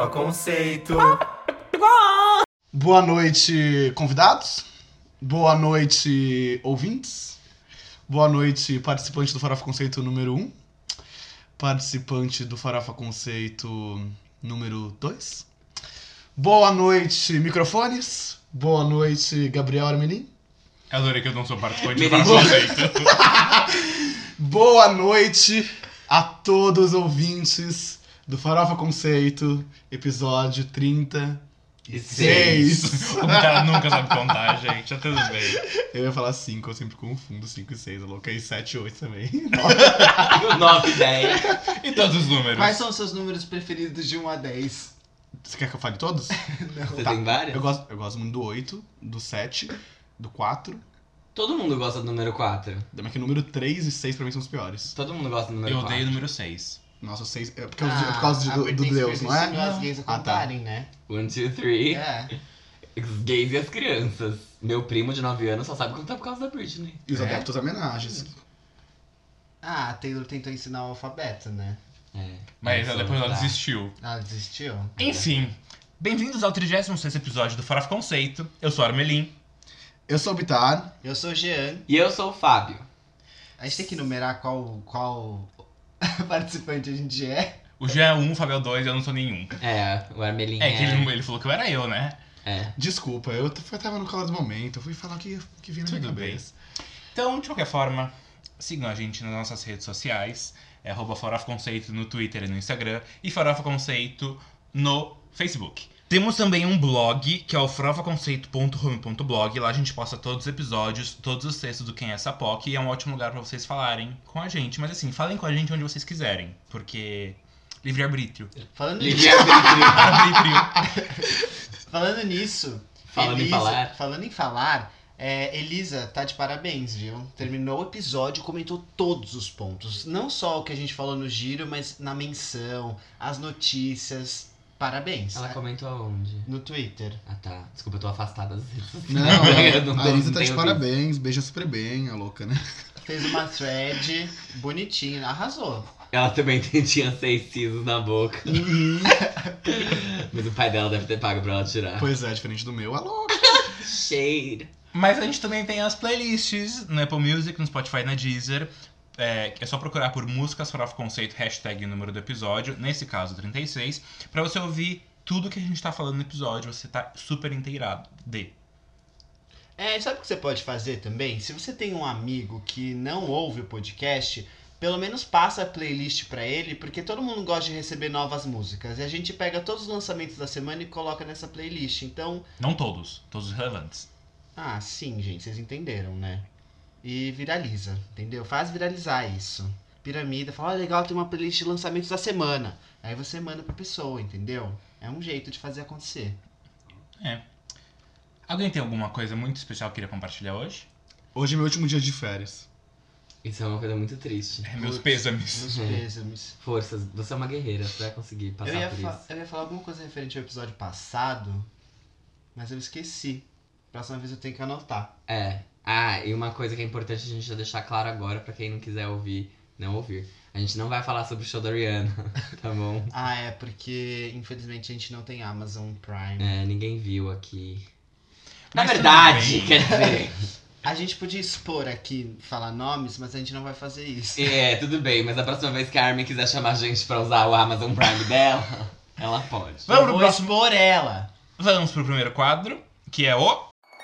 Farofa Conceito. Boa noite, convidados. Boa noite, ouvintes. Boa noite, participante do Farofa Conceito número 1. Participante do Farofa Conceito número 2. Boa noite, microfones. Boa noite, Gabriel Armelin. Eu adorei que eu não sou participante do Farofa Conceito. Boa noite a todos os ouvintes do Farofa Conceito, episódio 36. O cara nunca sabe contar, gente. Tá tudo bem. Eu ia falar 5, eu sempre confundo 5 e 6. Eu coloquei 7 e 8 também. 9 e 10. E todos os números? Quais são os seus números preferidos de 1 a 10? Você quer que eu fale todos? Você Tá. tem várias? Eu gosto muito do 8, do 7, do 4. Todo mundo gosta do número 4. Mas que o número 3 e 6 pra mim são os piores. Todo mundo gosta do número Eu 4. odeio o número 6. Nossa, o 6 é por causa do Deus, não é? As gays a Ah, tá. contarem, né? 1, 2, 3. É. Os gays e as crianças. Meu primo de 9 anos só sabe contar por causa da Britney. E os É? adeptos homenagens. Ah, a Taylor tentou ensinar o alfabeto, né? É. Mas Isso, depois ela tá. desistiu. Ela desistiu? Enfim, bem-vindos ao 36º episódio do Farofa Conceito. Eu sou a Armelin. Eu sou o Bitar. Eu sou o Jean. E eu sou o Fábio. A gente tem que numerar qual participante a gente é. O Jean é 1, o Fábio é 2 e eu não sou nenhum. É, o Armelin É que ele falou que eu era eu, né? É. Desculpa, eu tava no calor do momento. Eu fui falar o que vinha na minha Tudo bem. cabeça. Então, de qualquer forma, sigam a gente nas nossas redes sociais. É @Farofa Conceito no Twitter e no Instagram. E Farofa Conceito no Facebook. Temos também um blog, que é o farofaconceito.home.blog. Lá a gente posta todos os episódios, todos os textos do Quem é essa POC. E é um ótimo lugar pra vocês falarem com a gente. Mas assim, falem com a gente onde vocês quiserem. Porque livre-arbítrio. Falando nisso, Livre-arbítrio. Arbítrio. falando nisso, Falando em falar. Falando em falar, Elisa tá de parabéns, viu? Terminou o episódio e comentou todos os pontos. Não só o que a gente falou no giro, mas na menção, as notícias. Parabéns. Ela comentou aonde? No Twitter. Ah, tá. Desculpa, eu tô afastada das redes sociais. Não, a Elisa tá de tenho parabéns. Beija super bem, a louca, né? Fez uma thread bonitinha, arrasou. visto. Ela também tinha 6 sisos na boca. Mas o pai dela deve ter pago pra ela tirar. Pois é, diferente do meu, a louca. Shade. Mas a gente também tem as playlists no Apple Music, no Spotify e na Deezer. É só procurar por músicas Farofa Conceito, hashtag o número do episódio, nesse caso 36, pra você ouvir tudo que a gente tá falando no episódio, você tá super inteirado de. Sabe o que você pode fazer também? Se você tem um amigo que não ouve o podcast, pelo menos passa a playlist pra ele, porque todo mundo gosta de receber novas músicas. E a gente pega todos os lançamentos da semana e coloca nessa playlist. Então, Não todos os relevantes. sim, gente, vocês entenderam, né? E viraliza, entendeu? Faz viralizar isso. Piramida, fala, legal, tem uma playlist de lançamentos da semana. Aí você manda pra pessoa, entendeu? É um jeito de fazer acontecer. Alguém tem alguma coisa muito especial que queria compartilhar hoje? Hoje é meu último dia de férias. Isso é uma coisa muito triste. Meus Putz, pêsames. Meus pêsames. Forças, você é uma guerreira, você vai conseguir passar por isso. Eu ia falar alguma coisa referente ao episódio passado, mas eu esqueci. Próxima vez eu tenho que anotar. E uma coisa que é importante a gente já deixar claro agora, pra quem não quiser ouvir, não ouvir. A gente não vai falar sobre o show da Rihanna, tá bom? Porque infelizmente a gente não tem Amazon Prime. Ninguém viu aqui. Mas Na verdade, tudo bem. quer dizer... A gente podia expor aqui, falar nomes, mas a gente não vai fazer isso. Tudo bem, mas a próxima vez que a Armin quiser chamar a gente pra usar o Amazon Prime dela, ela pode. Vamos Eu pro vou próximo. expor ela. Vamos pro primeiro quadro, que é o...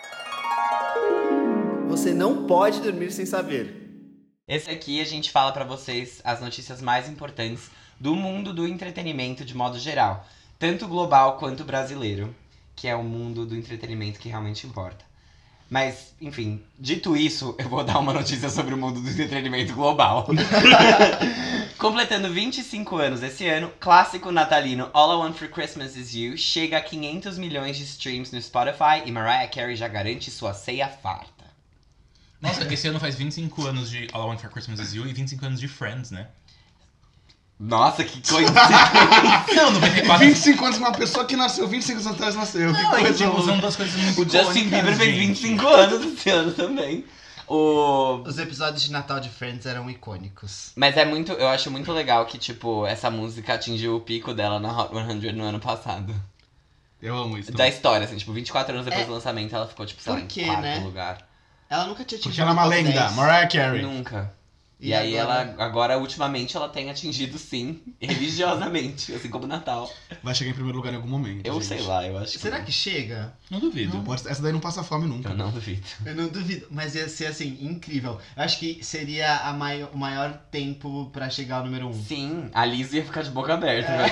Você não pode dormir sem saber. Esse aqui a gente fala pra vocês as notícias mais importantes do mundo do entretenimento de modo geral. Tanto global quanto brasileiro, que é o mundo do entretenimento que realmente importa. Mas, enfim, dito isso, eu vou dar uma notícia sobre o mundo do entretenimento global. Completando 25 anos esse ano, clássico natalino All I Want for Christmas Is You chega a 500 milhões de streams no Spotify e Mariah Carey já garante sua ceia farta. Nossa, esse ano faz 25 anos de All I Want for Christmas Is You e 25 anos de Friends, né? Nossa, que coincidência! Não, 94... 25 anos com uma pessoa que nasceu 25 anos atrás nasceu. Que Não, coisa tipo, louca. são duas coisas muito O Justin icônicas, Bieber fez gente. 25 anos esse ano também. Os episódios de Natal de Friends eram icônicos. Mas eu acho muito legal que, tipo, essa música atingiu o pico dela na Hot 100 no ano passado. Eu amo isso. Da história, assim, tipo, 24 anos depois do lançamento, ela ficou, tipo, sei lá, Por quê, em quarto né? lugar. Ela nunca tinha Porque atingido ela é uma o top lenda, 10. Mariah Carey. Nunca. E, E aí agora? agora, ultimamente, ela tem atingido, sim, religiosamente, assim como o Natal. Vai chegar em primeiro lugar em algum momento. Eu gente. sei lá, eu acho que... Será que chega? Não duvido. Essa daí não passa fome nunca. Eu não duvido. Eu não duvido, mas ia ser assim, incrível. Eu acho que seria o maior tempo pra chegar ao número 1. Sim, a Liz ia ficar de boca aberta. Né?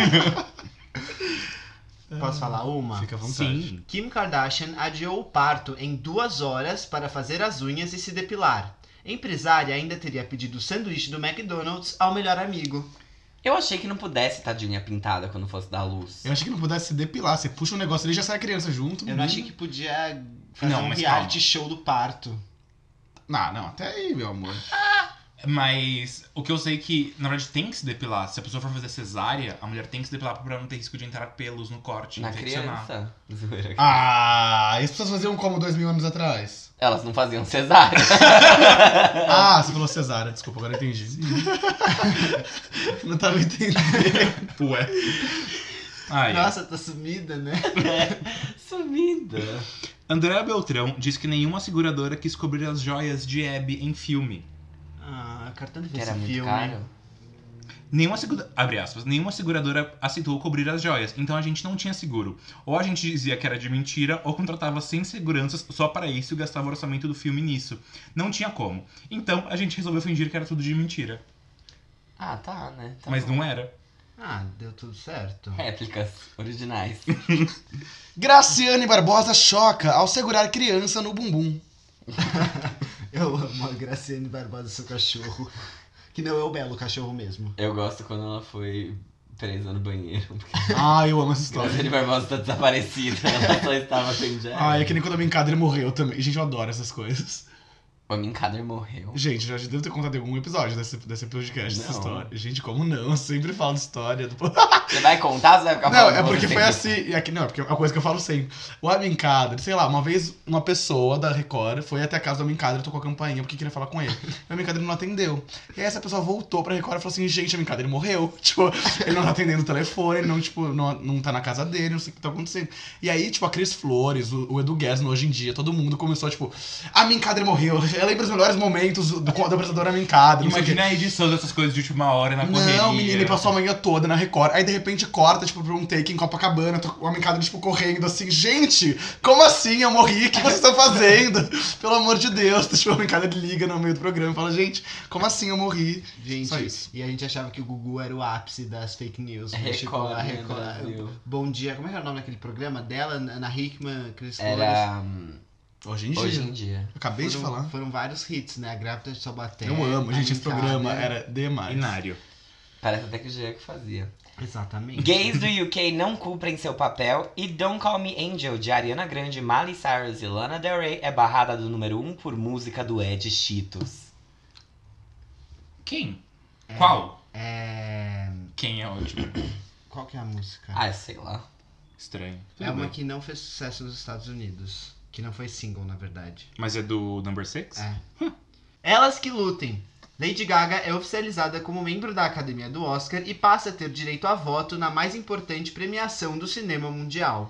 Posso falar uma? Fica à vontade. Sim. Kim Kardashian adiou o parto em 2 horas para fazer as unhas e se depilar. Empresária ainda teria pedido o sanduíche do McDonald's ao melhor amigo. Eu achei que não pudesse estar de unha pintada quando fosse dar luz. Eu achei que não pudesse se depilar. Você puxa um negócio ali e já sai a criança junto. Eu não achei que podia fazer Não, um mas reality show do parto. Não, até aí, meu amor. Mas o que eu sei é que, na verdade, tem que se depilar. Se a pessoa for fazer cesárea, a mulher tem que se depilar pra não ter risco de entrar pelos no corte. Na infeccionar. criança. Zoeira. Ah, e as pessoas faziam como 2000 anos atrás? Elas não faziam cesárea. Ah, você falou cesárea, desculpa, agora eu entendi. Não tava entendendo. Ué. Ai. Nossa, tá sumida, né? Sumida. Andréa Beltrão diz que nenhuma seguradora quis cobrir as joias de Abby em filme. Ah, eu quero tanto ver Que esse era muito filme. caro. Abre aspas, nenhuma seguradora aceitou cobrir as joias, então a gente não tinha seguro. Ou a gente dizia que era de mentira, ou contratava sem seguranças só para isso e gastava o orçamento do filme nisso. Não tinha como. Então a gente resolveu fingir que era tudo de mentira. Ah, tá, né? Tá Mas bom. não era. Ah, deu tudo certo. Réplicas originais. Graciane Barbosa choca ao segurar criança no bumbum. Eu amo a Graciane Barbosa, seu cachorro. Que não é o belo cachorro mesmo. Eu gosto quando ela foi presa no banheiro. Porque Ah, eu amo essa a história. Graciane Barbosa tá desaparecida. Ela só estava com Jack. Ah, é que nem quando a Minkader morreu também. Gente, eu adoro essas coisas. O Minkader morreu. Gente, já devo ter contado em algum episódio desse podcast, essa Não. história. Gente, como não? Eu sempre falo de história. Você vai contar ou você vai ficar Não, falando? é que porque você foi tem? assim. Não, é porque é uma coisa que eu falo sempre. O Amincader, sei lá, uma vez uma pessoa da Record foi até a casa do Amincader e tocou a campainha porque queria falar com ele. E o Amincader não atendeu. E aí essa pessoa voltou pra Record e falou assim: gente, o Amincader morreu. Tipo, ele não tá atendendo o telefone, ele não, tipo, não tá na casa dele, não sei o que tá acontecendo. E aí, tipo, a Cris Flores, o Edu Guedes, hoje em dia, todo mundo começou, tipo, a Amincader morreu. Ela lembra os melhores momentos do apresentador Amincader. Imagina a edição dessas coisas de última hora na correria. Não, menina, ele passou a manhã toda na Record. Aí, de repente, corta, tipo, pra um take em Copacabana. O Amincader, tipo, correndo assim. Gente, como assim? Eu morri? O que vocês estão fazendo? Pelo amor de Deus. Tipo, o Amincader liga no meio do programa e fala, gente, como assim eu morri? Gente, Só isso. e a gente achava que o Gugu era o ápice das fake news. Record, Tipo, a né, Record. Brasil. Bom dia, como é que era o nome daquele programa dela? Ana Hickman, Cris Flores. Era Hoje em dia. hoje em dia. Eu acabei de falar. Foram vários hits, né? A Grávida de Taubaté. Eu amo, gente, esse Amincader. programa era demais. Inário. Parece até que o Diego fazia. Exatamente. Gays do UK não cumprem seu papel e Don't Call Me Angel, de Ariana Grande, Miley Cyrus e Lana Del Rey, é barrada do número 1 por música do Ed Cheetos. Quem? Qual? Quem é ótimo? Qual que é a música? Ah, sei lá. Estranho. é Tudo uma bem. que não fez sucesso nos Estados Unidos. Que não foi single, na verdade. Mas é do Number 6? É. Elas que lutem. Lady Gaga é oficializada como membro da Academia do Oscar e passa a ter direito a voto na mais importante premiação do cinema mundial.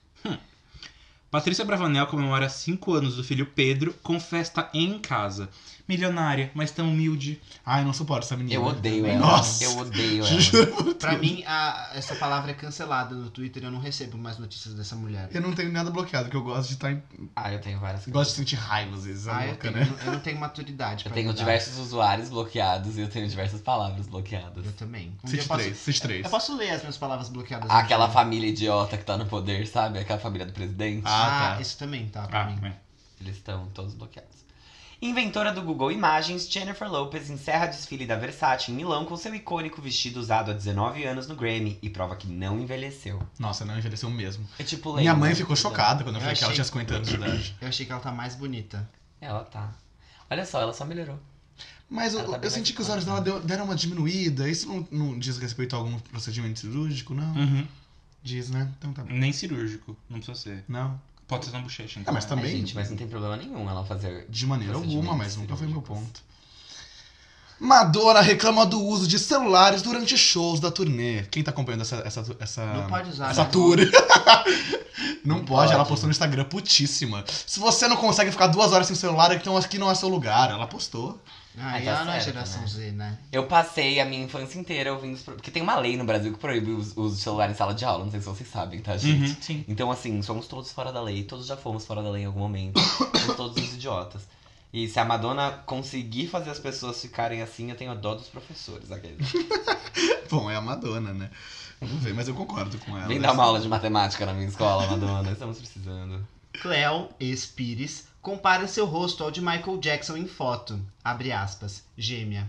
Patrícia Bravanel comemora 5 anos do filho Pedro com festa em casa. Milionária, mas tão humilde. Ai, eu não suporto essa menina. Eu odeio ela. Nossa. Eu odeio ela. Pra mim, essa palavra é cancelada no Twitter. Eu não recebo mais notícias dessa mulher. Eu não tenho nada bloqueado, porque eu gosto de estar em... Ah, eu tenho várias Eu gosto de sentir raiva às vezes. É Eu, louca, né? eu não tenho maturidade Eu pra tenho mudar. diversos usuários bloqueados e eu tenho diversas palavras bloqueadas. Eu também. Um dia Cite eu posso- três, cite três. Eu posso ler as minhas palavras bloqueadas. Aquela no dia. família idiota que tá no poder, sabe? Aquela família do presidente. Ah, tá. Isso também tá pra mim. É. Eles estão todos bloqueados. Inventora do Google Imagens, Jennifer Lopez encerra desfile da Versace em Milão com seu icônico vestido usado há 19 anos no Grammy e prova que não envelheceu. Nossa, não envelheceu mesmo. É tipo Minha lenda. mãe ficou chocada quando eu Eu falei que ela achei- tinha 50 anos de idade. Eu achei que ela tá mais bonita. Ela tá. Olha só, ela só melhorou. Mas Ela tá bem eu senti mais que os olhos dela deram uma diminuída. Isso não diz respeito a algum procedimento cirúrgico, não? Uhum. Diz, né? Então tá bom. Nem cirúrgico, não precisa ser. Não? Pode ser na bochecha, Ah, então. mas é. também... Gente, mas não tem problema nenhum ela fazer... De maneira alguma, mas nunca foi meu cirúrgicos. ponto. Madonna reclama do uso de celulares durante shows da turnê. Quem tá acompanhando essa Não pode usar. essa né? tour? Não pode, ela pode. postou no Instagram putíssima. Se você não consegue ficar 2 horas sem celular, então aqui não é seu lugar. Ela postou. Ah, Tá e ela não é certo, geração né? Z, né? Eu passei a minha infância inteira ouvindo... Porque tem uma lei no Brasil que proíbe o uso de celular em sala de aula. Não sei se vocês sabem, tá, gente? Uhum, sim. Então, assim, somos todos fora da lei. Todos já fomos fora da lei em algum momento. Somos todos uns idiotas. E se a Madonna conseguir fazer as pessoas ficarem assim, eu tenho dó dos professores. Aqueles. Bom, é a Madonna, né? Vamos ver, mas eu concordo com ela. Vem dar uma aula de matemática na minha escola, Madonna. Estamos precisando. Cleo ex-Pires compara seu rosto ao de Michael Jackson em foto. Abre aspas. Gêmea.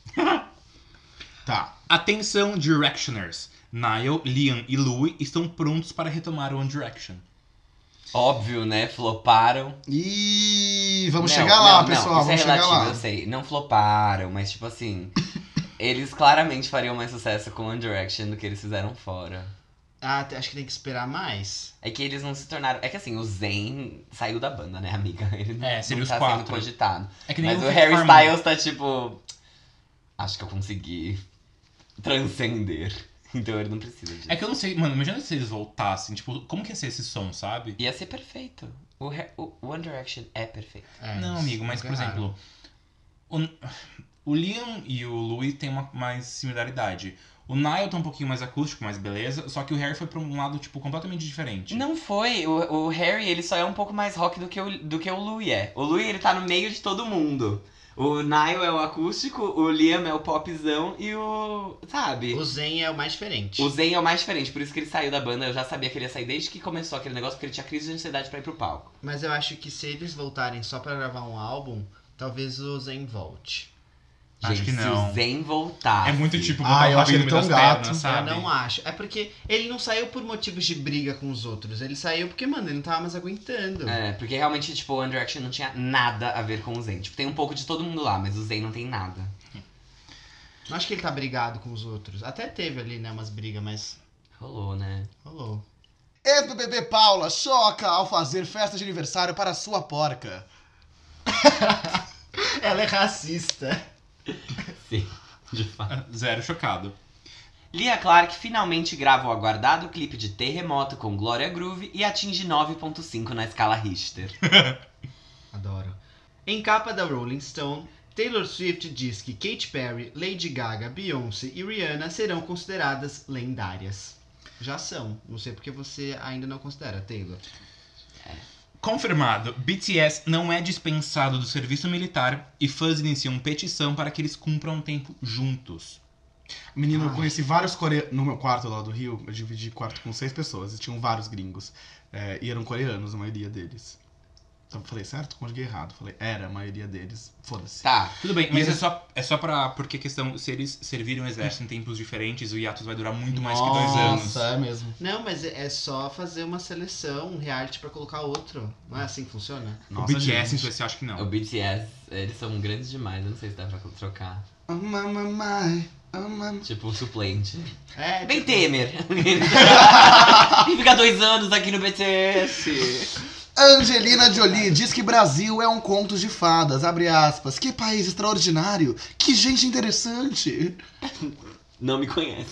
Tá. Atenção, Directioners. Niall, Liam e Louis estão prontos para retomar o One Direction. Óbvio, né? Floparam. E vamos Não, chegar lá, não, pessoal. Não, isso Vamos é chegar relativo, lá. eu sei. Não floparam, mas tipo assim... Eles claramente fariam mais sucesso com One Direction do que eles fizeram fora. Ah, acho que tem que esperar mais. É que eles não se tornaram... É que assim, o Zayn saiu da banda, né, amiga? Ele não, É, seria não os tá 4. sendo cogitado. É que nem Mas o Fifth Harry Harmony. Styles tá tipo... Acho que eu consegui transcender. Então ele não precisa disso. É que eu não sei, mano, imagina se eles voltassem, tipo, como que ia ser esse som, sabe? Ia ser perfeito. O One Direction é perfeito. É, Não, amigo, mas por nunca exemplo, o Liam e o Louis têm uma mais similaridade. O Niall tá um pouquinho mais acústico, mais beleza, só que o Harry foi pra um lado, tipo, completamente diferente. Não foi. O Harry, ele só é um pouco mais rock do que o Louis é. O Louis, ele tá no meio de todo mundo. O Niall é o acústico, o Liam é o popzão e o... Sabe? O Zen é o mais diferente. O Zayn é o mais diferente, por isso que ele saiu da banda. Eu já sabia que ele ia sair desde que começou aquele negócio, porque ele tinha crise de ansiedade pra ir pro palco. Mas eu acho que se eles voltarem só pra gravar um álbum, talvez o Zen volte. Acho que Gente, não. se o Zayn voltar... É muito tipo Ah, botar eu o acho rabinho ele no tão meio das gato. pernas, sabe? Eu não acho. É porque ele não saiu por motivos de briga com os outros. Ele saiu porque, mano, ele não tava mais aguentando. É, porque realmente, tipo, o One Direction não tinha nada a ver com o Zayn. Tipo, tem um pouco de todo mundo lá, mas o Zayn não tem nada. Não acho que ele tá brigado com os outros. Até teve ali, né, umas brigas, mas Rolou, né? rolou. Ex-BBB Paula choca ao fazer festa de aniversário para sua porca. Ela é racista. Sim, de fato. Zero chocado. Lia Clark finalmente grava o aguardado clipe de Terremoto com Gloria Groove e atinge 9.5 na escala Richter. Adoro. Em capa da Rolling Stone, Taylor Swift diz que Katy Perry, Lady Gaga, Beyoncé e Rihanna serão consideradas lendárias. Já são. Não sei porque você ainda não considera, Taylor. Confirmado, BTS não é dispensado do serviço militar e fãs iniciam petição para que eles cumpram um tempo juntos. Menino, eu Ai. conheci vários coreanos. No meu quarto lá do Rio, eu dividi quarto com 6 pessoas e tinham vários gringos. E eram coreanos, a maioria deles. Então eu falei, certo? Conjuguei errado. Falei, era a maioria deles. Foda-se. Tá, Tudo bem, mas eles- é só pra... Porque a questão, se eles servirem o exército em tempos diferentes, o hiatus vai durar muito mais que 2 anos. Nossa, é mesmo. Não, mas é só fazer uma seleção, um reality pra colocar outro. Não é assim que funciona? O Nossa, BTS em gente. especial, acho que o não. BTS, eles são grandes demais, eu não sei se dá pra trocar. Tipo, o suplente. É, Bem tipo, Temer! E ficar 2 anos aqui no BTS! Angelina Jolie diz que Brasil é um conto de fadas, abre aspas. Que país extraordinário, que gente interessante. Não me conhece.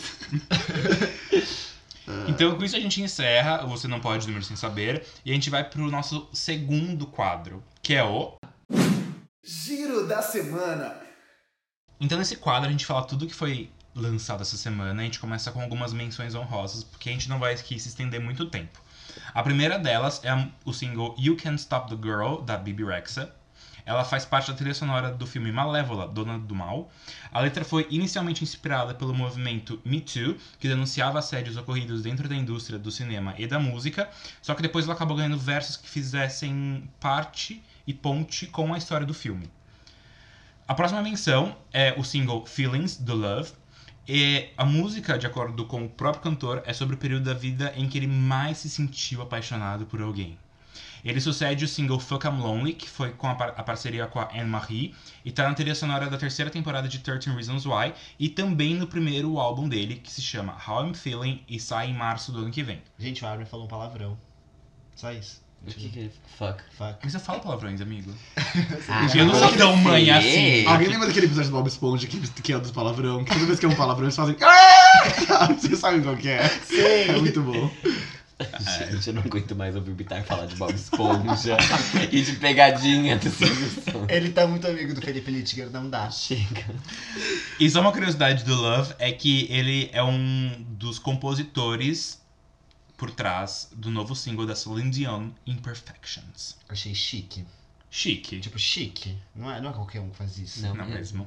Então, com isso a gente encerra o Você Não Pode Dormir Sem Saber. E a gente vai pro nosso segundo quadro, que é o... Giro da semana. Então, nesse quadro, a gente fala tudo que foi lançado essa semana. A gente começa com algumas menções honrosas, porque a gente não vai aqui se estender muito tempo. A primeira delas é o single You Can't Stop the Girl, da Bibi Rexha. Ela faz parte da trilha sonora do filme Malévola, Dona do Mal. A letra foi inicialmente inspirada pelo movimento Me Too, que denunciava assédios ocorridos dentro da indústria do cinema e da música, só que depois ela acabou ganhando versos que fizessem parte e ponte com a história do filme. A próxima menção é o single Feelings, do Love. E a música, de acordo com o próprio cantor, é sobre o período da vida em que ele mais se sentiu apaixonado por alguém. Ele sucede o single Fuck I'm Lonely, que foi com a parceria com a Anne-Marie, e tá na trilha sonora da 3ª temporada de 13 Reasons Why, e também no primeiro álbum dele, que se chama How I'm Feeling, e sai em março do ano que vem. Gente, o Armin falou um palavrão. Só isso. O que é fuck? Fuck. Mas eu falo palavrões, amigo. Ah, Eu não sou tão mãe assim. Alguém lembra daquele episódio do Bob Esponja que é dos palavrão? Que toda vez que é um palavrão eles fazem. "Ah!" Vocês sabem qual que é? Sei. É muito bom. Gente, eu não aguento mais ouvir o Bitar falar de Bob Esponja e de pegadinha do Silvio Santos. Ele tá muito amigo do Felipe Littger, não dá. Chega. E só uma curiosidade do Love é que ele é um dos compositores por trás do novo single da Celine Dion, Imperfections. Achei chique. Chique. Tipo, chique. Não é qualquer um que faz isso. Não. Não mesmo.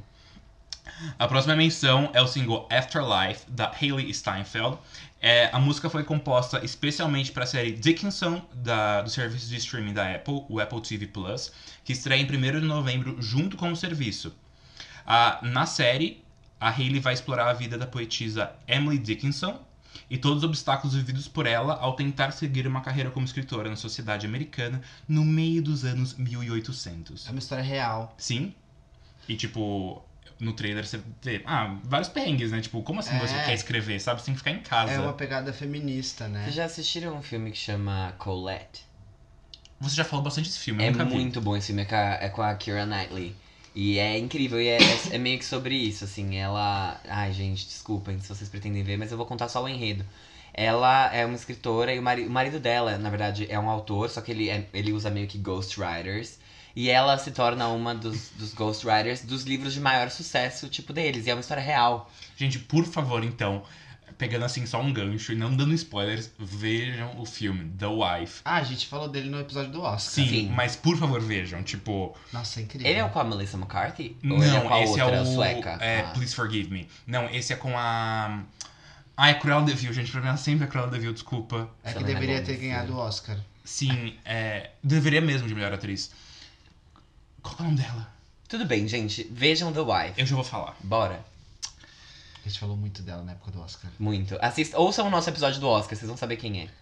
A próxima menção é o single Afterlife, da Hailey Steinfeld. A música foi composta especialmente para a série Dickinson, do serviço de streaming da Apple, o Apple TV Plus, que estreia em 1º de novembro junto com o serviço. Na série, a Hailey vai explorar a vida da poetisa Emily Dickinson e todos os obstáculos vividos por ela ao tentar seguir uma carreira como escritora na sociedade americana no meio dos anos 1800. É uma história real. Sim. E, tipo, no trailer você vê vários perrengues, né? Tipo, como assim você quer escrever, sabe? Você tem que ficar em casa. É uma pegada feminista, né? Vocês já assistiram um filme que chama Colette? Você já falou bastante desse filme, eu É nunca vi. muito bom esse filme, é com a Keira Knightley. E é incrível, e é meio que sobre isso, assim, ela... Ai, gente, desculpem se vocês pretendem ver, mas eu vou contar só o enredo. Ela é uma escritora e o marido dela, na verdade, é um autor, só que ele usa meio que ghostwriters. E ela se torna uma dos ghostwriters dos livros de maior sucesso, tipo deles, e é uma história real. Gente, por favor, então, pegando assim só um gancho e não dando spoilers, vejam o filme The Wife. Ah, a gente falou dele no episódio do Oscar. Sim, mas por favor vejam, tipo... Nossa, é incrível. Ele é com a Melissa McCarthy? Ou Não, ele é com a esse outra, é o... sueca? Please Forgive Me. Não, esse é com a... é Cruella de Vil, gente, pra mim ela sempre é Cruella de Vil, desculpa. É que Selena deveria Gomez, ter ganhado o Oscar. Sim, deveria mesmo de melhor atriz. Qual é o nome dela? Tudo bem, gente, vejam The Wife. Eu já vou falar. Bora. A gente falou muito dela na época do Oscar. Muito. Ouçam o nosso episódio do Oscar, vocês vão saber quem é.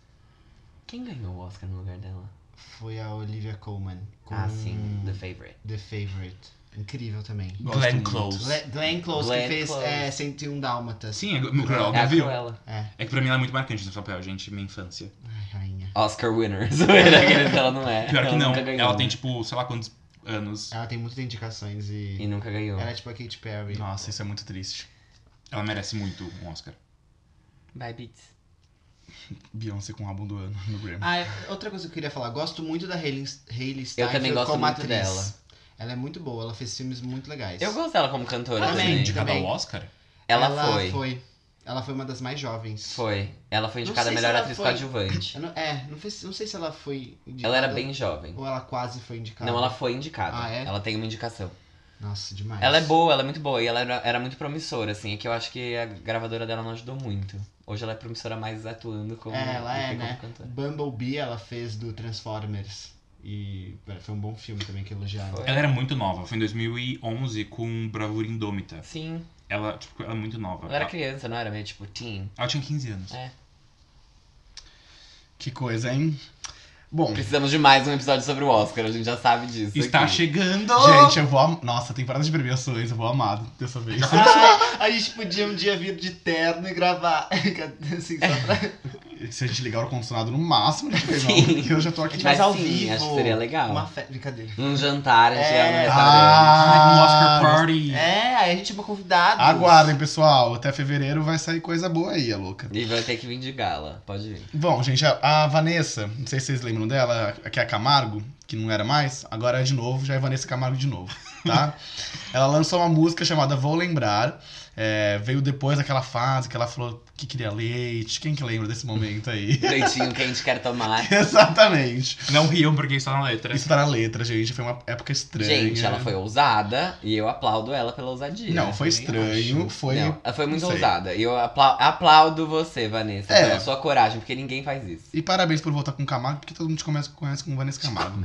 Quem ganhou o Oscar no lugar dela? Foi a Olivia Colman. Com Sim, The Favorite. The Favorite. Incrível também. Gosto Glenn muito. Close. Glenn Close, Glenn que fez Close. 101 Dálmatas. Sim, é Cruella É a de Vil. Cruella. É que pra mim ela é muito marcante nesse papel, gente, minha infância. Ai, rainha. Oscar winner. Aqueles ela não é. Pior que Ela não, nunca ganhou, ela né? tem tipo, sei lá quantos anos. Ela tem muitas indicações E e... nunca ganhou. Ela é tipo a Katy Perry. Nossa, isso é muito triste. Ela merece muito um Oscar. Bye, Beats. Beyoncé com o álbum do ano no Grammy. Ah, outra coisa que eu queria falar. Gosto muito da Hailey Steinfeld também gosto como muito atriz. dela. Ela é muito boa, ela fez filmes muito legais. Eu gosto dela como cantora Também, Ela foi também. indicada também. ao Oscar? Ela foi. Ela foi uma das mais jovens. Foi. Ela foi Não indicada a sei se melhor ela atriz foi. coadjuvante. Eu não sei se ela foi indicada. Ela era bem jovem. Ou ela quase foi indicada. Não, ela foi indicada. Ah, é? Ela tem uma indicação. Nossa, demais. Ela é boa, ela é muito boa. E ela era muito promissora, assim. É que eu acho que a gravadora dela não ajudou muito. Hoje ela é promissora mais atuando como, Ela do é, que né? como cantora. Bumblebee ela fez do Transformers. E foi um bom filme também que elogiaram. Foi. Ela era muito nova, foi em 2011 com Bravura Indômita. Sim. Ela, tipo, ela é muito nova. Ela era criança, não era? Meio tipo teen. Ela tinha 15 anos. É. Que coisa, hein? Bom, Precisamos de mais um episódio sobre o Oscar, a gente já sabe disso. Está aqui. chegando! gente, eu vou... Nossa, tem várias de premiações, eu vou amar dessa vez. A gente podia um dia vir de terno e gravar. Assim, só pra... Se a gente ligar o ar-condicionado no máximo, a gente fez Sim. não, porque eu já tô aqui. Mas Mas ao sim, vivo. acho que seria legal. Uma brincadeira. Um jantar, a gente ia no É. restaurante. Um Oscar Party! É, aí a gente chama convidados. Aguardem, pessoal. Até fevereiro vai sair coisa boa aí, a louca. E vai ter que vir de gala, pode vir. Bom, gente, a Vanessa, não sei se vocês lembram dela, que é a Camargo, que não era mais, agora é de novo, já é Vanessa Camargo de novo, tá? Ela lançou uma música chamada Vou Lembrar, veio depois daquela fase que ela falou que queria leite, quem que lembra desse momento aí? Leitinho que a gente quer tomar. Exatamente. Não riam porque isso tá na letra. Isso tá na letra, gente, foi uma época estranha. Gente, ela foi ousada e eu aplaudo ela pela ousadia. Não, foi também estranho, acho. foi... Não, ela foi muito não sei. ousada. E eu aplaudo você, Vanessa, É. pela sua coragem, porque ninguém faz isso. E parabéns por voltar com Camargo, porque todo mundo te conhece como Vanessa Camargo.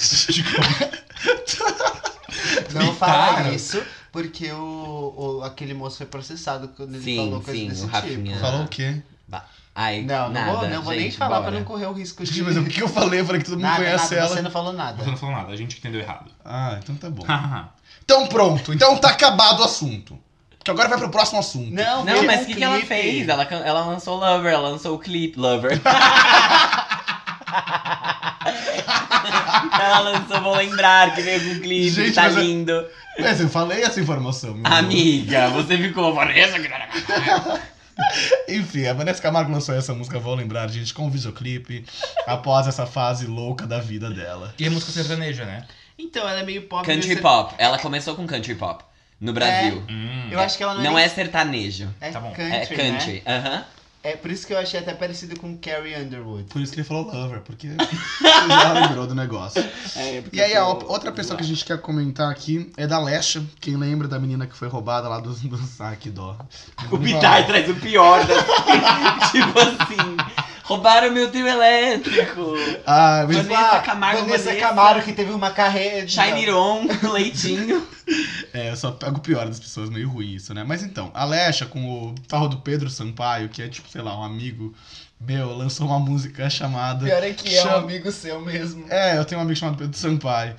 Não Cara. fala isso, porque aquele moço foi processado quando ele Sim, falou coisa sim, desse o Rafinha. tipo. Falou o quê? Ai, Não, nada, não vou nem gente, falar bora. pra não correr o risco de... Gente, mas o que eu falei? Eu falei que todo mundo Nada, conhece nada, ela. você não falou Você nada. não falou nada, a gente entendeu errado. Ah, então tá bom. Haha. Então pronto, então tá acabado o assunto. Que agora vai pro próximo assunto. Não, Não, veio mas um o que ela clipe. fez? Ela lançou Lover, ela lançou o clipe Lover. Ela lançou Vou Lembrar, que veio com o clipe, Gente, que tá mas lindo. Mas eu falei essa informação, meu amor. Amiga, você ficou, Vanessa. Enfim, a Vanessa Camargo lançou essa música, Vou Lembrar, gente, com um videoclipe, após essa fase louca da vida dela. E a música sertaneja, né? Então, ela é meio pop. Country meio pop. Ela começou com country pop. No Brasil. Eu acho que ela não, Não é é sertanejo. nem... Tá bom. country, É country. né? Aham. É por isso que eu achei até parecido com Carrie Underwood. Por isso que ele falou Lover, porque você já lembrou do negócio. E aí, a outra pessoa que a gente quer comentar aqui é da Lesha. Quem lembra da menina que foi roubada lá do saque dó? O Pitai traz o pior da... Tipo assim, roubaram meu trio elétrico. Ah, mas... Vanessa Camargo, Vanessa Camargo, que teve uma carreira... Shineron, leitinho. É, eu só pego o pior das pessoas, meio ruim isso, né? Mas então, a Lesha com o tal do Pedro Sampaio, que é tipo, sei lá, um amigo meu, lançou uma música chamada... Pior é que é um amigo seu mesmo. É, eu tenho um amigo chamado Pedro Sampaio.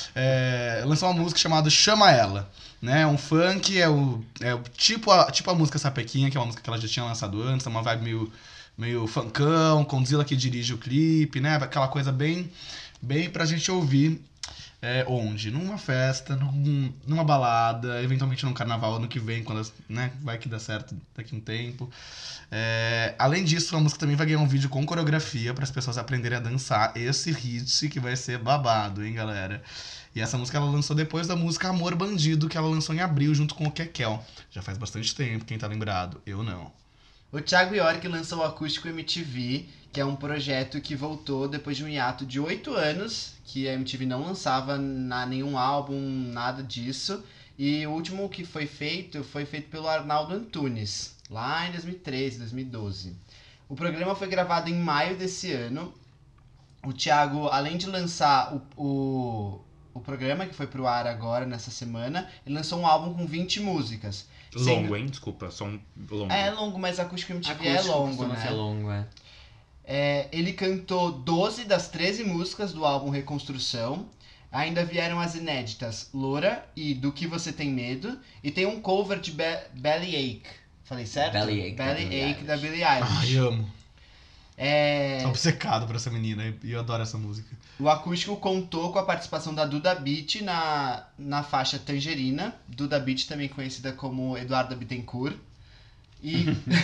Lançou uma música chamada Chama Ela. Né? Um funk, tipo a música Sapequinha, que é uma música que ela já tinha lançado antes, é uma vibe meio funkão, Condzilla que dirige o clipe, né? Aquela coisa bem pra gente ouvir. Onde? Numa festa, numa balada, eventualmente num carnaval ano que vem, quando, né, vai que dá certo daqui a um tempo. Além disso, a música também vai ganhar um vídeo com coreografia para as pessoas aprenderem a dançar esse hit que vai ser babado, hein, galera? E essa música ela lançou depois da música Amor Bandido, que ela lançou em abril junto com o Kekel. Já faz bastante tempo, quem tá lembrado? Eu não. O Thiago York lançou o Acústico MTV, que é um projeto que voltou depois de um hiato de 8 anos, que a MTV não lançava nenhum álbum, nada disso. E o último que foi feito pelo Arnaldo Antunes, lá em 2013, 2012. O programa foi gravado em maio desse ano. O Thiago, além de lançar o programa, que foi pro ar agora, nessa semana, ele lançou um álbum com 20 músicas. Longo, hein? Desculpa, só um longo. É longo, mas Acústico MTV Acústico é longo, costuma né? ser longo, é. Ele cantou 12 das 13 músicas do álbum Reconstrução. Ainda vieram as inéditas Loura e Do Que Você Tem Medo. E tem um cover de Bellyache. Falei certo? Bellyache da Billie Eilish. Ai, amo. Tô obcecado por essa menina e eu adoro essa música. O acústico contou com a participação da Duda Beat na faixa Tangerina. Duda Beat, também conhecida como Eduarda Bittencourt. E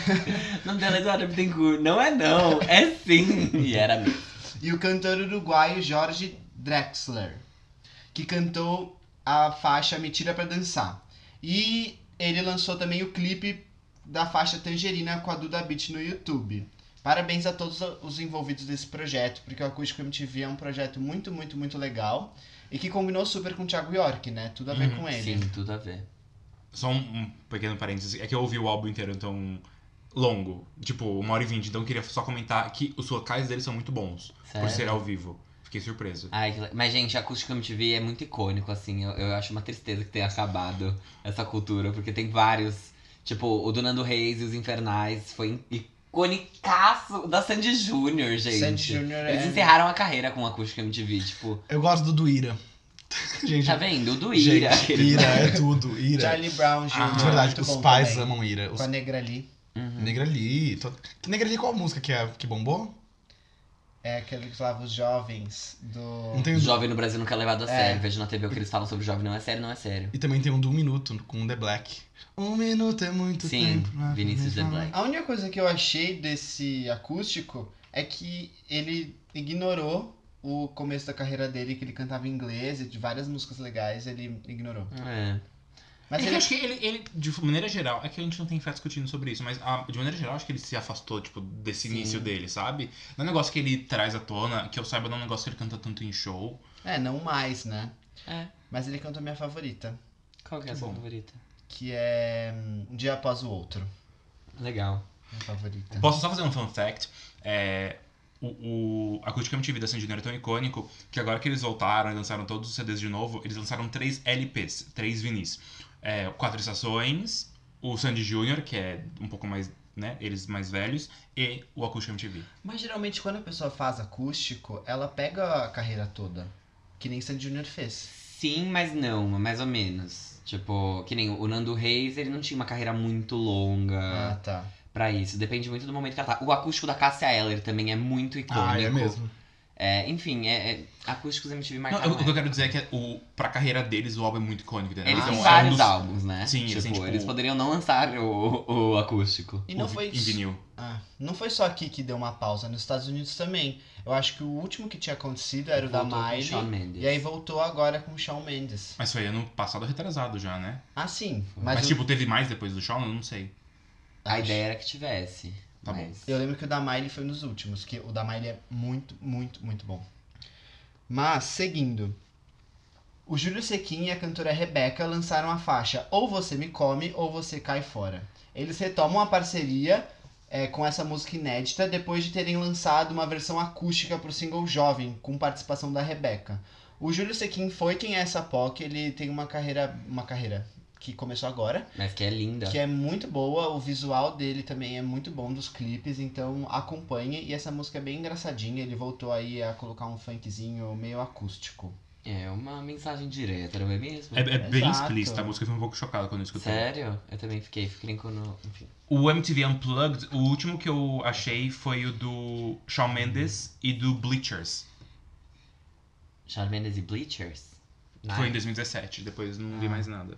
O nome dela é Eduardo Bittencourt. Não é não, é sim. E era mesmo. e o cantor uruguaio Jorge Drexler, que cantou a faixa Me Tira Pra Dançar. E ele lançou também o clipe da faixa Tangerina com a Duda Beat no YouTube. Parabéns a todos os envolvidos desse projeto, porque o Acústico MTV é um projeto muito, muito, muito legal e que combinou super com o Thiago York, né? Tudo a ver com ele. Sim, tudo a ver. Só um pequeno parênteses. É que eu ouvi o álbum inteiro tão longo. Tipo, 1h20. Então eu queria só comentar que os vocais deles são muito bons. Sério? Por ser ao vivo. Fiquei surpreso. Ai, mas, gente, Acústico MTV é muito icônico, assim. Eu acho uma tristeza que tenha acabado essa cultura, porque tem vários. Tipo, o do Nando Reis e os Infernais foi iconicaço da Sandy Júnior, gente. Sandy Júnior Eles encerraram a carreira com o Acústico MTV, tipo. Eu gosto do Ira. Gente, Tá vendo? O do Ira. gente, Ira é tudo. Ira. Charlie Brown, gente. De verdade, muito os bom pais também. amam Ira. Com a Negra Lee. Negra Lee. Negra Lee, qual a música que bombou? É aquele que falava os jovens do... Não tem O jovem no Brasil nunca é levado a É. sério. Vejo na TV o que eles falam sobre o jovem. Não é sério, não é sério. E também tem um do 1 Minuto, com The Black. 1 minuto é muito Sim, tempo. pra Vinícius The falar. Black. A única coisa que eu achei desse acústico é que ele ignorou o começo da carreira dele, que ele cantava em inglês e de várias músicas legais, ele ignorou. É. Mas É que ele... eu acho que ele, de maneira geral, é que a gente não tem fé discutindo sobre isso, mas de maneira geral, acho que ele se afastou, tipo, desse Sim. início dele, sabe? Não é um negócio que ele traz à tona, que eu saiba, não é um negócio que ele canta tanto em show. não mais, né? É. Mas ele cantou a minha favorita, Qual que é a sua Bom. favorita? que é Um Dia Após o Outro. Legal. Minha favorita. Posso só fazer um fun fact? O Acústico MTV da Sandy Júnior é tão icônico que agora que eles voltaram e lançaram todos os CDs de novo, eles lançaram 3 LPs, 3 vinis. 4 Estações, o Sandy Júnior, que é um pouco mais, né, eles mais velhos, e o Acústico MTV. Mas geralmente quando a pessoa faz acústico, ela pega a carreira toda. Que nem Sandy Júnior fez. Sim, mas não, mais ou menos. Tipo, que nem o Nando Reis, ele não tinha uma carreira muito longa Tá. pra isso. Depende muito do momento que ela tá. O acústico da Cássia Eller também é muito icônico. Ah, é mesmo. Enfim, acústicos MTV Não, marcaram. o que eu quero dizer é que pra carreira deles o álbum é muito icônico. Entendeu? Eles Então, têm é vários dos- álbuns, né? Sim, tipo, eles têm, tipo, eles poderiam não lançar o acústico. E não o foi em vinil. não foi só aqui que deu uma pausa, nos Estados Unidos também. Eu acho que o último que tinha acontecido era o da Voltou com Miley. Shawn Mendes. E aí voltou agora com o Shawn Mendes. Mas foi ano passado retrasado já, né? Ah, sim. Mas tipo, teve mais depois do Shawn? Eu não sei. A ideia era que tivesse. Tá bom. mas... Eu lembro que o da Miley foi nos últimos, que o da Miley é muito, muito, muito bom. Mas, seguindo. O Júlio Sequin e a cantora Rebeca lançaram a faixa Ou Você Me Come ou Você Cai Fora. Eles retomam a parceria com essa música inédita depois de terem lançado uma versão acústica pro single Jovem, com participação da Rebeca. O Júlio Sequin foi quem é essa POC, ele tem uma carreira que começou agora, Mas que é linda. que é muito boa, o visual dele também é muito bom dos clipes, então acompanhe. E essa música é bem engraçadinha, ele voltou aí a colocar um funkzinho meio acústico. É uma mensagem direta, não é mesmo? É bem Exato. explícita, a música foi um pouco chocada quando eu escutei. Sério? Eu também fiquei no... Enfim. O MTV Unplugged, o último que eu achei foi o do Shawn Mendes e do Bleachers. Shawn Mendes e Bleachers? Foi em 2017, depois não vi mais nada.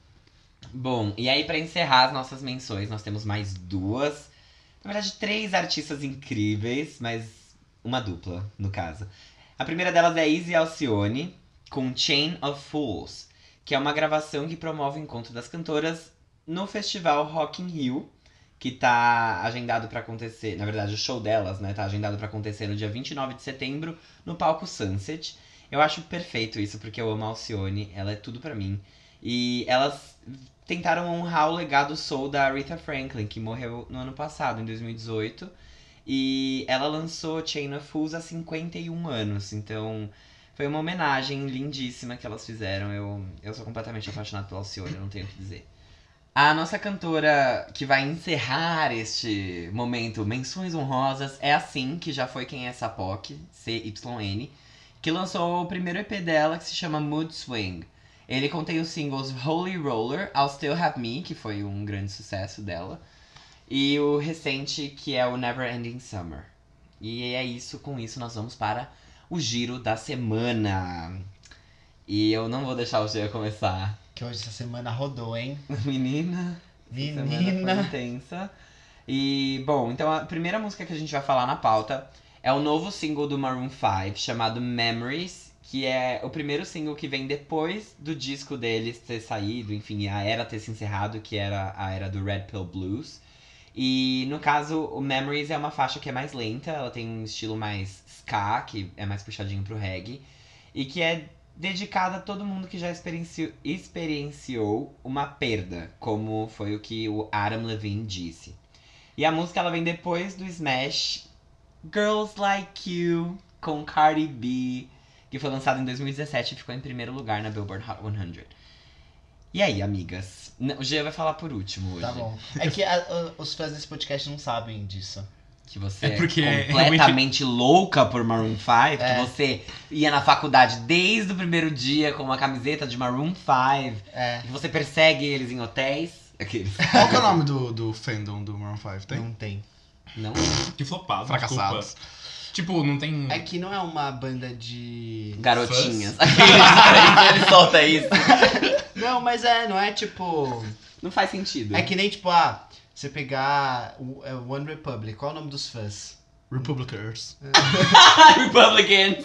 Bom, e aí pra encerrar as nossas menções, nós temos mais duas. Na verdade, 3 artistas incríveis, mas uma dupla, no caso. A primeira delas é Izzy Alcione, com Chain of Fools, que é uma gravação que promove o encontro das cantoras no festival Rock in Rio, que tá agendado pra acontecer, na verdade o show delas, né, tá agendado pra acontecer no dia 29 de setembro, no palco Sunset. Eu acho perfeito isso, porque eu amo a Alcione, ela é tudo pra mim. E elas tentaram honrar o legado soul da Aretha Franklin, que morreu no ano passado, em 2018. E ela lançou Chain of Fools há 51 anos, então foi uma homenagem lindíssima que elas fizeram. Eu sou completamente apaixonado pela Alcione, eu não tenho o que dizer. A nossa cantora que vai encerrar este momento Menções Honrosas é a Sim, que já foi quem é essa POC, CYN, que lançou o primeiro EP dela, que se chama Mood Swing. Ele contém os singles Holy Roller, I'll Still Have Me, que foi um grande sucesso dela, e o recente, que é o Never Ending Summer. E é isso, com isso nós vamos para o giro da semana. E eu não vou deixar o Gia começar. Que hoje essa semana rodou, hein? Menina, essa semana foi Menina. intensa. E, bom, então a primeira música que a gente vai falar na pauta é o novo single do Maroon 5, chamado Memories, que é o primeiro single que vem depois do disco deles ter saído, enfim, a era ter se encerrado, que era a era do Red Pill Blues. E, no caso, o Memories é uma faixa que é mais lenta, ela tem um estilo mais ska, que é mais puxadinho pro reggae, e que é dedicada a todo mundo que já experienciou uma perda, como foi o que o Adam Levine disse. E a música ela vem depois do smash Girls Like You, com Cardi B, que foi lançado em 2017 e ficou em primeiro lugar na Billboard Hot 100. E aí, amigas? O Gia vai falar por último hoje. Tá bom. É que os fãs desse podcast não sabem disso. Que você É porque é completamente louca por Maroon 5, que você ia na faculdade desde o primeiro dia com uma camiseta de Maroon 5, É. que você persegue eles em hotéis. Aqueles. Qual que é o nome do fandom do Maroon 5? Tem? Não tem. Não? Que flopado, Fracassados. desculpa. Tipo, não tem... É que não é uma banda de. Garotinhas. Ele solta isso. Não, mas não é tipo. Não faz sentido. É que nem tipo, você pegar o One Republic, qual é o nome dos fãs? Republicans. Republicans.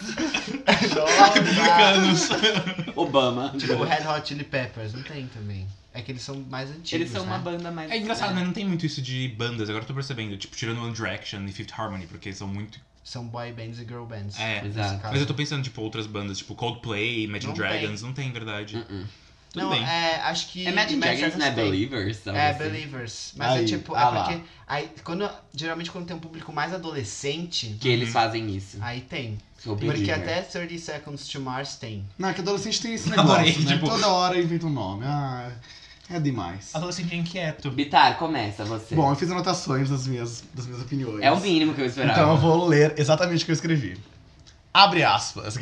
Republicanos. Obama. Tipo o Red Hot Chili Peppers, não tem também. É que eles são mais antigos. Eles são né? uma banda mais... É engraçado, né? Não tem muito isso de bandas, agora eu tô percebendo. Tipo, tirando One Direction e Fifth Harmony, porque são muito... São boy bands e girl bands. É, Exato. caso. mas eu tô pensando, tipo, outras bandas, tipo Coldplay, Imagine Não Dragons, não tem, em verdade. Tudo Não, bem. acho que. Imagine Dragons não é tem. Believers? algo É, assim. Believers. Mas Aí, é tipo, lá. porque. Aí, geralmente quando tem um público mais adolescente, Que eles fazem isso. aí tem. Sou Porque believer. até 30 Seconds to Mars tem. Não, é que adolescente tem esse Adorei, negócio, né? tipo- Toda hora inventa um nome. É demais. Adolescente é inquieto. Bitar, começa você. Bom, eu fiz anotações das minhas opiniões. É o mínimo que eu esperava. Então eu vou ler exatamente o que eu escrevi. Abre aspas.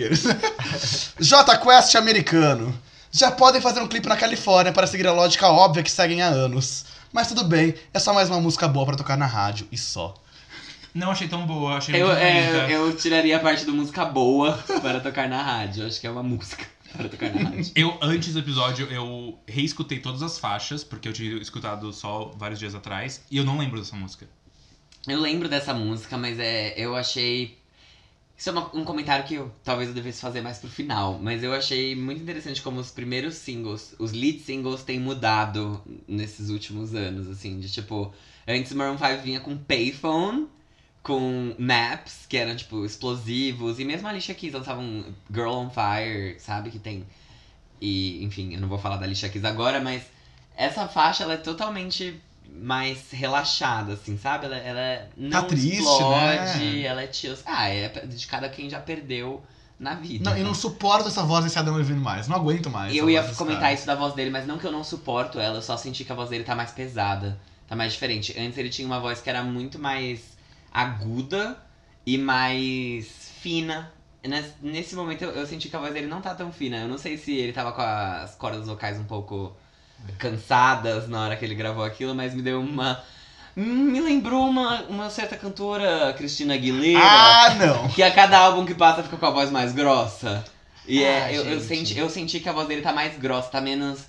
J Quest americano. Já podem fazer um clipe na Califórnia para seguir a lógica óbvia que seguem há anos. Mas tudo bem, é só mais uma música boa pra tocar na rádio e só. Não achei tão boa, achei muito bonita. Eu tiraria a parte do música boa para tocar na rádio. Acho que é uma música para tocar na rádio. Antes do episódio, eu reescutei todas as faixas, porque eu tinha escutado só vários dias atrás, e eu não lembro dessa música. Eu lembro dessa música, mas eu achei... Isso é um comentário que talvez eu devesse fazer mais pro final. Mas eu achei muito interessante como os primeiros singles, os lead singles, têm mudado nesses últimos anos, assim. De tipo, antes o Maroon 5 vinha com Payphone, com Maps, que eram, tipo, explosivos. E mesmo a Alicia Keys lançava um Girl on Fire, sabe? Que tem... E, enfim, eu não vou falar da Alicia Keys agora, mas essa faixa, ela é totalmente mais relaxada, assim, sabe? Ela não triste, explode, né? ela é chill. É dedicada a quem já perdeu na vida. Não, eu não suporto essa voz desse Adam Levine mais. Não aguento mais. Eu essa ia voz desse comentar cara. isso da voz dele, mas não que eu não suporto ela, eu só senti que a voz dele tá mais pesada, tá mais diferente. Antes ele tinha uma voz que era muito mais aguda e mais fina. Nesse momento eu senti que a voz dele não tá tão fina. Eu não sei se ele tava com as cordas vocais um pouco cansadas na hora que ele gravou aquilo, mas me deu uma... Me lembrou uma certa cantora, Cristina Aguilera, Ah, não! que a cada álbum que passa fica com a voz mais grossa. E gente. eu senti que a voz dele tá mais grossa, tá menos...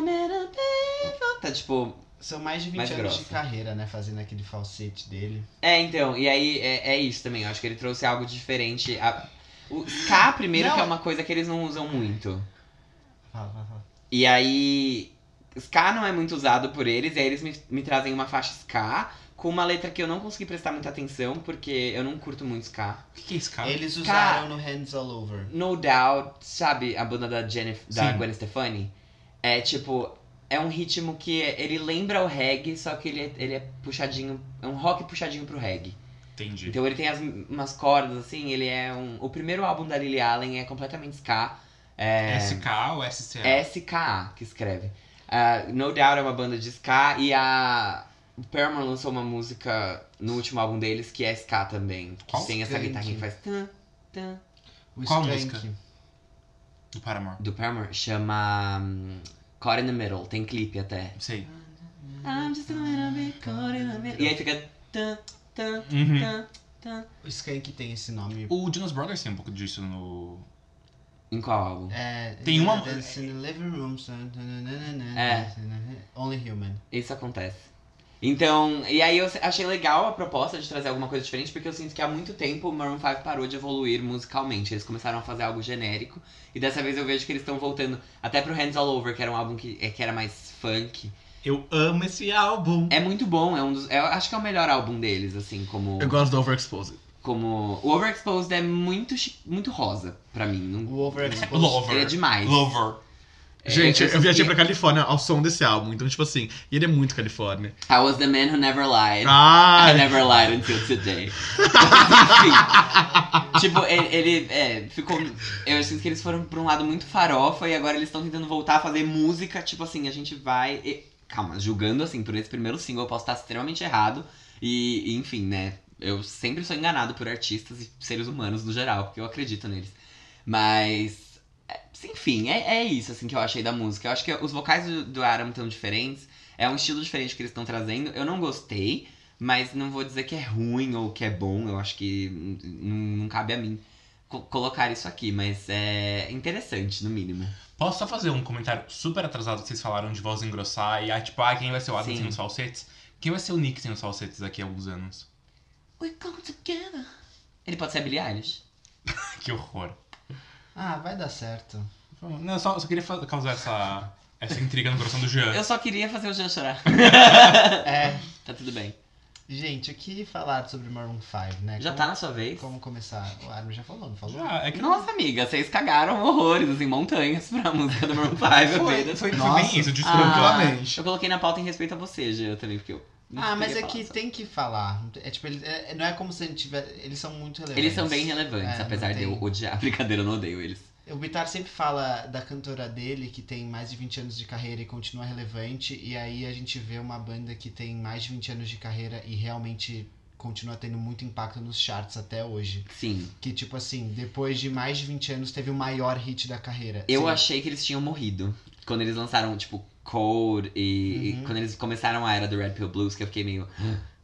Tá tipo... São mais de 20 Mais anos grossa. de carreira, né? Fazendo aquele falsete dele. Então, e aí é isso também. Eu acho que ele trouxe algo diferente. O ska, primeiro, Não. que é uma coisa que eles não usam muito. Fala. E aí, ska não é muito usado por eles, e aí eles me trazem uma faixa ska com uma letra que eu não consegui prestar muita atenção, porque eu não curto muito ska. O que é esse cara? Eles usaram no Hands All Over. No Doubt, sabe a banda da Sim. Gwen Stefani? É tipo, é um ritmo que ele lembra o reggae, só que ele é puxadinho, é um rock puxadinho pro reggae. Entendi. Então ele tem umas cordas, assim, ele é o primeiro álbum da Lily Allen é completamente ska. SK ou SCA? SKA que escreve. No Doubt é uma banda de ska e o Paramore lançou uma música no último álbum deles que é ska também. Que Qual? tem essa Skank. guitarrinha que faz... Tan, tan. O Qual Skank. música? Do Paramore. Do Paramore chama Caught in the Middle, tem clipe até. Sei. I'm just a little bit caught in the middle. E aí fica... Tan, tan, Uhum. tan, tan. O Skank tem esse nome. O Jonas Brothers tem um pouco disso no... Em qual álbum? Tem uma- Dance in the living room. É. Only Human. Isso acontece. Então, e aí eu achei legal a proposta de trazer alguma coisa diferente, porque eu sinto que há muito tempo o Maroon 5 parou de evoluir musicalmente. Eles começaram a fazer algo genérico, e dessa vez eu vejo que eles estão voltando até pro Hands All Over, que era um álbum que era mais funk. Eu amo esse álbum. É muito bom, eu acho que é o melhor álbum deles, assim, como... Eu gosto do Overexposed. O Overexposed é muito rosa, pra mim. Não, O Overexposed. Lover. ele é demais. Lover. Gente, eu viajei sinto pra Califórnia ao som desse álbum, então, tipo assim, e ele é muito Califórnia. que I was the man who never lied. Ah! I never lied until today. Enfim. Tipo, ele ficou... Eu sinto que eles foram pra um lado muito farofa e agora eles estão tentando voltar a fazer música. Tipo assim, a gente vai... Calma, julgando assim, por esse primeiro single eu posso estar extremamente errado. E enfim, né? Eu sempre sou enganado por artistas e seres humanos no geral, porque eu acredito neles. Mas... Enfim, é isso assim que eu achei da música. Eu acho que os vocais do Adam estão diferentes. É um estilo diferente que eles estão trazendo. Eu não gostei, mas não vou dizer que é ruim ou que é bom. Eu acho que não cabe a mim colocar isso aqui, mas é interessante, no mínimo. Posso só fazer um comentário super atrasado que vocês falaram de voz engrossar e tipo, quem vai ser o Adam Sim. sem os falsetes? Quem vai ser o Nick sem os falsetes daqui a alguns anos? We come together. Ele pode ser a Billie Eilish. Que horror. Ah, vai dar certo. Não, eu só queria causar essa intriga no coração do Jean. Eu só queria fazer o Jean chorar. É. Tá tudo bem. Gente, o que falar sobre Maroon 5, né? Já tá na sua vez? Como começar? O Armin já falou, não falou? Já, é que Nossa, amiga, vocês cagaram horrores, assim, montanhas pra música do Maroon 5. apenas. foi Nossa. bem isso, desculpa. Tranquilamente. Eu coloquei na pauta em respeito a você, Jean, também, porque eu... não Ah, mas queria é que falar só. tem que falar. É tipo, não é como se a gente tivesse. Eles são muito relevantes. Eles são bem relevantes, É, apesar não de eu tem- odiar. Brincadeira, eu não odeio eles. O Bitar sempre fala da cantora dele, que tem mais de 20 anos de carreira e continua relevante, e aí a gente vê uma banda que tem mais de 20 anos de carreira e realmente continua tendo muito impacto nos charts até hoje. Sim. Que, tipo assim, depois de mais de 20 anos, teve o maior hit da carreira. Eu Sim. achei que eles tinham morrido. Quando eles lançaram, tipo, Code e Uhum. quando eles começaram a era do Red Pill Blues, que eu fiquei meio...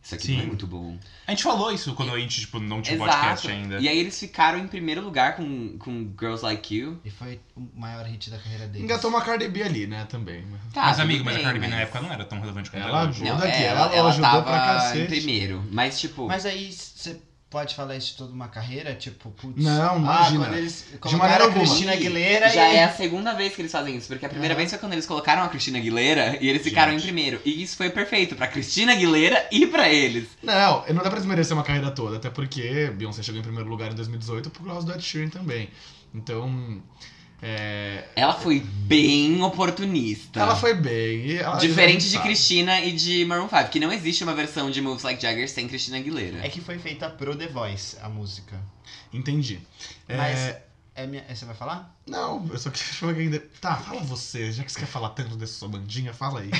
Isso aqui Sim. não é muito bom. A gente falou isso quando a gente, tipo, não tinha Exato. podcast ainda. E aí eles ficaram em primeiro lugar com Girls Like You. E foi o maior hit da carreira deles. Engatou uma Cardi B ali, né, também. Tá, Mas, tudo amigo, mas a bem, Cardi B na mas- época não era tão relevante quanto Ela ela é hoje. ajuda. Não, Daqui, ela ela ajudou tava pra cacete. em primeiro. Mas, tipo... Mas aí você pode falar isso de toda uma carreira? Tipo, putz... Não, imagina. quando eles maneira colocaram a alguma. Cristina Aguilera Já e... é a segunda vez que eles fazem isso, porque a primeira vez foi quando eles colocaram a Cristina Aguilera e eles ficaram em primeiro. E isso foi perfeito pra Cristina Aguilera e pra eles. Não dá pra desmerecer uma carreira toda, até porque Beyoncé chegou em primeiro lugar em 2018 por causa do Ed Sheeran também. Então, Ela foi bem oportunista. ela foi bem. E ela Diferente já de sabe. Cristina e de Maroon 5, que não existe uma versão de Moves Like Jagger sem Cristina Aguilera. É que foi feita pro The Voice, a música. Entendi. Mas... Você vai falar? Não, eu só queria ainda. Tá, fala você, já que você quer falar tanto dessa sua bandinha, fala aí.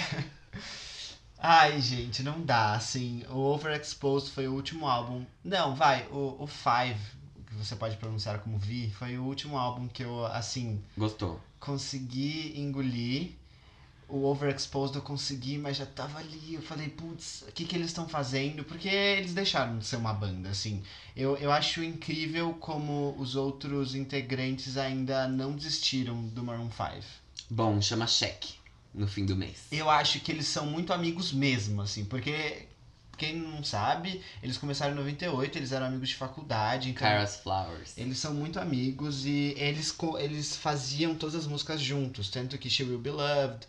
Ai, gente, não dá, assim. O Overexposed foi o último álbum... Não, vai, o Five, que você pode pronunciar como Vi, foi o último álbum que eu, assim, Gostou? consegui engolir. O Overexposed eu consegui, mas já tava ali. Eu falei, putz, o que eles estão fazendo? Porque eles deixaram de ser uma banda, assim. Eu acho incrível como os outros integrantes ainda não desistiram do Maroon 5. Bom, chama cheque no fim do mês. Eu acho que eles são muito amigos mesmo, assim, porque... Quem não sabe, eles começaram em 98, eles eram amigos de faculdade, então... Cara's Flowers. Eles são muito amigos e eles faziam todas as músicas juntos, tanto que She Will Be Loved,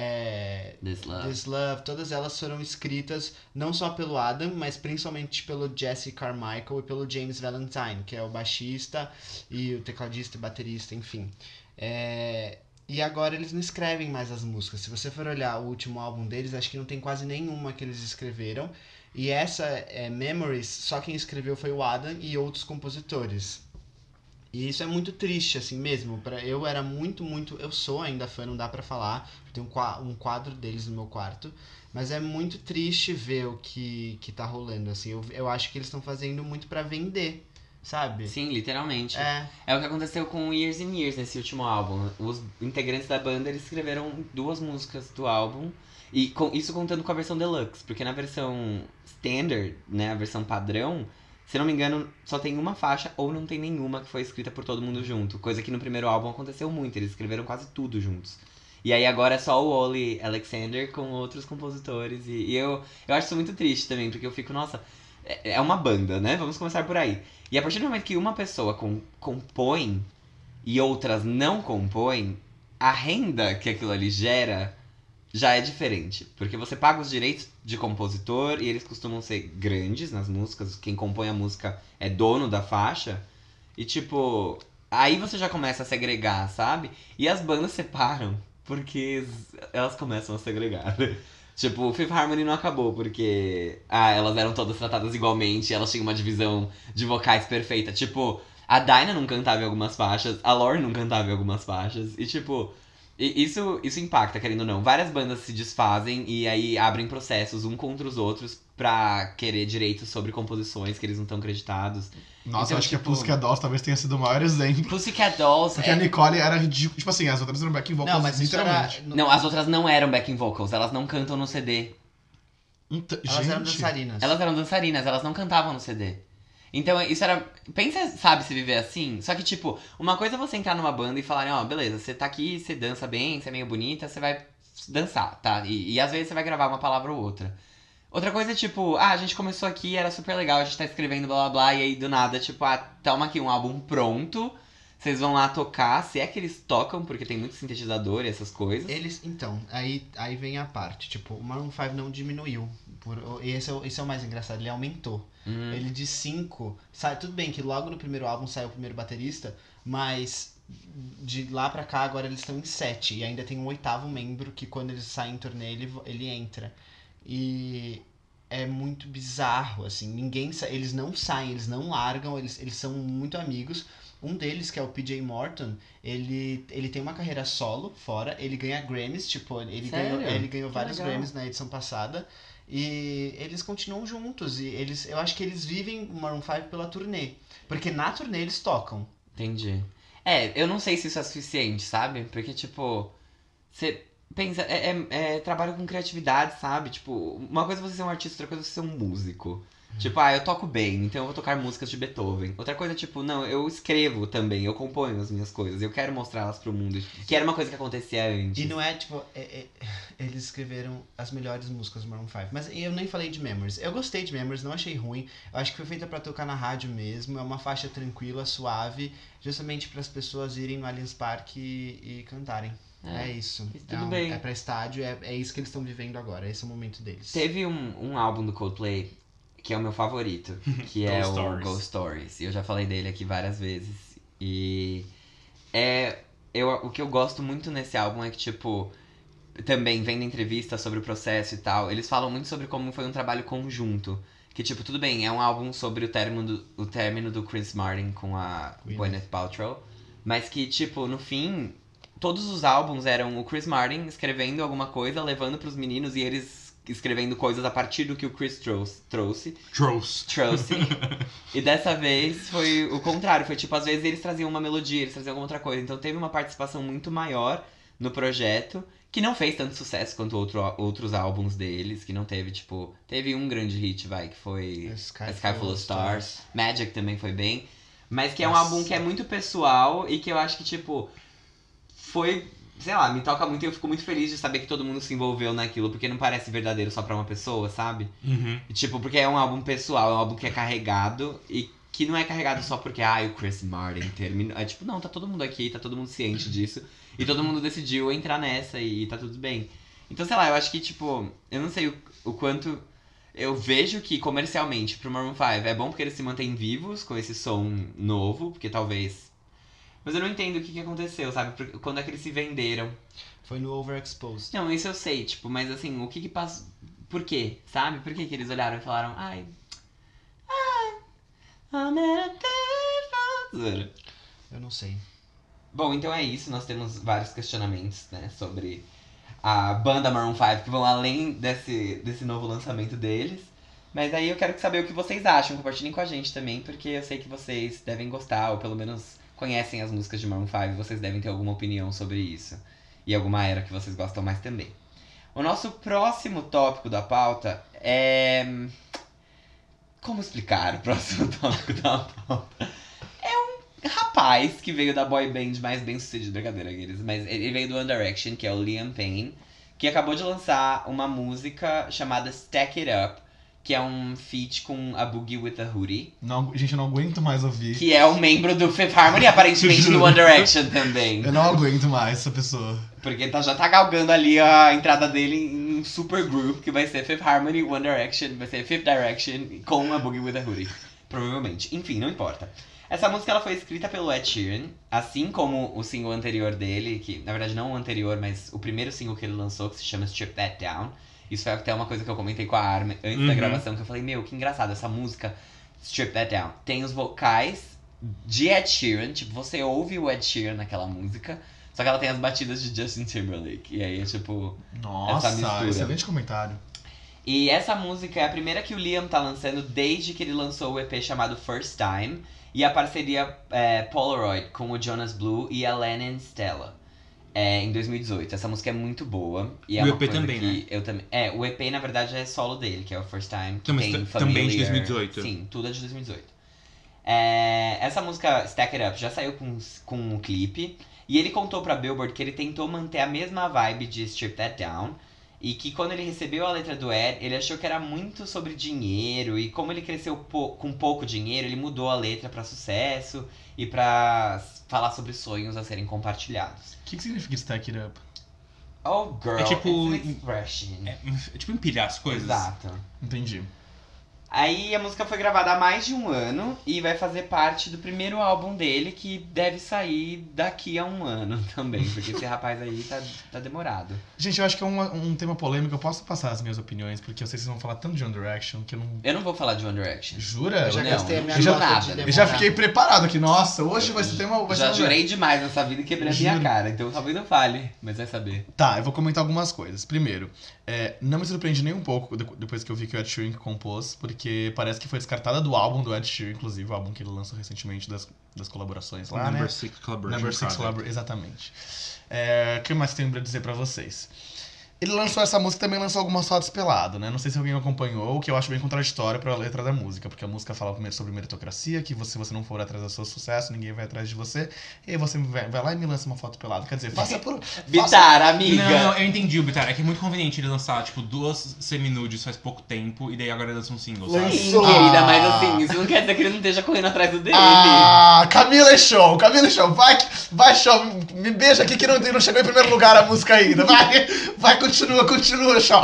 This Love. todas elas foram escritas não só pelo Adam, mas principalmente pelo Jesse Carmichael e pelo James Valentine, que é o baixista e o tecladista e baterista, enfim. E agora eles não escrevem mais as músicas. Se você for olhar o último álbum deles, acho que não tem quase nenhuma que eles escreveram. E essa Memories, só quem escreveu foi o Adam e outros compositores. E isso é muito triste, assim mesmo. Eu era muito... Eu sou ainda fã, não dá pra falar. Tem um quadro deles no meu quarto. Mas é muito triste ver o que tá rolando, assim. Eu acho que eles estão fazendo muito pra vender, sabe? Sim, literalmente. É. É o que aconteceu com Years and Years nesse último álbum. Os integrantes da banda, eles escreveram 2 músicas do álbum. E isso contando com a versão deluxe. Porque na versão standard, né, a versão padrão, se não me engano, só tem uma faixa ou não tem nenhuma que foi escrita por todo mundo junto. Coisa que no primeiro álbum aconteceu muito, eles escreveram quase tudo juntos. E aí agora é só o Oli Alexander com outros compositores. E eu acho isso muito triste também, porque eu fico, nossa, é uma banda, né? Vamos começar por aí. E a partir do momento que uma pessoa compõe e outras não compõem, a renda que aquilo ali gera já é diferente. Porque você paga os direitos de compositor e eles costumam ser grandes nas músicas. Quem compõe a música é dono da faixa. E tipo, aí você já começa a segregar, sabe? E as bandas separam porque elas começam a segregar. Tipo, o Fifth Harmony não acabou porque elas eram todas tratadas igualmente, elas tinham uma divisão de vocais perfeita. Tipo, a Dinah não cantava em algumas faixas, a Lorde não cantava em algumas faixas. E tipo, isso impacta, querendo ou não. Várias bandas se desfazem e aí abrem processos um contra os outros pra querer direitos sobre composições que eles não estão acreditados. Nossa, Então, eu acho que a tipo- Pussycat Dolls talvez tenha sido o maior exemplo. Pussycat Dolls... Porque a Nicole era ridícula. Tipo assim, as outras eram backing vocals, Não, mas isso era... literalmente. Não, as outras não eram backing vocals, elas não cantam no CD. Elas eram dançarinas. Elas eram dançarinas, elas não cantavam no CD. Então, isso era... Pensa, sabe, se viver assim? Só que, tipo, uma coisa é você entrar numa banda e falarem, ó, beleza, você tá aqui, você dança bem, você é meio bonita, você vai dançar, tá? E às vezes você vai gravar uma palavra ou outra. Outra coisa é, tipo, a gente começou aqui, era super legal, a gente tá escrevendo blá blá blá, e aí do nada, tipo, toma aqui um álbum pronto, vocês vão lá tocar, se é que eles tocam, porque tem muito sintetizador e essas coisas. Então, aí vem a parte. Tipo, o Maroon 5 não diminuiu. Esse é o mais engraçado, ele aumentou. Ele de 5... Tudo bem que logo no primeiro álbum saiu o primeiro baterista, mas de lá pra cá agora eles estão em 7. E ainda tem um 8º membro que quando eles saem em turnê ele entra. E é muito bizarro, assim. Eles não saem, eles não largam, eles são muito amigos. Um deles, que é o PJ Morton, ele tem uma carreira solo fora, ele ganha Grammys, tipo, ele ganhou Que vários legal. Grammys na edição passada. E eles continuam juntos. E eu acho que eles vivem o Maroon 5 pela turnê. Porque na turnê eles tocam. Entendi. Eu não sei se isso é suficiente, sabe? Porque, tipo, Pensa, é trabalho com criatividade, sabe? Tipo, uma coisa é você ser um artista, outra coisa é você ser um músico. Tipo, eu toco bem, então eu vou tocar músicas de Beethoven. Outra coisa, tipo, não, eu escrevo também, eu componho as minhas coisas, eu quero mostrá-las pro mundo. Que era uma coisa que acontecia antes. E não é, tipo, eles escreveram as melhores músicas do Maroon 5. Mas eu nem falei de Memories. Eu gostei de Memories, não achei ruim. Eu acho que foi feita pra tocar na rádio mesmo. É uma faixa tranquila, suave, justamente para as pessoas irem no Allianz Parque e cantarem. É isso. Tudo bem. É pra estádio, é isso que eles estão vivendo agora. Esse é o momento deles. Teve um álbum do Coldplay, que é o meu favorito, que é o Ghost Stories. E eu já falei dele aqui várias vezes. E o que eu gosto muito nesse álbum é que, tipo, também vendo entrevistas sobre o processo e tal, eles falam muito sobre como foi um trabalho conjunto. Que, tipo, tudo bem, é um álbum sobre o término do Chris Martin com a Gwyneth Paltrow. Mas que, tipo, no fim, todos os álbuns eram o Chris Martin escrevendo alguma coisa, levando pros meninos e eles escrevendo coisas a partir do que o Chris trouxe. E dessa vez foi o contrário. Foi tipo, às vezes eles traziam uma melodia, eles traziam alguma outra coisa. Então teve uma participação muito maior no projeto, que não fez tanto sucesso quanto outros álbuns deles, que não teve, tipo... Teve um grande hit, que foi A Sky Full of Stars. Magic também foi bem. Mas que é um álbum que é muito pessoal e que eu acho que, tipo... Foi... Sei lá, me toca muito e eu fico muito feliz de saber que todo mundo se envolveu naquilo, porque não parece verdadeiro só pra uma pessoa, sabe? Uhum. E, tipo, porque é um álbum pessoal, é um álbum que é carregado e que não é carregado só porque, o Chris Martin terminou. É tipo, não, tá todo mundo aqui, tá todo mundo ciente disso. E todo mundo decidiu entrar nessa e tá tudo bem. Então, sei lá, eu acho que, tipo, eu não sei o quanto... Eu vejo que comercialmente pro Maroon 5 é bom porque eles se mantêm vivos com esse som novo, porque talvez... Mas eu não entendo o que aconteceu, sabe? Porque quando é que eles se venderam? Foi no Overexposed. Não, isso eu sei, tipo, mas assim, o que passou... Por quê, sabe? Por que eles olharam e falaram, I'm in a different... Eu não sei. Bom, então é isso, nós temos vários questionamentos, né, sobre a banda Maroon 5, que vão além desse novo lançamento deles. Mas aí eu quero saber o que vocês acham, compartilhem com a gente também, porque eu sei que vocês devem gostar, ou pelo menos... conhecem as músicas de Maroon 5, vocês devem ter alguma opinião sobre isso. E alguma era que vocês gostam mais também. O nosso próximo tópico da pauta é... Como explicar o próximo tópico da pauta? É um rapaz que veio da boy band mais bem sucedido, brincadeira, mas ele veio do One Direction, que é o Liam Payne, que acabou de lançar uma música chamada Stack It Up, que é um feat com a Boogie with a Hoodie. Não, gente, eu não aguento mais ouvir. Que é um membro do Fifth Harmony, aparentemente do One Direction também. Eu não aguento mais essa pessoa. Porque já tá galgando ali a entrada dele em um super group, que vai ser Fifth Harmony, One Direction, vai ser Fifth Direction com a Boogie with a Hoodie. Provavelmente. Enfim, não importa. Essa música ela foi escrita pelo Ed Sheeran, assim como o single anterior dele, que na verdade não o anterior, mas o primeiro single que ele lançou, que se chama Strip That Down. Isso foi até uma coisa que eu comentei com a Armin antes da gravação, que eu falei, que engraçado, essa música, Strip That Down, tem os vocais de Ed Sheeran, tipo, você ouve o Ed Sheeran naquela música, só que ela tem as batidas de Justin Timberlake, e aí é tipo, nossa, essa mistura. Excelente comentário. E essa música é a primeira que o Liam tá lançando desde que ele lançou o EP chamado First Time, e a parceria Polaroid com o Jonas Blue e a Lennon Stella. Em 2018. Essa música é muito boa. E é o uma EP coisa também, que né? eu também. O EP, na verdade, é solo dele, que é o First Time. Que Mas tem também de Familiar. 2018. Sim, tudo é de 2018. Essa música, Stack It Up, já saiu com um clipe. E ele contou pra Billboard que ele tentou manter a mesma vibe de Strip That Down. E que quando ele recebeu a letra do Ed, ele achou que era muito sobre dinheiro. E como ele cresceu com pouco dinheiro, ele mudou a letra pra sucesso e pra falar sobre sonhos a serem compartilhados. O que significa Stack It Up? Oh, girl, É tipo- it's an expression. É tipo empilhar as coisas. Exato. Entendi. Aí a música foi gravada há mais de um ano e vai fazer parte do primeiro álbum dele, que deve sair daqui a um ano também, porque esse rapaz aí tá demorado. Gente, eu acho que é um tema polêmico. Eu posso passar as minhas opiniões, porque eu sei que vocês vão falar tanto de One Direction que eu não... Eu não vou falar de One Direction. Jura? Eu já Não, gastei a minha eu já nota nada. de Eu demorar. já fiquei preparado aqui. Nossa, hoje vai ser tema... Vai Já ser jurei demais nessa vida e quebrei a minha Juro. cara, então talvez não fale, mas vai saber. Tá, eu vou comentar algumas coisas. Primeiro, não me surpreende nem um pouco depois que eu vi que o Ed Sheeran compôs, porque porque parece que foi descartada do álbum do Ed Sheeran, inclusive, o álbum que ele lançou recentemente das colaborações lá, né? Number 6 Collaboration Number 6 Project. Collaboration, exatamente. O que mais tenho pra dizer pra vocês? Ele lançou essa música e também lançou algumas fotos pelado, né? Não sei se alguém acompanhou, o que eu acho bem contraditório pra letra da música, porque a música fala primeiro sobre meritocracia, que se você não for atrás do seu sucesso, ninguém vai atrás de você, e aí você vai lá e me lança uma foto pelada. Quer dizer, faça por... Bitar, amiga. Não, eu entendi o Bitar. É que é muito conveniente ele lançar, tipo, 2 semi-nudes faz pouco tempo e daí agora ele lança um single, sabe? Sim, querida, mas assim, isso não quer dizer que ele não esteja correndo atrás do dele. Camila é show, vai show, me beija aqui que não chegou em primeiro lugar a música ainda, vai, continua, show.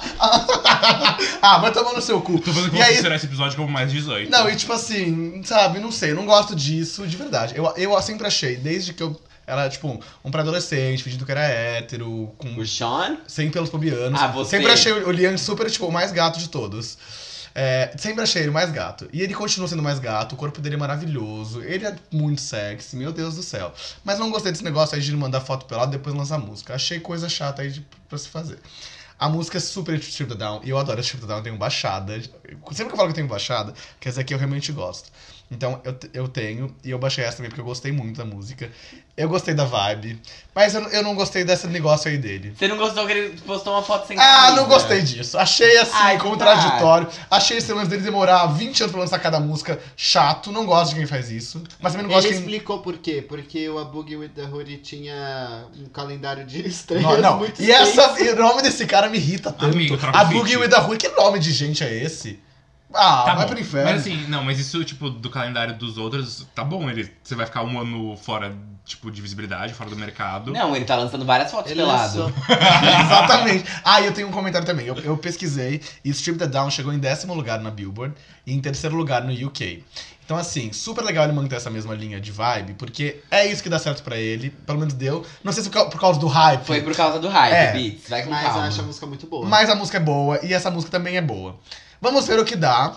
Vai tomar no seu cu. Tô falando que E vou aí- considerar esse episódio como mais 18. Não, e tipo assim, sabe, não sei, eu não gosto disso, de verdade. Eu sempre achei, desde que eu era, tipo, um pré-adolescente, fingindo que era hétero, O Sean? sem pelos pubianos. Você? Sempre achei o Liam super, tipo, o mais gato de todos. Sempre achei ele mais gato. E ele continua sendo mais gato, o corpo dele é maravilhoso, ele é muito sexy, meu Deus do céu. Mas não gostei desse negócio aí de ele mandar foto pelado e depois lançar música. Achei coisa chata aí pra se fazer. A música é super Strip the Down, e eu adoro Strip the Down, eu tenho baixada. Sempre que eu falo que eu tenho baixada, quer dizer que eu realmente gosto. Então eu tenho, e eu baixei essa também porque eu gostei muito da música. Eu gostei da vibe, mas eu não gostei desse negócio aí dele. Você não gostou que ele postou uma foto sem camisa? Não gostei disso. Achei assim, Ai, contraditório. Achei esse lance dele demorar 20 anos pra lançar cada música chato. Não gosto de quem faz isso. Mas também não gosto Ele de quem. explicou por quê. Porque o A Boogie with the Hoodie tinha um calendário de estrelas Não. muito E o nome desse cara me irrita tanto. Amigo, troca A o Boogie feat. with the Hood, que nome de gente é esse? Vai pro inferno. Mas assim, não, mas isso, tipo, do calendário dos outros, tá bom. Você vai ficar um ano fora, tipo, de visibilidade, fora do mercado. Não, ele tá lançando várias fotos Ele pelado. lançou. Exatamente. E eu tenho um comentário também. Eu pesquisei e Strip the Down chegou em 10º lugar na Billboard e em 3º lugar no UK. Então, assim, super legal ele manter essa mesma linha de vibe, porque é isso que dá certo pra ele, pelo menos deu. Não sei se por causa do hype, Foi por causa do hype, É. Beats. Vai com Mas eu calma. acho a música muito boa. mas a música é boa e essa música também é boa. Vamos ver o que dá.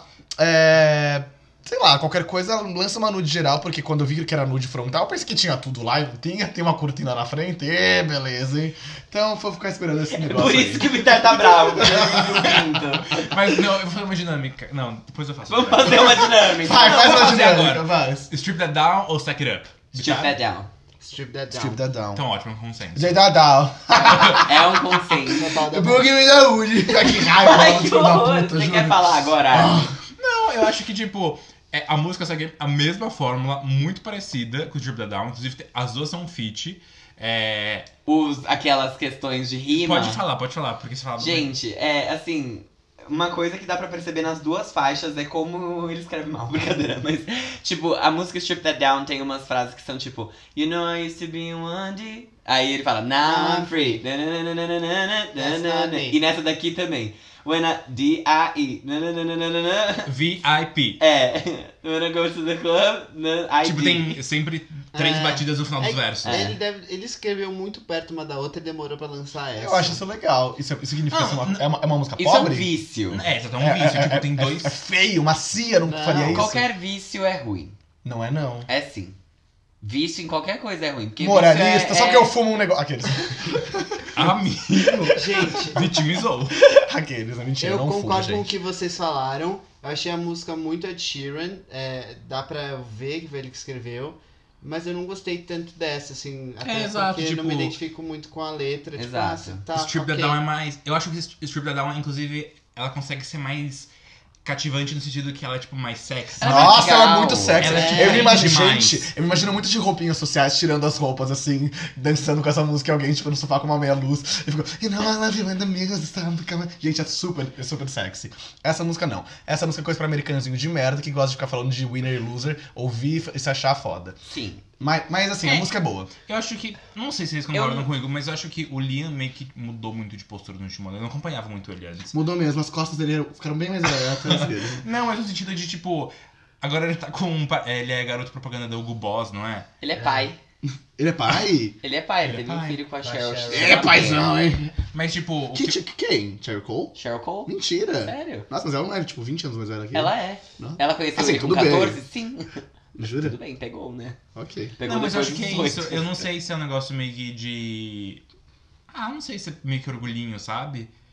Sei lá, qualquer coisa, lança uma nude geral, porque quando eu vi que era nude frontal, eu pensei que tinha tudo lá, e não tinha, tem uma cortina na frente, beleza, hein? Então, vou ficar esperando esse negócio Por aí. isso que o Bitar tá bravo. porque ele não pinta. Mas não, eu vou fazer uma dinâmica. Não, depois eu faço. Vamos fazer uma dinâmica. Vai, faz vou uma fazer dinâmica, agora. vai. Strip that down ou stack it up? Strip that down. Strip That Down. Strip that down. Então ótimo, consenso. J that down. É um consenso. Tá Boogie with the hood. Que raiva, Ai, que filho da horror. puta, Você juro. quer falar agora? Não, eu acho que, tipo, a música segue a mesma fórmula, muito parecida com o Strip That Down. Inclusive, as duas são um feat. Aquelas questões de rima. Pode falar, porque você fala... Gente, assim, uma coisa que dá pra perceber nas duas faixas é como ele escreve mal, brincadeira, mas, tipo, a música Strip That Down tem umas frases que são tipo, You know I used to be one D. Aí ele fala, Now I'm free. E nessa daqui também. When I D-I-E. VIP. When I go to the club, I Tipo, tem sempre 3 batidas no final dos versos. Ele escreveu muito perto uma da outra e demorou pra lançar essa. Eu acho isso legal. Isso significa ser Não, é uma música Isso é um pobre? vício. Exato, é um vício. Tipo, tem dois... É feio, macia, não faria isso. Qualquer vício é ruim. Não é, não. É sim. Vício em qualquer coisa é ruim. Porque Moralista, vício só que eu fumo um negócio. Aqueles. Amigo, Gente, vitimizou. Aqueles, é mentira, eu não fumo, concordo com o gente. que vocês falaram. Eu achei a música muito Ed Sheeran. Dá pra ver que foi ele que escreveu. Mas eu não gostei tanto dessa, assim. Até exato, porque eu não tipo- me identifico muito com a letra. Exato. Tipo, tá, Strip ok. That Down é mais... Eu acho que Strip That Down, inclusive, ela consegue ser mais cativante no sentido que ela é, tipo, mais sexy. Ela é Nossa, ela é legal. muito sexy. Ela é eu me diferente imagino, demais. gente, eu me imagino muito de roupinhas sociais tirando as roupas, assim, dançando com essa música e alguém, tipo, no sofá com uma meia luz. E ficou, You know I love you when the music starts to come. Gente, é super sexy. Essa música não. Essa música é coisa pra americanozinho de merda que gosta de ficar falando de winner e loser, ouvir e se achar foda. Sim. Mas assim, a música é boa. Eu acho que... Não sei se vocês concordam comigo, mas eu acho que o Liam meio que mudou muito de postura no último ano. Eu não acompanhava muito ele antes. Mudou mesmo, as costas dele ficaram bem mais eretas. Não, mas no sentido de, tipo... Agora ele tá com... Ele é garoto propaganda do Hugo Boss, não é? Ele é pai. Ele é pai? Ele é pai, ele Ele é teve um pai. filho com a Com a Cheryl. Cheryl. Ele é paizão, hein? Mas, tipo... o que- Quem? Cherry Cole? Cheryl Cole? Mentira. Sério? Nossa, mas ela não é, tipo, 20 anos mais velha que ele. Ela é. Não? Ela conheceu Assim, ele com tudo bem. 14? Sim. Jura? Tudo bem, pegou, né? Ok. Pegou Não, mas eu depois acho que é dos isso. 18. Eu não sei se é um negócio meio que de... não sei se é meio que orgulhinho, sabe?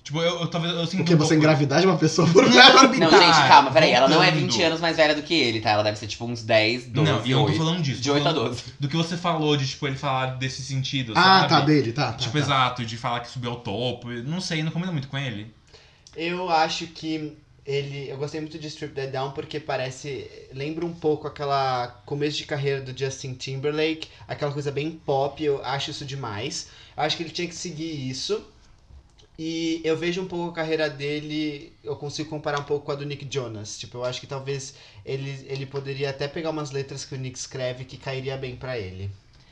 Tipo, eu talvez eu sinto Porque um você pouco... engravidar de uma pessoa por Não, Não, Tá, gente, calma, peraí. Ela não é voltando. 20 anos mais velha do que ele, tá? Ela deve ser tipo uns 10, 12, Não, e eu não tô 8. falando disso. De tô 8 a falando 12. Do que você falou, de tipo, ele falar desse sentido, Ah, sabe? tá, dele, tá. Tipo, tá. exato, de falar que subiu ao topo. Não sei, não combina muito com ele. Eu acho que eu gostei muito de Strip That Down porque lembra um pouco aquela começo de carreira do Justin Timberlake, aquela coisa bem pop, eu acho isso demais. Eu acho que ele tinha que seguir isso. E eu vejo um pouco a carreira dele, eu consigo comparar um pouco com a do Nick Jonas. Tipo, eu acho que talvez ele poderia até pegar umas letras que o Nick escreve que cairia bem pra ele.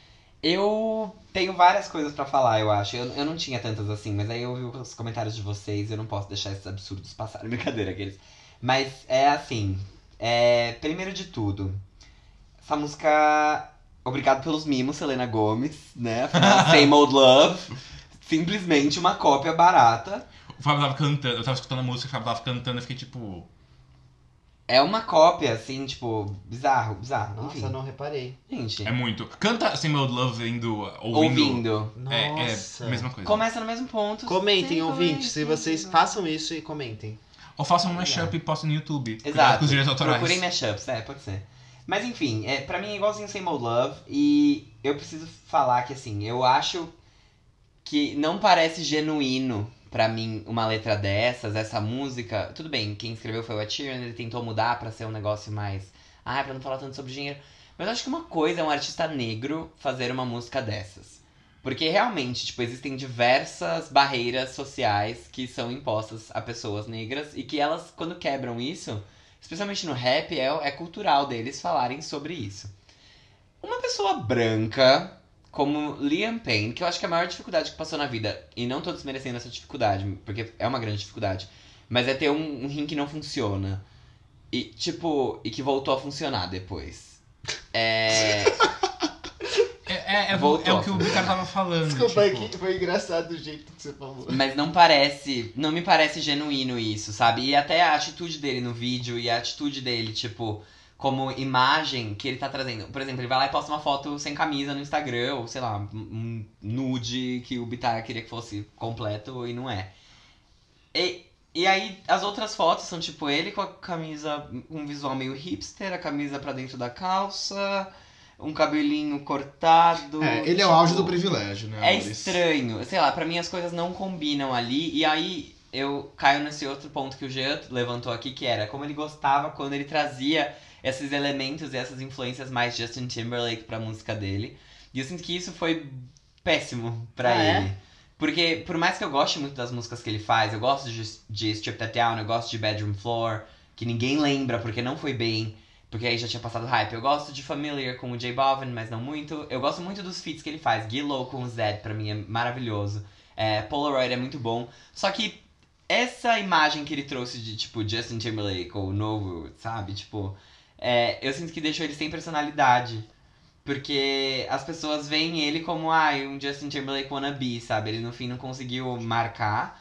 Eu tenho várias coisas pra falar, eu acho. Eu não tinha tantas assim, mas aí eu vi os comentários de vocês e eu não posso deixar esses absurdos passarem. Brincadeira, aqueles. Mas é assim. Primeiro de tudo, essa música. Obrigado pelos mimos, Selena Gomez, né? Afinal, Same Old Love. Simplesmente uma cópia barata. O Fábio tava cantando, eu tava escutando a música, o Fábio tava cantando, eu fiquei tipo... É uma cópia, assim, tipo, bizarro. Nossa, Enfim. não reparei. Gente, É muito. Canta Same Old Love ouvindo. ouvindo. Nossa. É a mesma coisa. Começa no mesmo ponto. Comentem, Sempre ouvintes, se vocês façam isso e comentem. Ou façam um mashup e postem no YouTube. Cuidado Exato. com os direitos autorais. Procurem mashups, pode ser. Mas enfim, pra mim é igualzinho Same Old Love. E eu preciso falar que, assim, eu acho que não parece genuíno pra mim uma letra dessas, essa música. Tudo bem, quem escreveu foi o Ed Sheeran, ele tentou mudar pra ser um negócio mais... pra não falar tanto sobre dinheiro. Mas eu acho que uma coisa é um artista negro fazer uma música dessas. Porque realmente, tipo, existem diversas barreiras sociais que são impostas a pessoas negras e que elas, quando quebram isso, especialmente no rap, é cultural deles falarem sobre isso. Uma pessoa branca, como Liam Payne, que eu acho que é a maior dificuldade que passou na vida, e não tô desmerecendo essa dificuldade, porque é uma grande dificuldade, mas é ter um rim que não funciona. E, tipo, e que voltou a funcionar depois. Voltou. É o que o Ricardo tava falando. Desculpa, tipo... que foi engraçado o jeito que você falou. Mas não me parece genuíno isso, sabe? E até a atitude dele no vídeo e a atitude dele, tipo, como imagem que ele tá trazendo. Por exemplo, ele vai lá e posta uma foto sem camisa no Instagram, ou sei lá, um nude que o Bitar queria que fosse completo e não é. E aí, as outras fotos são tipo ele com a camisa, um visual meio hipster, a camisa pra dentro da calça, um cabelinho cortado. Ele é o auge do privilégio, né? É amores? estranho. Sei lá, pra mim as coisas não combinam ali. E aí eu caio nesse outro ponto que o Jean levantou aqui, que era como ele gostava quando ele trazia esses elementos e essas influências mais Justin Timberlake pra música dele. E eu sinto que isso foi péssimo pra ele. Porque, por mais que eu goste muito das músicas que ele faz, eu gosto de Strip That Down, eu gosto de Bedroom Floor, que ninguém lembra porque não foi bem, porque aí já tinha passado hype. Eu gosto de Familiar com o J Balvin, mas não muito. Eu gosto muito dos feats que ele faz. Gillow com o Zed, pra mim, é maravilhoso. Polaroid é muito bom. Só que essa imagem que ele trouxe de, tipo, Justin Timberlake ou novo, sabe? Tipo, eu sinto que deixou ele sem personalidade. Porque as pessoas veem ele como, um Justin Timberlake wannabe, sabe? Ele no fim não conseguiu marcar.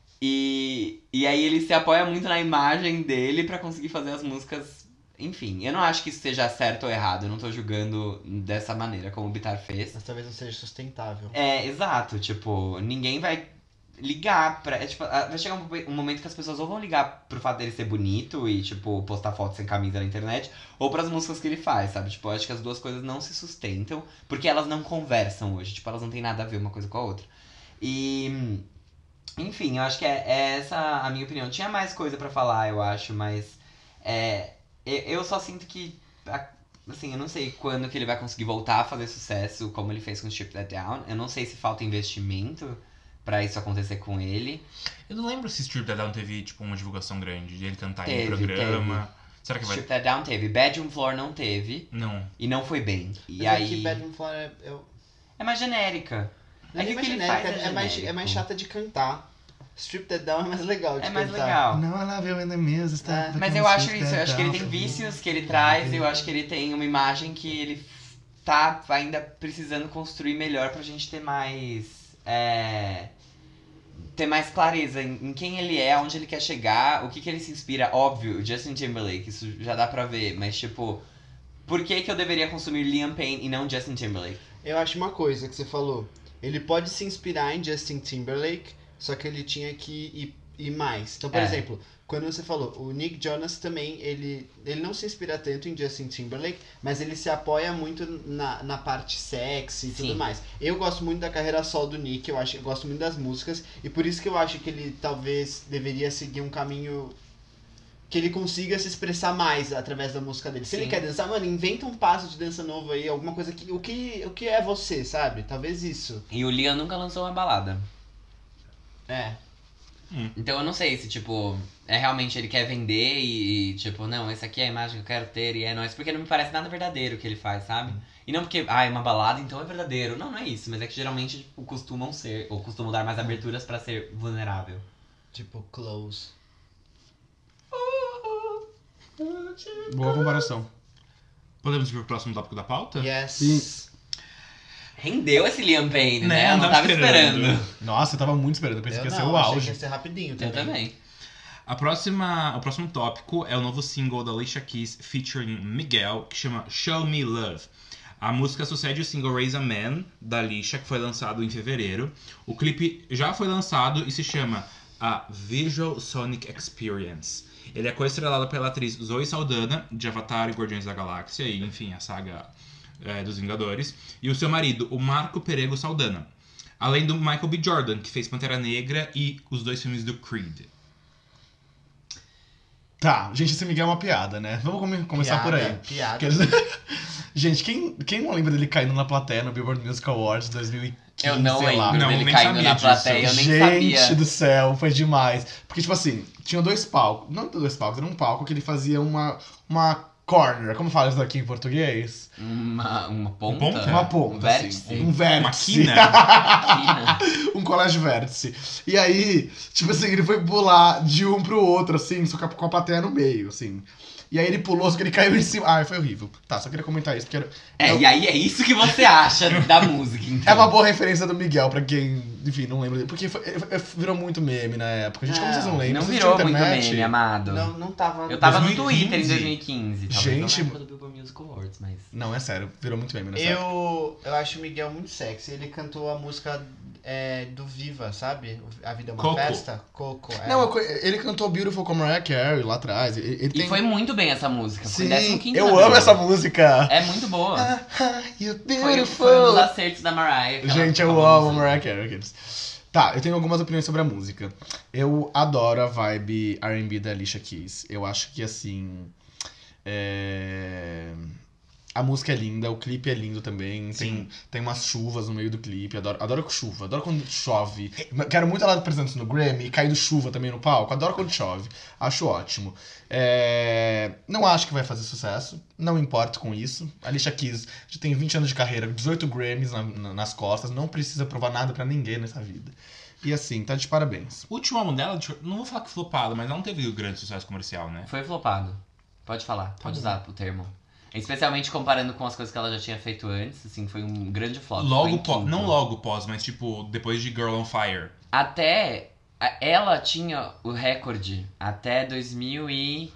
E aí ele se apoia muito na imagem dele pra conseguir fazer as músicas. Enfim, eu não acho que isso seja certo ou errado. Eu não tô julgando dessa maneira como o Bitar fez. Mas talvez não seja sustentável. Exato. Tipo, ninguém vai ligar pra... vai chegar um momento que as pessoas ou vão ligar pro fato dele ser bonito e, tipo, postar fotos sem camisa na internet, ou pras músicas que ele faz, sabe? Tipo, eu acho que as duas coisas não se sustentam, porque elas não conversam hoje. Tipo, elas não têm nada a ver uma coisa com a outra. E... Enfim, eu acho que é essa a minha opinião. Tinha mais coisa pra falar, eu acho, mas... eu só sinto que... Assim, eu não sei quando que ele vai conseguir voltar a fazer sucesso, como ele fez com Strip That Down. Eu não sei se falta investimento pra isso acontecer com ele. Eu não lembro se Strip That Down teve, tipo, uma divulgação grande, de ele cantar em Teve, programa. Será que vai... Strip That Down teve. Bedroom Floor não teve. Não. E não foi bem. E Mas aí... é que Bedroom Floor É mais genérica. Não é que mais o que ele genérica, faz é mais genérico. chata de cantar. Strip That Down é mais legal de É cantar. mais legal. Não, I love you in the music. Mas eu acho isso, eu acho que ele tem vícios que ele traz, eu acho que ele tem uma imagem que ele tá ainda precisando construir melhor pra gente ter mais clareza em quem ele é, onde ele quer chegar, o que ele se inspira. Óbvio, o Justin Timberlake, isso já dá pra ver, mas tipo, por que eu deveria consumir Liam Payne e não Justin Timberlake? Eu acho uma coisa que você falou. Ele pode se inspirar em Justin Timberlake, só que ele tinha que ir mais. Então, por exemplo, quando você falou, o Nick Jonas também, ele não se inspira tanto em Justin Timberlake, mas ele se apoia muito na parte sexy e tudo mais. Eu gosto muito da carreira solo do Nick, eu gosto muito das músicas, e por isso que eu acho que ele talvez deveria seguir um caminho que ele consiga se expressar mais através da música dele. Se ele quer dançar, mano, inventa um passo de dança novo aí, alguma coisa que... O que é você, sabe? Talvez isso. E o Liam nunca lançou uma balada. É. Então eu não sei se, tipo, realmente ele quer vender e, tipo, não, essa aqui é a imagem que eu quero ter e é nóis. Porque não me parece nada verdadeiro o que ele faz, sabe? E não porque, é uma balada, então é verdadeiro. Não é isso. Mas é que geralmente, tipo, costumam dar mais aberturas pra ser vulnerável. Tipo, Close. Boa comparação. Podemos ir pro próximo tópico da pauta? Yes. Sim. Rendeu esse Liam Payne, Né, né? Eu não andava tava esperando. Nossa, eu tava muito esperando. Eu pensei que ia ser o achei que auge. ia ser rapidinho também. Eu também. O próximo tópico é o novo single da Alicia Keys featuring Miguel, que chama Show Me Love. A música sucede o single Raise a Man, da Alicia, que foi lançado em fevereiro. O clipe já foi lançado e se chama a Visual Sonic Experience. Ele é co-estrelado pela atriz Zoe Saldana, de Avatar e Guardiões da Galáxia, e enfim, a saga dos Vingadores, e o seu marido, o Marco Perego Saldana. Além do Michael B. Jordan, que fez Pantera Negra e os 2 filmes do Creed. Tá, gente, esse Miguel é uma piada, né? Vamos começar por aí. Piada. Gente, quem não lembra dele caindo na plateia no Billboard Music Awards 2015, Eu não sei lá. lembro Não, dele nem caindo sabia na disso. plateia, eu nem Gente sabia. do céu, foi demais. Porque, tipo assim, tinha 2 palcos. Não 2 palcos, era um palco que ele fazia uma corner. Como fala isso daqui em português? Uma ponta? ponta? Uma ponta, Um vértice? assim. Um vértice. Uma quina? Quina. Um colégio vértice. E aí, tipo assim, ele foi pular de um pro outro, assim, só com a plateia no meio, assim. E aí ele pulou, só que ele caiu em cima. Ai, foi horrível. Tá, só queria comentar isso, porque E aí é isso que você acha da música, então. é uma boa referência do Miguel, pra quem, enfim, não lembra dele. Porque virou muito meme na época. Gente, como vocês não lembram? Não Vocês virou tinham muito internet? meme, amado. Não tava... Eu tava no 2015. Twitter em 2015. Talvez Gente, não na época do Billboard Music Awards, mas... Não, é sério, virou muito meme nessa época. Eu acho o Miguel muito sexy. Ele cantou a música do Viva, sabe? A Vida é uma Coco. Festa. Coco. Não, ele cantou Beautiful com Mariah Carey lá atrás. Ele E tem... foi muito bem essa música. Foi Sim, 15º eu na amo Billboard. essa música. É muito boa. You're Foi um beautiful. dos acertos da Mariah. que ela Gente, eu tocava amo música. Mariah Carey. aqueles. Tá, eu tenho algumas opiniões sobre a música. Eu adoro a vibe R&B da Alicia Keys. Eu acho que, assim... A música é linda, o clipe é lindo também. Tem umas chuvas no meio do clipe. Adoro chuva, adoro quando chove. Quero muito ela presente no Grammy e caindo chuva também no palco. Adoro quando chove. Acho ótimo. Não acho que vai fazer sucesso. Não importo com isso. A Alicia Keys já tem 20 anos de carreira, 18 Grammys nas costas. Não precisa provar nada pra ninguém nessa vida. E assim, tá de parabéns. O último álbum dela, não vou falar que flopado, mas ela não teve grande sucesso comercial, né? Foi flopado. Pode falar, pode usar o termo. Especialmente comparando com as coisas que ela já tinha feito antes, assim, foi um grande flop. Não logo pós, mas tipo, depois de Girl on Fire. Ela tinha o recorde até 2010.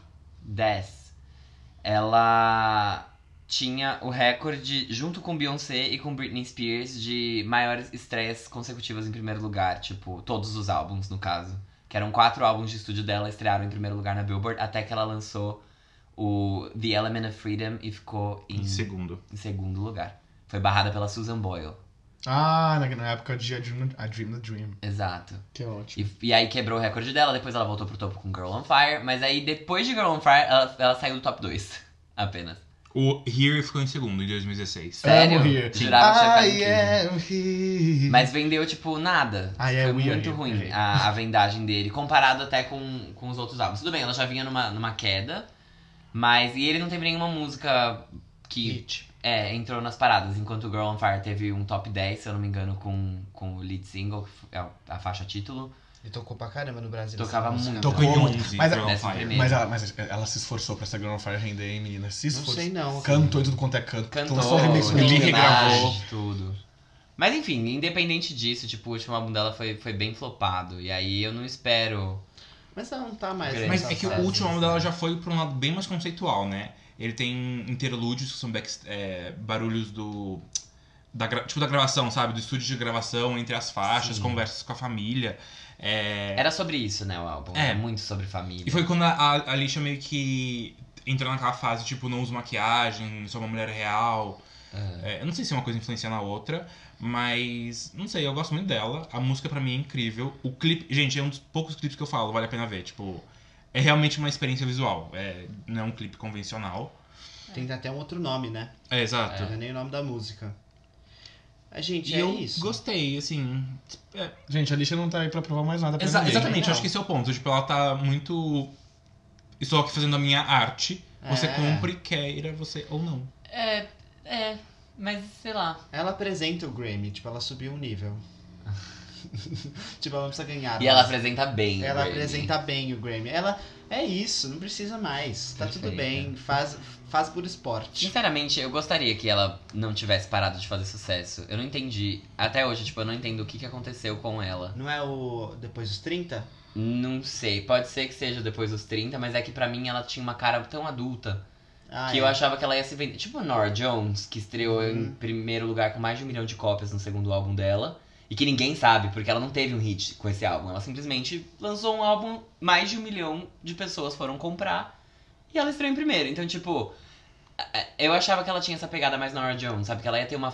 Ela tinha o recorde, junto com Beyoncé e com Britney Spears, de maiores estreias consecutivas em primeiro lugar. Tipo, todos os álbuns, no caso. Que eram 4 álbuns de estúdio dela, estrearam em primeiro lugar na Billboard, até que ela lançou o The Element of Freedom e ficou em segundo lugar. Foi barrada pela Susan Boyle. Ah, na época de I Dream the Dream. Exato. Que ótimo. E aí quebrou o recorde dela, depois ela voltou pro topo com Girl on Fire, mas aí depois de Girl on Fire, ela saiu do top 2, apenas. O Here ficou em segundo, em 2016. Sério? Amo Here. Jurava que tinha I ficado em am here. Mas vendeu, tipo, nada. We Foi are muito here. ruim Errei. a vendagem dele, comparado até com os outros álbuns. Tudo bem, ela já vinha numa queda, mas... E ele não teve nenhuma música que... Hit. entrou nas paradas. Enquanto Girl on Fire teve um top 10, se eu não me engano, com o lead single, que é a faixa título. E tocou pra caramba no Brasil. Tocava essa música. muito. Tocou em Tocou 11, mas- Girl on Décimo Fire. primeiro. Mas ela se esforçou pra essa Girl on Fire render, hein, menina? Se Não esforçou. sei não. Cantou em tudo quanto é canto. Cantou, Lançou remix no Nicki Nicki regravou. regravou tudo. Mas enfim, independente disso, tipo, o último álbum dela foi bem flopado. E aí eu não espero... Mas ela não tá mais. Grande. Mas nessa é que o fase, último álbum assim. dela já foi pra um lado bem mais conceitual, né? Ele tem interlúdios que são barulhos da gravação, sabe? Do estúdio de gravação, entre as faixas, Sim. conversas com a família. Era sobre isso, né, o álbum. Era muito sobre família. E foi quando a Alicia meio que entrou naquela fase, tipo, não uso maquiagem, sou uma mulher real. Eu não sei se uma coisa influencia na outra, mas não sei, eu gosto muito dela. A música pra mim é incrível. O clipe, gente, é um dos poucos clipes que eu falo, vale a pena ver. Tipo, é realmente uma experiência visual. Não é um clipe convencional. Tem até um outro nome, né? Exato. Não é nem o nome da música. Gente, E eu isso. gostei, assim. Gente, a Alicia não tá aí pra provar mais nada pra ninguém. Exatamente, não. eu acho que esse é o ponto. Tipo, ela tá muito. Estou aqui fazendo a minha arte. Você compre, queira você ou não. Mas sei lá. Ela apresenta o Grammy, tipo, ela subiu um nível. Tipo, ela não precisa ganhar. E ela apresenta bem. Ela o Grammy. apresenta bem o Grammy. Ela é isso, não precisa mais. Tá tudo Perfeita. bem, faz por esporte. Sinceramente, eu gostaria que ela não tivesse parado de fazer sucesso. Eu não entendi. Até hoje, tipo, eu não entendo o que aconteceu com ela. Não é o Depois dos 30? Não sei. Pode ser que seja depois dos 30, mas é que pra mim ela tinha uma cara tão adulta que eu achava que ela ia se vender. Tipo a Norah Jones, que estreou em primeiro lugar com mais de 1 milhão de cópias no segundo álbum dela. E que ninguém sabe, porque ela não teve um hit com esse álbum. Ela simplesmente lançou um álbum, mais de 1 milhão de pessoas foram comprar. E ela estreou em primeiro. Então, tipo, eu achava que ela tinha essa pegada mais Norah Jones, sabe? Que ela ia ter uma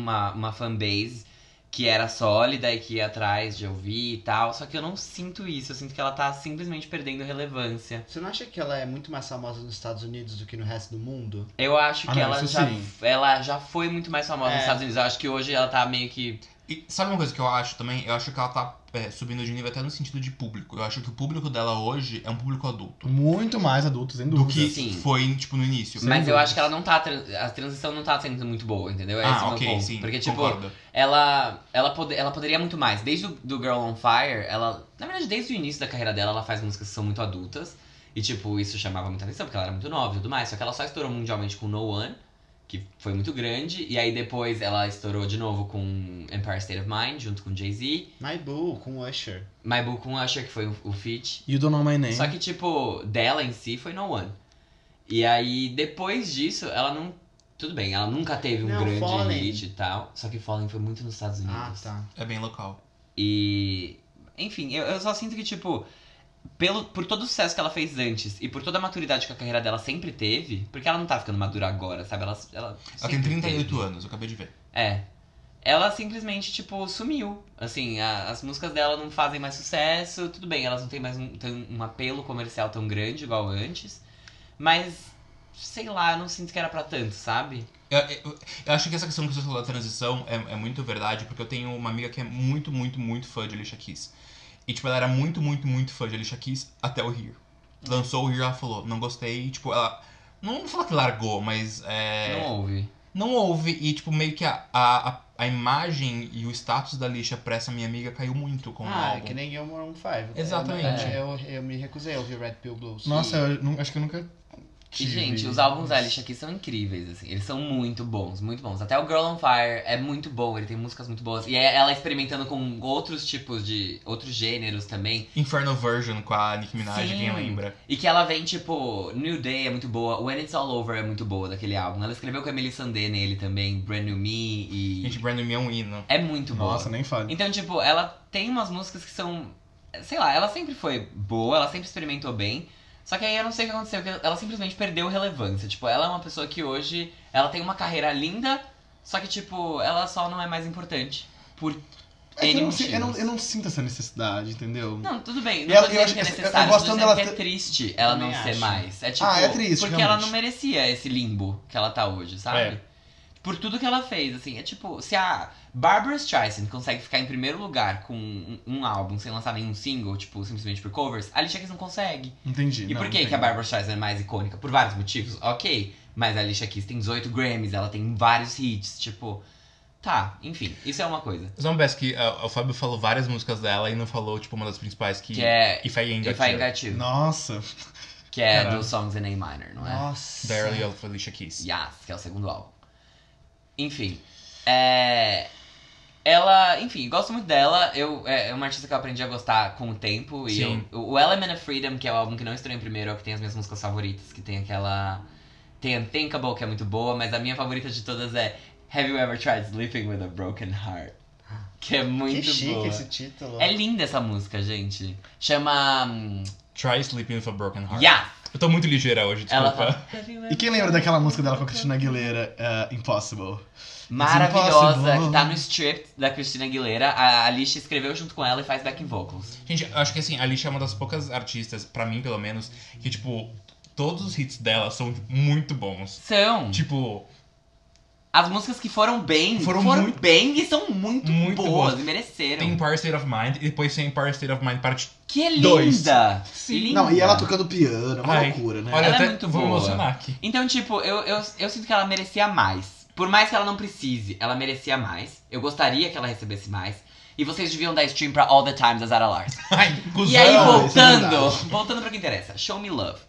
fanbase que era sólida e que ia atrás de ouvir e tal. Só que eu não sinto isso. Eu sinto que ela tá simplesmente perdendo relevância. Você não acha que ela é muito mais famosa nos Estados Unidos do que no resto do mundo? Eu acho que não, isso sim. ela já foi muito mais famosa nos Estados Unidos. Eu acho que hoje ela tá meio que... E sabe uma coisa que eu acho também? Eu acho que ela tá subindo de nível até no sentido de público. Eu acho que o público dela hoje é um público adulto. Muito mais adultos, sem Do dúvida. que Sim. foi, tipo, no início. Mas eu dúvidas. acho que ela não tá... A transição não tá sendo muito boa, entendeu? Esse é o meu ok, ponto. sim. Porque, tipo, concordo. ela poderia muito mais. Desde do Girl on Fire, ela... Na verdade, desde o início da carreira dela, ela faz músicas que são muito adultas. E, tipo, isso chamava muita atenção, porque ela era muito nova e tudo mais. Só que ela só estourou mundialmente com No One, que foi muito grande. E aí, depois, ela estourou de novo com Empire State of Mind, junto com Jay-Z. My Boo, com Usher. My Boo com Usher, que foi o feat. You Don't Know My Name. Só que, tipo, dela em si foi No One. E aí, depois disso, ela não... Tudo bem, ela nunca teve um Não, grande Fallen. hit e tal. Só que Fallen foi muito nos Estados Unidos. Ah, tá. É bem local. E... Enfim, eu só sinto que, tipo... Por todo o sucesso que ela fez antes e por toda a maturidade que a carreira dela sempre teve... Porque ela não tá ficando madura agora, sabe? Ela Ela tem sempre 38 teve. anos, eu acabei de ver. Ela simplesmente, tipo, sumiu. Assim, as músicas dela não fazem mais sucesso. Tudo bem, elas não têm mais um apelo comercial tão grande igual antes. Mas, sei lá, eu não sinto que era pra tanto, sabe? Eu acho que essa questão que você falou da transição é muito verdade, porque eu tenho uma amiga que é muito, muito, muito fã de Alicia Keys. E, tipo, ela era muito, muito, muito fã de Alicia Keys até o Here. Lançou o Here, ela falou, não gostei, e, tipo, ela... Não vou falar que largou, mas... Não ouve. Não houve, e, tipo, meio que a imagem e o status da Alicia pra essa minha amiga caiu muito com o É álbum. que nem eu Maroon 5. Exatamente. Eu me recusei a ouvir Red Pill Blues. Nossa, acho que eu nunca E, tive. gente, os álbuns da Alicia Keys são incríveis, assim. Eles são muito bons, muito bons. Até o Girl on Fire é muito bom, ele tem músicas muito boas. E ela experimentando com outros tipos de... Outros gêneros também. Infernal Version com a Nicki Minaj, Sim. quem lembra? E que ela vem, tipo... New Day é muito boa. When It's All Over é muito boa daquele álbum. Ela escreveu com a Emily Sandé nele também. Brand New Me e... Gente, Brand New Me é um hino. É muito boa. Nossa, nem fale. Então, tipo, ela tem umas músicas que são... Sei lá, ela sempre foi boa, ela sempre experimentou bem. Só que aí eu não sei o que aconteceu, porque ela simplesmente perdeu relevância. Tipo, ela é uma pessoa que hoje... Ela tem uma carreira linda, só que, tipo, ela só não é mais importante. Por É que N eu motivos. não sinto essa necessidade, entendeu? Não, tudo bem. Não Eu- tô eu dizendo que é acho- eu necessário, gosto tô quando dizendo ela que é te- triste ela não Também ser acho. mais. É tipo, Ah, é triste, porque realmente. ela não merecia esse limbo que ela tá hoje, sabe? É. Por tudo que ela fez, assim. É tipo, se a Barbra Streisand consegue ficar em primeiro lugar com um álbum sem lançar nenhum single, tipo, simplesmente por covers, a Alicia Keys não consegue. Entendi. E não, por que entendo. que a Barbra Streisand é mais icônica? Por vários motivos, ok. Mas a Alicia Keys tem 18 Grammys, ela tem vários hits, tipo... Tá, enfim, isso é uma coisa. Só um peço que o Fábio falou várias músicas dela e não falou, tipo, uma das principais que é If I Ain't Got If I You. Got You, Nossa. que é Caralho. dos Songs in A Minor, não é? Nossa. Barely of Alicia Keys. Yes, que é o segundo álbum. Enfim, ela, enfim, gosto muito dela. É uma artista que eu aprendi a gostar com o tempo. E Sim. o Element of Freedom, que é o álbum que não estreou em primeiro, é o que tem as minhas músicas favoritas. Que tem aquela... Tem Unthinkable, que é muito boa, mas a minha favorita de todas é Have You Ever Tried Sleeping with a Broken Heart? Que é muito Que chique boa. esse título. É linda essa música, gente. Chama... Try Sleeping with a Broken Heart. Yeah! Eu tô muito ligeira hoje, Ela desculpa. fala... E quem lembra daquela música dela com a Christina Aguilera, Impossible? Maravilhosa, impossible. que tá no strip da Christina Aguilera. A Alicia escreveu junto com ela e faz backing vocals. Gente, eu acho que assim, a Alicia é uma das poucas artistas, pra mim pelo menos, que tipo, todos os hits dela são muito bons. São. Tipo, As músicas que foram bem, Foram foram muito- bem e são muito, muito boas, boas. e mereceram. tem Empire State of Mind e depois tem Empire State of Mind parte. Que é Dois. linda! Sim. Linda. Não, e ela tocando piano, é uma Ai, loucura, né? Olha, Ela é até muito vou boa. emocionar aqui. Então, tipo, eu sinto que ela merecia mais. Por mais que ela não precise, ela merecia mais. Eu gostaria que ela recebesse mais. E vocês deviam dar stream pra All the Times da Zara Larson. Ai, cuzão. E aí, isso é voltando, verdade. voltando pro que interessa, Show Me Love.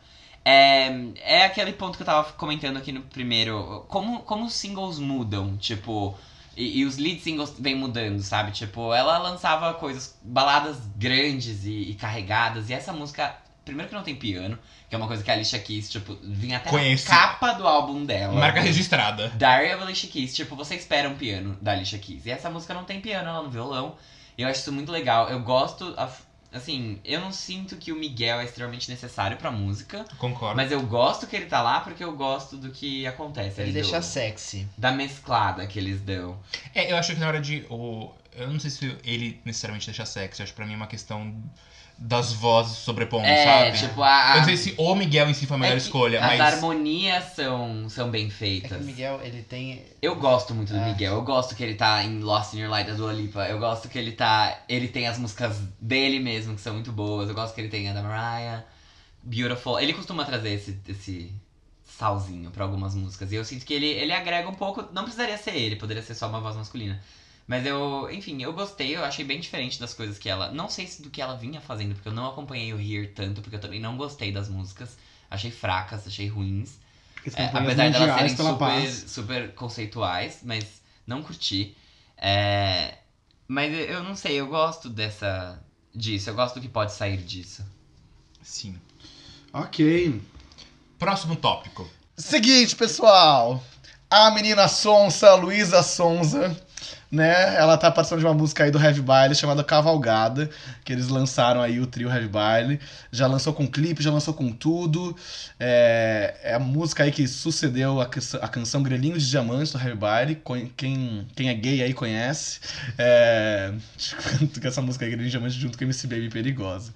É aquele ponto que eu tava comentando aqui no primeiro. Como os singles mudam, tipo. E os lead singles vêm mudando, sabe? Tipo, ela lançava coisas, baladas grandes e carregadas. E essa música, primeiro que não tem piano, que é uma coisa que a Alicia Keys, tipo, vinha até Conheci. na capa do álbum dela. Marca registrada. Diary of Alicia Keys, tipo, você espera um piano da Alicia Keys. E essa música não tem piano, ela no violão. E eu acho isso muito legal. Eu gosto, assim, eu não sinto que o Miguel é extremamente necessário pra música. Concordo. Mas eu gosto que ele tá lá porque eu gosto do que acontece. Ele ali deixa do- sexy. da mesclada que eles dão. Eu acho que na hora de. Eu não sei se ele necessariamente deixa sexy. Eu acho que pra mim é uma questão das vozes sobrepondo, sabe? Tipo, Eu não sei se o Miguel em si foi a melhor é que escolha, as mas. harmonias são bem É que feitas. o Miguel, ele tem... Eu gosto muito do É. Miguel. Eu gosto que ele tá em Lost in Your Light da Dua Lipa. Eu gosto que ele tem as músicas dele mesmo, que são muito boas. Eu gosto que ele tem a da Mariah, Beautiful. Ele costuma trazer esse salzinho pra algumas músicas. E eu sinto que ele agrega um pouco. Não precisaria ser ele, poderia ser só uma voz masculina. Mas enfim, eu gostei, eu achei bem diferente das coisas que ela. Não sei se do que ela vinha fazendo, porque eu não acompanhei o Here tanto, porque eu também não gostei das músicas. Achei fracas, achei ruins. Porque você acompanha as Apesar de elas mundiais serem pela super, paz. super conceituais, mas não curti. Mas eu não sei, eu gosto disso, eu gosto do que pode sair disso. Sim. Ok. Próximo tópico. Seguinte, pessoal. A menina Sonsa, Luísa Sonza, né? Ela tá participando de uma música aí do Heavy Baile chamada Cavalgada, que eles lançaram aí o trio Heavy Baile. Já lançou com clipe, já lançou com tudo. É a música aí que sucedeu a canção Grelhinho de Diamante do Heavy Baile. Quem é gay aí conhece. Com essa música aí, Grelhinho de Diamante, junto com MC Baby Perigosa.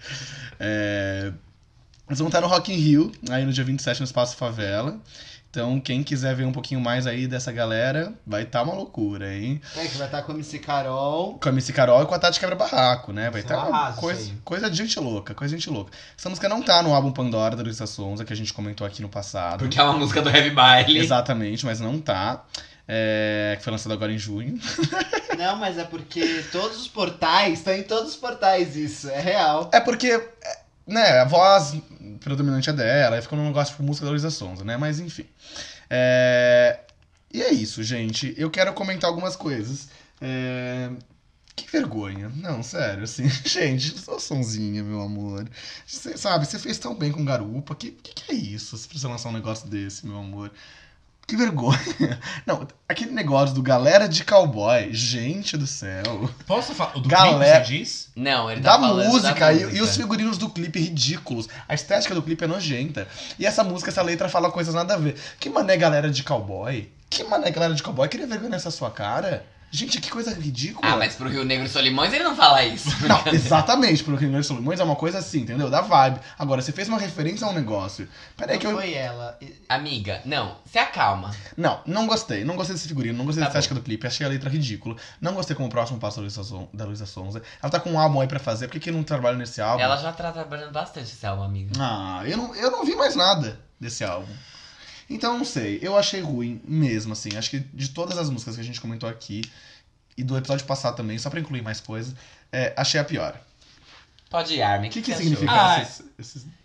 Eles vão estar no Rock in Rio, aí no dia 27 no Espaço Favela. Então, quem quiser ver um pouquinho mais aí dessa galera, vai estar uma loucura, hein? Que vai estar com a MC Carol. Com a MC Carol e com a Tati Quebra-Barraco, né? Vai Isso estar é um uma arraso, isso aí. coisa de gente louca, coisa de gente louca. Essa música não tá no álbum Pandora da Luísa Sonza, que a gente comentou aqui no passado. Porque é uma música do Heavy Baile. Exatamente, mas não tá. Que foi lançado agora em junho. Não, mas é porque todos os portais, tá em todos os portais isso, é real. É porque, né, a voz predominante é dela, aí fica um negócio tipo música da Luísa Sonza, né? Mas enfim. E é isso, gente. Eu quero comentar algumas coisas. Que vergonha. Não, sério, assim. Gente, sou sonzinha, meu amor. Você sabe, você fez tão bem com Garupa. Que é isso? Você precisa lançar um negócio desse, meu amor. Que vergonha. Não, aquele negócio do galera de cowboy. Gente do céu. Posso falar? Do Galera- clipe, você diz? Não, ele tá Da falando música, da e os figurinos do clipe ridículos. A estética do clipe é nojenta. E essa música, essa letra fala coisas nada a ver. Que mané galera de cowboy? Que mané galera de cowboy? Queria vergonha nessa sua cara? Gente, que coisa ridícula. Ah, mas pro Rio Negro e Solimões ele não fala isso. Não, exatamente, pro Rio Grande do Sul. Mas é uma coisa assim, entendeu? Da vibe. Agora, você fez uma referência a um negócio. Peraí que Não eu... foi ela. Amiga, não, se acalma. Não gostei. Não gostei desse figurino, não gostei Tá da estética do clipe. Achei a letra ridícula. Não gostei como o próximo passo da Luísa Sonza. Ela tá com um álbum aí pra fazer. Por que não trabalha nesse álbum? Ela já tá trabalhando bastante esse álbum, amiga. Ah, eu não vi mais nada desse álbum. Então, não sei. Eu achei ruim mesmo, assim. Acho que de todas as músicas que a gente comentou aqui, e do episódio passado também, só pra incluir mais coisas, achei a pior. Pode ir, Armin. O que você significa achou? esses...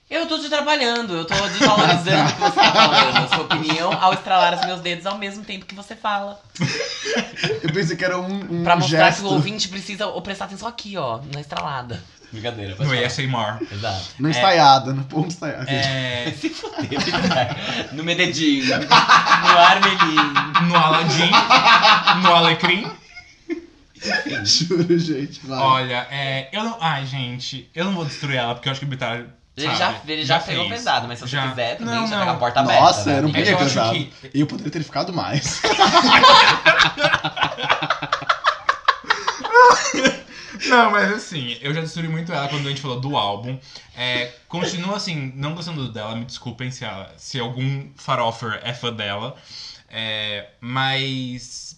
Eu tô te atrapalhando, eu tô desvalorizando o que você tá falando. A sua opinião ao estralar os meus dedos ao mesmo tempo que você fala. Eu pensei que era um Pra mostrar gesto. que o ouvinte precisa prestar atenção aqui, ó, na estralada. Brincadeira, No ASMR. Exato. Na estaiada, no ponto estaiado. Se fuder, no meu dedinho, no armelinho. No Aladdin, no Alecrim. Juro, gente. Vai. Olha, eu não. Ai, gente, eu não vou destruir ela, porque eu acho que o Bitar. Ele já pegou fez. pesado, mas se você Já. quiser também, Não, já não. pega a porta aberta. Nossa, né? eu não É que peguei eu acho pesado. que- Eu poderia ter ficado mais. Não, mas assim, eu já destruí muito ela quando a gente falou do álbum. Continuo assim, não gostando dela, me desculpem se algum farofer é fã dela. Mas.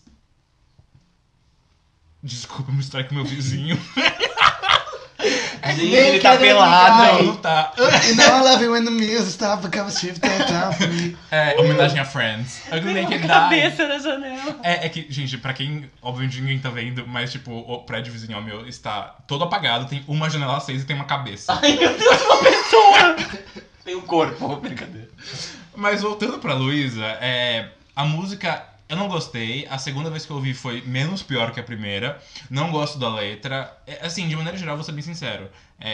Desculpa mostrar com meu vizinho. Gente, ele tá Não, pelado. Não tá. You know I love it when the music stop, become shift that down for me. Homenagem a Friends. Ugly Naked Die. Cabeça na janela. É que, gente, pra quem, obviamente ninguém tá vendo, mas tipo, o prédio vizinho meu está todo apagado, tem uma janela acesa e tem uma cabeça. Ai, meu Deus, uma pessoa. Tem um corpo, brincadeira. Mas voltando pra Luísa, a música eu não gostei. A segunda vez que eu ouvi foi menos pior que a primeira. Não gosto da letra. Assim, de maneira geral, vou ser bem sincero.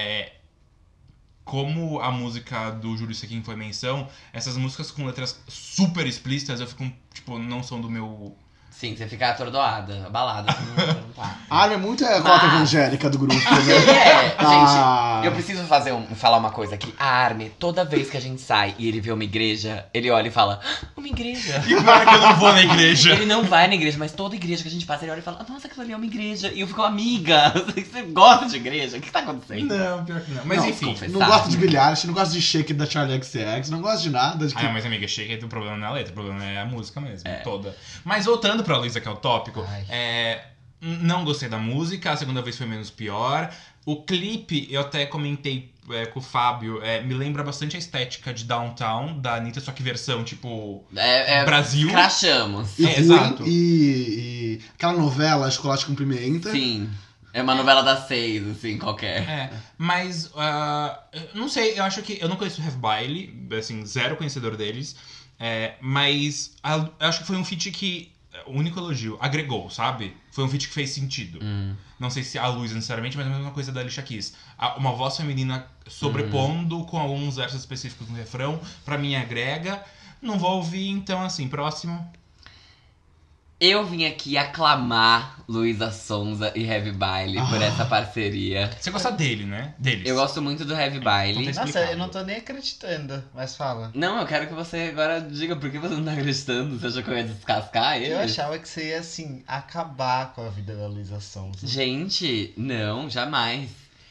Como a música do Júlio Sequin foi menção, essas músicas com letras super explícitas, eu fico, tipo, não são do meu... Sim, você fica atordoada, abalada. Você não tá. A Armin é muito a cota evangélica do grupo, né? Gente, eu preciso falar uma coisa aqui. A Armin, toda vez que a gente sai e ele vê uma igreja, ele olha e fala, uma igreja. E pior que eu não vou na igreja. Ele não vai na igreja, mas toda igreja que a gente passa, ele olha e fala, nossa, aquilo ali é uma igreja. E eu fico, amiga, você gosta de igreja? O que tá acontecendo? Não, pior que não. Mas Não, enfim. confesso. Não gosta de Billie Eilish, não gosta de Shake da Charlie XX, não gosta de nada. De que... Mas amiga, achei que o problema não é a letra, o problema é a música mesmo, toda. Mas voltando pra Luísa, que é o tópico, não gostei da música, a segunda vez foi menos pior. O clipe, eu até comentei com o Fábio, me lembra bastante a estética de Downtown, da Anitta, só que versão, tipo, Brasil. Crachamos. E ruim, exato. E aquela novela, Chocolate com Pimenta. Sim. É uma novela das 6, assim, qualquer. Mas, não sei, eu acho que... Eu não conheço o Have Baile, assim, zero conhecedor deles. Mas eu acho que foi um feat que... O único elogio, agregou, sabe? Foi um feat que fez sentido. Não sei se a Luísa necessariamente, mas é a mesma coisa da Alicia Keys. Uma voz feminina sobrepondo com alguns versos específicos no refrão, pra mim agrega. Não vou ouvir, então assim, próximo. Eu vim aqui aclamar Luísa Sonza e Heavy Baile por essa parceria. Você gosta dele, né? Deles. Eu gosto muito do Heavy Baile. Então tá Nossa, explicado. eu não tô nem acreditando, mas fala. Não, eu quero que você agora diga por que você não tá acreditando. Você achou que eu ia descascar ele? Eu achava que você ia, assim, acabar com a vida da Luísa Sonza. Gente, não, jamais.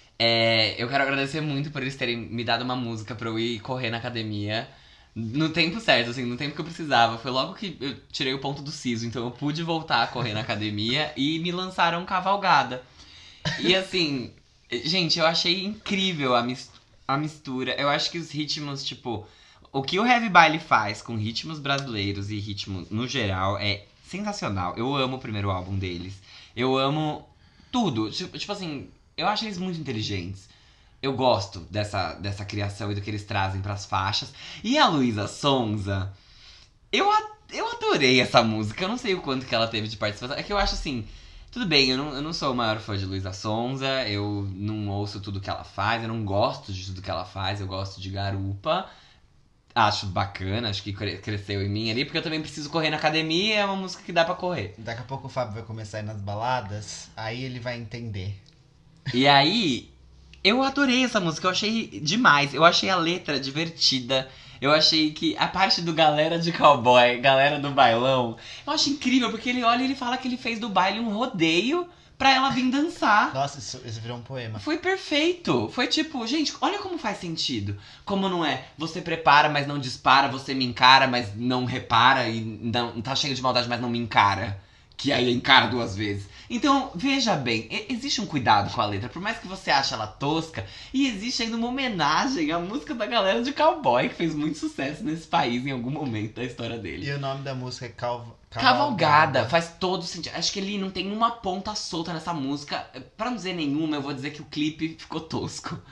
Eu quero agradecer muito por eles terem me dado uma música pra eu ir correr na academia. No tempo certo, assim, no tempo que eu precisava. Foi logo que eu tirei o ponto do siso, então eu pude voltar a correr na academia e me lançaram Cavalgada. E assim, gente, eu achei incrível a mistura. Eu acho que os ritmos, tipo, o que o Heavy Baile faz com ritmos brasileiros e ritmo no geral é sensacional. Eu amo o primeiro álbum deles. Eu amo tudo. Tipo assim, eu acho eles muito inteligentes. Eu gosto dessa criação e do que eles trazem pras faixas. E a Luísa Sonza, eu adorei essa música. Eu não sei o quanto que ela teve de participação. É que eu acho assim, tudo bem, eu não sou o maior fã de Luísa Sonza. Eu não ouço tudo que ela faz. Eu não gosto de tudo que ela faz. Eu gosto de Garupa. Acho bacana, acho que cresceu em mim ali. Porque eu também preciso correr na academia. É uma música que dá pra correr. Daqui a pouco o Fábio vai começar a ir nas baladas, aí ele vai entender. E aí... Eu adorei essa música, eu achei demais. Eu achei a letra divertida. Eu achei que a parte do galera de cowboy, galera do bailão, eu acho incrível, porque ele olha e ele fala que ele fez do baile um rodeio pra ela vir dançar. Nossa, isso virou um poema. Foi perfeito. Foi tipo, gente, olha como faz sentido. Como não é, você prepara, mas não dispara, você me encara, mas não repara, e não tá cheio de maldade, mas não me encara. Que aí encara 2 vezes. Então, veja bem, existe um cuidado com a letra. Por mais que você ache ela tosca, e existe ainda uma homenagem à música da galera de cowboy, que fez muito sucesso nesse país em algum momento da história dele. E o nome da música é Cavalgada, faz todo sentido. Acho que ele não tem uma ponta solta nessa música. Pra não dizer nenhuma, eu vou dizer que o clipe ficou tosco.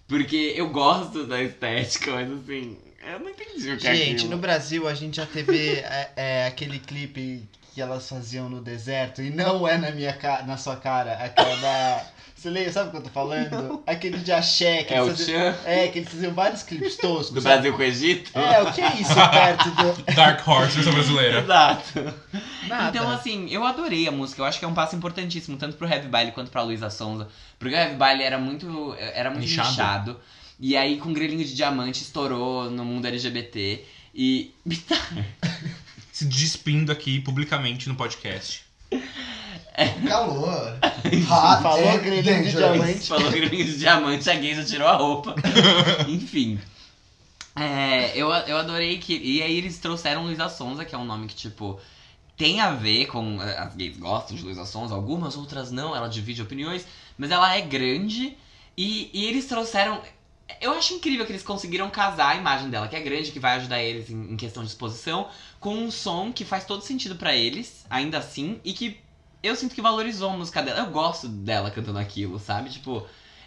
Porque eu gosto da estética, mas assim, eu não entendi o que é Gente, aquilo. no Brasil a gente já teve aquele clipe que elas faziam no deserto e não é na sua cara, aquela da... Você lembra, sabe o que eu tô falando? Não. Aquele de axé, que É o eles faziam, Tchan que eles faziam vários clipes toscos. do sabe? Brasil com o Egito? O que é isso perto do... Dark Horse, versão brasileira. Exato. Nada. Então, assim, eu adorei a música. Eu acho que é um passo importantíssimo, tanto pro Heavy Baile quanto pra Luísa Sonza. Porque o Heavy Baile era muito Nichado. nichado. E aí, com Grelhinho de Diamante, estourou no mundo LGBT. E... Se despindo aqui publicamente no podcast. Calor. Falou grelhinho de diamante. Falou Grelhinho de Diamante, a gay já tirou a roupa. Enfim. Eu adorei que... E aí, eles trouxeram Luísa Sonza, que é um nome que, tipo... Tem a ver com... As gays gostam de Luísa Sonza, algumas, outras não. Ela divide opiniões. Mas ela é grande. E eles trouxeram... Eu acho incrível que eles conseguiram casar a imagem dela, que é grande, que vai ajudar eles em questão de exposição, com um som que faz todo sentido pra eles, ainda assim, e que eu sinto que valorizou a música dela. Eu gosto dela cantando aquilo, sabe? Tipo,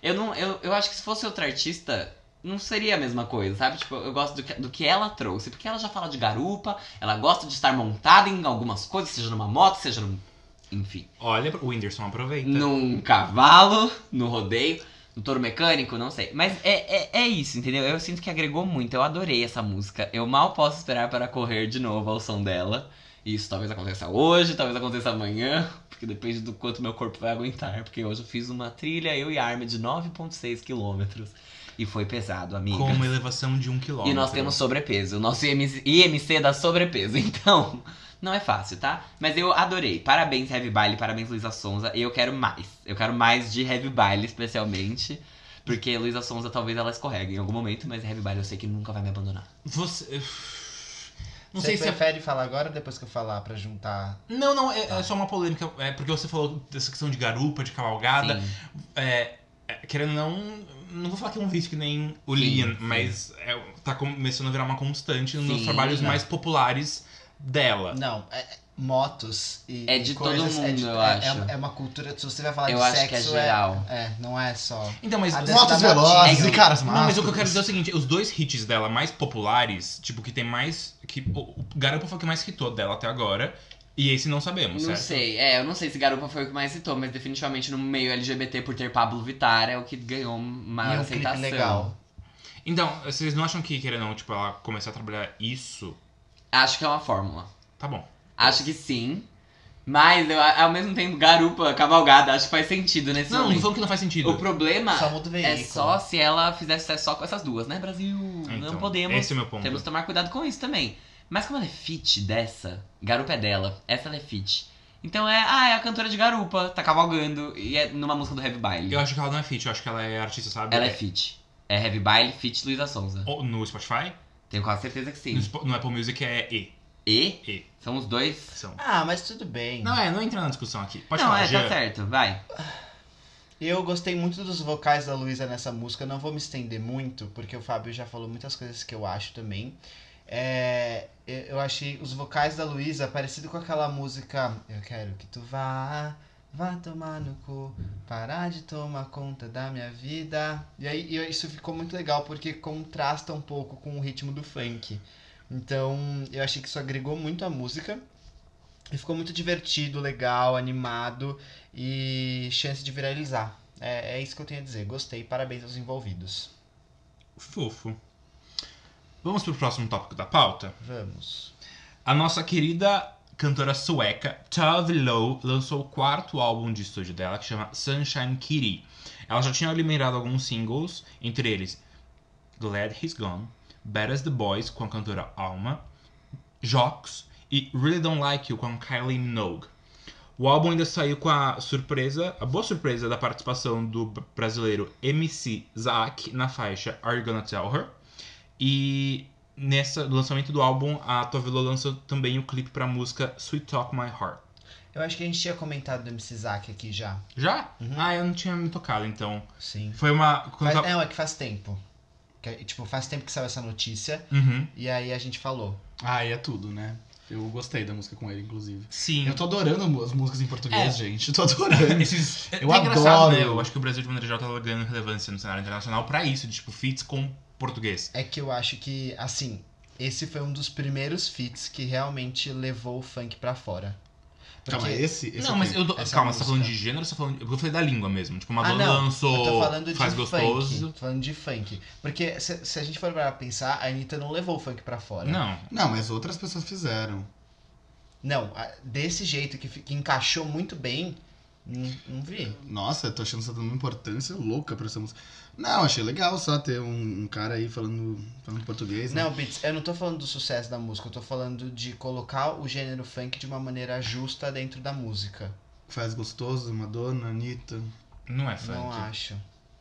eu acho que se fosse outra artista, não seria a mesma coisa, sabe? Tipo, eu gosto do que ela trouxe, porque ela já fala de garupa, ela gosta de estar montada em algumas coisas, seja numa moto, seja num... Enfim. Olha, o Whindersson aproveita. Num cavalo, no rodeio, no touro mecânico, não sei. Mas é isso, entendeu? Eu sinto que agregou muito, eu adorei essa música. Eu mal posso esperar para correr de novo ao som dela. Isso talvez aconteça hoje, talvez aconteça amanhã, porque depende do quanto meu corpo vai aguentar. Porque hoje eu fiz uma trilha, eu e a Armin, de 9,6 quilômetros. E foi pesado, amiga. Com uma elevação de 1 quilômetro. E nós temos sobrepeso. O nosso IMC dá sobrepeso. Então, não é fácil, tá? Mas eu adorei. Parabéns, Heavy Baile. Parabéns, Luísa Sonza. E eu quero mais. Eu quero mais de Heavy Baile, especialmente. Porque Luísa Sonza talvez ela escorregue em algum momento. Mas Heavy Baile eu sei que nunca vai me abandonar. Você... Não Você sei se é... prefere falar agora ou depois que eu falar pra juntar? Não, é só uma polêmica. É porque você falou dessa questão de garupa, de cavalgada. Sim. Querendo não vou falar que é um vício que nem o Sim, Liam, sim. mas tá começando a virar uma constante nos Sim, trabalhos não. mais populares dela. Não, motos e É de todo coisas, mundo, de- eu acho. É uma cultura, se você vai falar Eu de acho sexo, que é geral. não é só... Então, mas... A dança Motos da velozes motinha. e caras Não, mas o que eu másculos. quero dizer é o seguinte, os dois hits dela mais populares, tipo, que tem mais... O Garupa foi o que mais hitou dela até agora, e esse não sabemos, Não certo? sei. Eu não sei se Garupa foi o que mais citou, mas definitivamente no meio LGBT, por ter Pablo Vittar, é o que ganhou maior E um clipe aceitação. legal. Então, vocês não acham que, querendo ou não, tipo, ela começar a trabalhar isso, Acho que é uma fórmula. tá bom. Acho que sim. Mas, ao mesmo tempo, Garupa, cavalgada, acho que faz sentido nesse Não, não tô momento. falando que não faz sentido. O problema Só muda o é veículo. só se ela fizesse sucesso só com essas duas, né, Brasil? Então, Não podemos. esse é o meu ponto. Temos que tomar cuidado com isso também. Mas como ela é feat dessa, Garupa é dela, essa ela é feat. Então é a cantora de Garupa, tá cavalgando, e é numa música do Heavy Baile. Eu acho que ela não é feat, eu acho que ela é artista, sabe? Ela é feat. É Heavy Baile, feat Luísa Sonza. Ou no Spotify, Tenho quase certeza que sim. no Apple Music é E. E? São os dois? São. Ah, mas tudo bem. Não entra na discussão aqui. Pode Não, falar, Jean. tá certo, vai. Eu gostei muito dos vocais da Luísa nessa música, não vou me estender muito, porque o Fábio já falou muitas coisas que eu acho também. Eu achei os vocais da Luísa parecido com aquela música Eu quero que tu vá tomar no cu, parar de tomar conta da minha vida. E aí isso ficou muito legal, porque contrasta um pouco com o ritmo do funk. Então eu achei que isso agregou muito à música. E ficou muito divertido, legal, animado e chance de viralizar. É isso que eu tenho a dizer. Gostei, parabéns aos envolvidos. Fofo. Vamos pro próximo tópico da pauta? Vamos. A nossa querida cantora sueca Tove Lo lançou o 4º álbum de estúdio dela, que chama Sunshine Kitty. Ela já tinha liberado alguns singles, entre eles Glad He's Gone, Bad as the Boys, com a cantora Alma, Jocks e Really Don't Like You, com a Kylie Minogue. O álbum ainda saiu com a boa surpresa da participação do brasileiro MC Zack na faixa Are You Gonna Tell Her? E no lançamento do álbum, a Tove Lo lançou também o clipe pra música Sweet Talk My Heart. Eu acho que a gente tinha comentado do MC Zack aqui já. Já? Uhum. Eu não tinha me tocado, então. Sim. Foi uma... É que faz tempo. Faz tempo que saiu essa notícia Uhum. e aí a gente falou. Ah, e é tudo, né? Eu gostei da música com ele, inclusive. Sim. Eu tô adorando as músicas em português, É. gente. Eu tô adorando. Eu é engraçado, adoro. né? Eu acho que o Brasil, de maneira geral, tá ganhando relevância no cenário internacional pra isso, de tipo, feats com português. É que eu acho que, assim, esse foi um dos primeiros feats que realmente levou o funk pra fora. Calma, Porque- esse Não, aqui. mas eu tô. essa Calma, você tá música. falando de gênero ou você tá falando. Eu falei da língua mesmo. Tipo, Madonna não, lançou eu tô falando de Faz Gostoso. funk. Tô falando de funk. Porque se a gente for pra pensar, a Anitta não levou o funk pra fora. Não. Não, mas outras pessoas fizeram. Não, desse jeito que encaixou muito bem, não vi. Nossa, eu tô achando que você tá dando uma importância louca pra essa música. Não, achei legal só ter um cara aí falando português, né? Não, Beats, eu não tô falando do sucesso da música, eu tô falando de colocar o gênero funk de uma maneira justa dentro da música. Faz Gostoso, Madonna, Anitta. Não é funk. Não acho.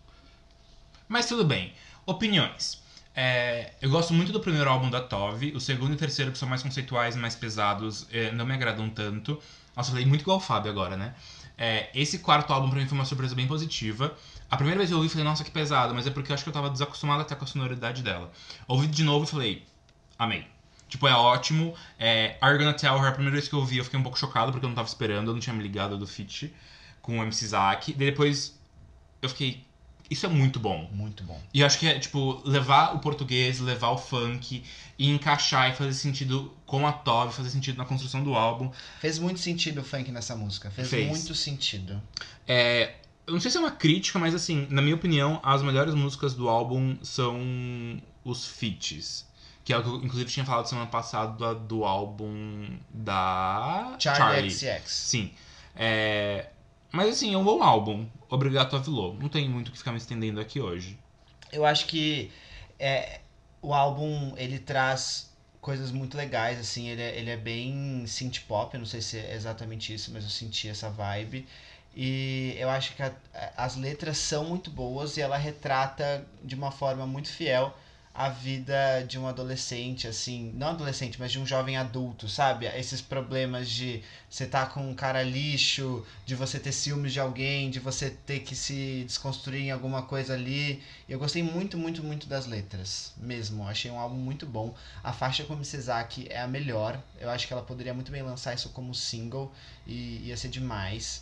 Mas tudo bem. Opiniões. Eu gosto muito do primeiro álbum da Tove. O segundo e o terceiro, que são mais conceituais, mais pesados, não me agradam tanto. Nossa, eu falei muito igual o Fábio agora, né? Esse quarto álbum pra mim foi uma surpresa bem positiva. A primeira vez que eu ouvi, eu falei, nossa, que pesado. Mas é porque eu acho que eu tava desacostumado até com a sonoridade dela. Ouvi de novo e falei, amei. Tipo, é ótimo. Are You Gonna Tell Her, a primeira vez que eu ouvi, eu fiquei um pouco chocado, porque eu não tava esperando. Eu não tinha me ligado do feat com o MC Zack. Daí depois, eu fiquei, isso é muito bom. Muito bom. E eu acho que é, tipo, levar o português, levar o funk e encaixar e fazer sentido com a Tove, fazer sentido na construção do álbum. Fez muito sentido o funk nessa música. Fez muito sentido. Eu não sei se é uma crítica, mas assim, na minha opinião, as melhores músicas do álbum são os feats. Que é o que eu, inclusive, tinha falado semana passada do álbum da Charlie XX. Sim. Mas assim, é um bom álbum. Obrigado, Avilô. Não tem muito o que ficar me estendendo aqui hoje. Eu acho que o álbum, ele traz coisas muito legais, assim, ele é bem synth pop, eu não sei se é exatamente isso, mas eu senti essa vibe. E eu acho que as letras são muito boas e ela retrata de uma forma muito fiel a vida de um adolescente, assim, não adolescente, mas de um jovem adulto, sabe? Esses problemas de você tá com um cara lixo, de você ter ciúmes de alguém, de você ter que se desconstruir em alguma coisa ali. Eu gostei muito, muito, muito das letras, mesmo. Achei um álbum muito bom. A faixa com o MC Zack é a melhor. Eu acho que ela poderia muito bem lançar isso como single e ia ser demais.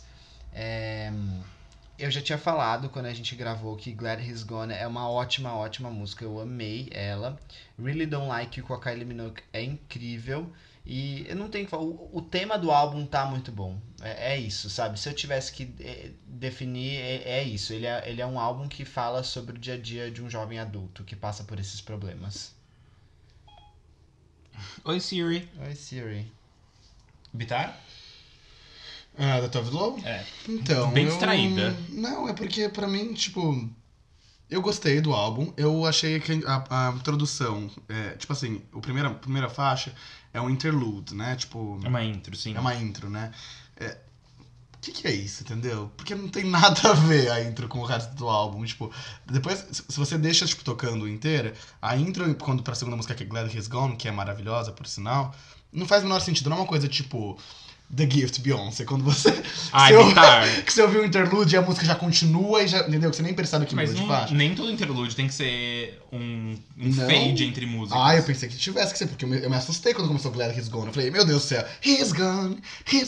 Eu já tinha falado quando a gente gravou que Glad He's Gone é uma ótima, ótima música. Eu amei ela. Really Don't Like You com a Kylie Minogue é incrível. E eu não tenho que falar. O tema do álbum tá muito bom. É isso, sabe? Se eu tivesse que definir, é isso. Ele é um álbum que fala sobre o dia a dia de um jovem adulto que passa por esses problemas. Oi, Siri. Oi, Siri. Bitar? Da Tove Lo? Então, Bem distraída. Não, é porque pra mim, tipo... Eu gostei do álbum. Eu achei que a introdução... tipo assim, a primeira faixa é um interlude, né? Tipo... É uma intro, sim. É uma intro, né? O que é isso, entendeu? Porque não tem nada a ver a intro com o resto do álbum. Tipo, depois, se você deixa, tipo, tocando inteira, a intro, quando pra segunda música, que é Glad He's Gone, que é maravilhosa, por sinal, não faz o menor sentido. Não é uma coisa, tipo... The Gift, Beyoncé, quando você... que você ouviu o interlude e a música já continua e já... Entendeu? Que você nem percebe que muda de faixa. Nem todo interlude tem que ser um fade entre músicas. Eu pensei que tivesse que ser, porque eu me assustei quando começou Glad He's Gone. Eu falei, meu Deus do céu, He's gone.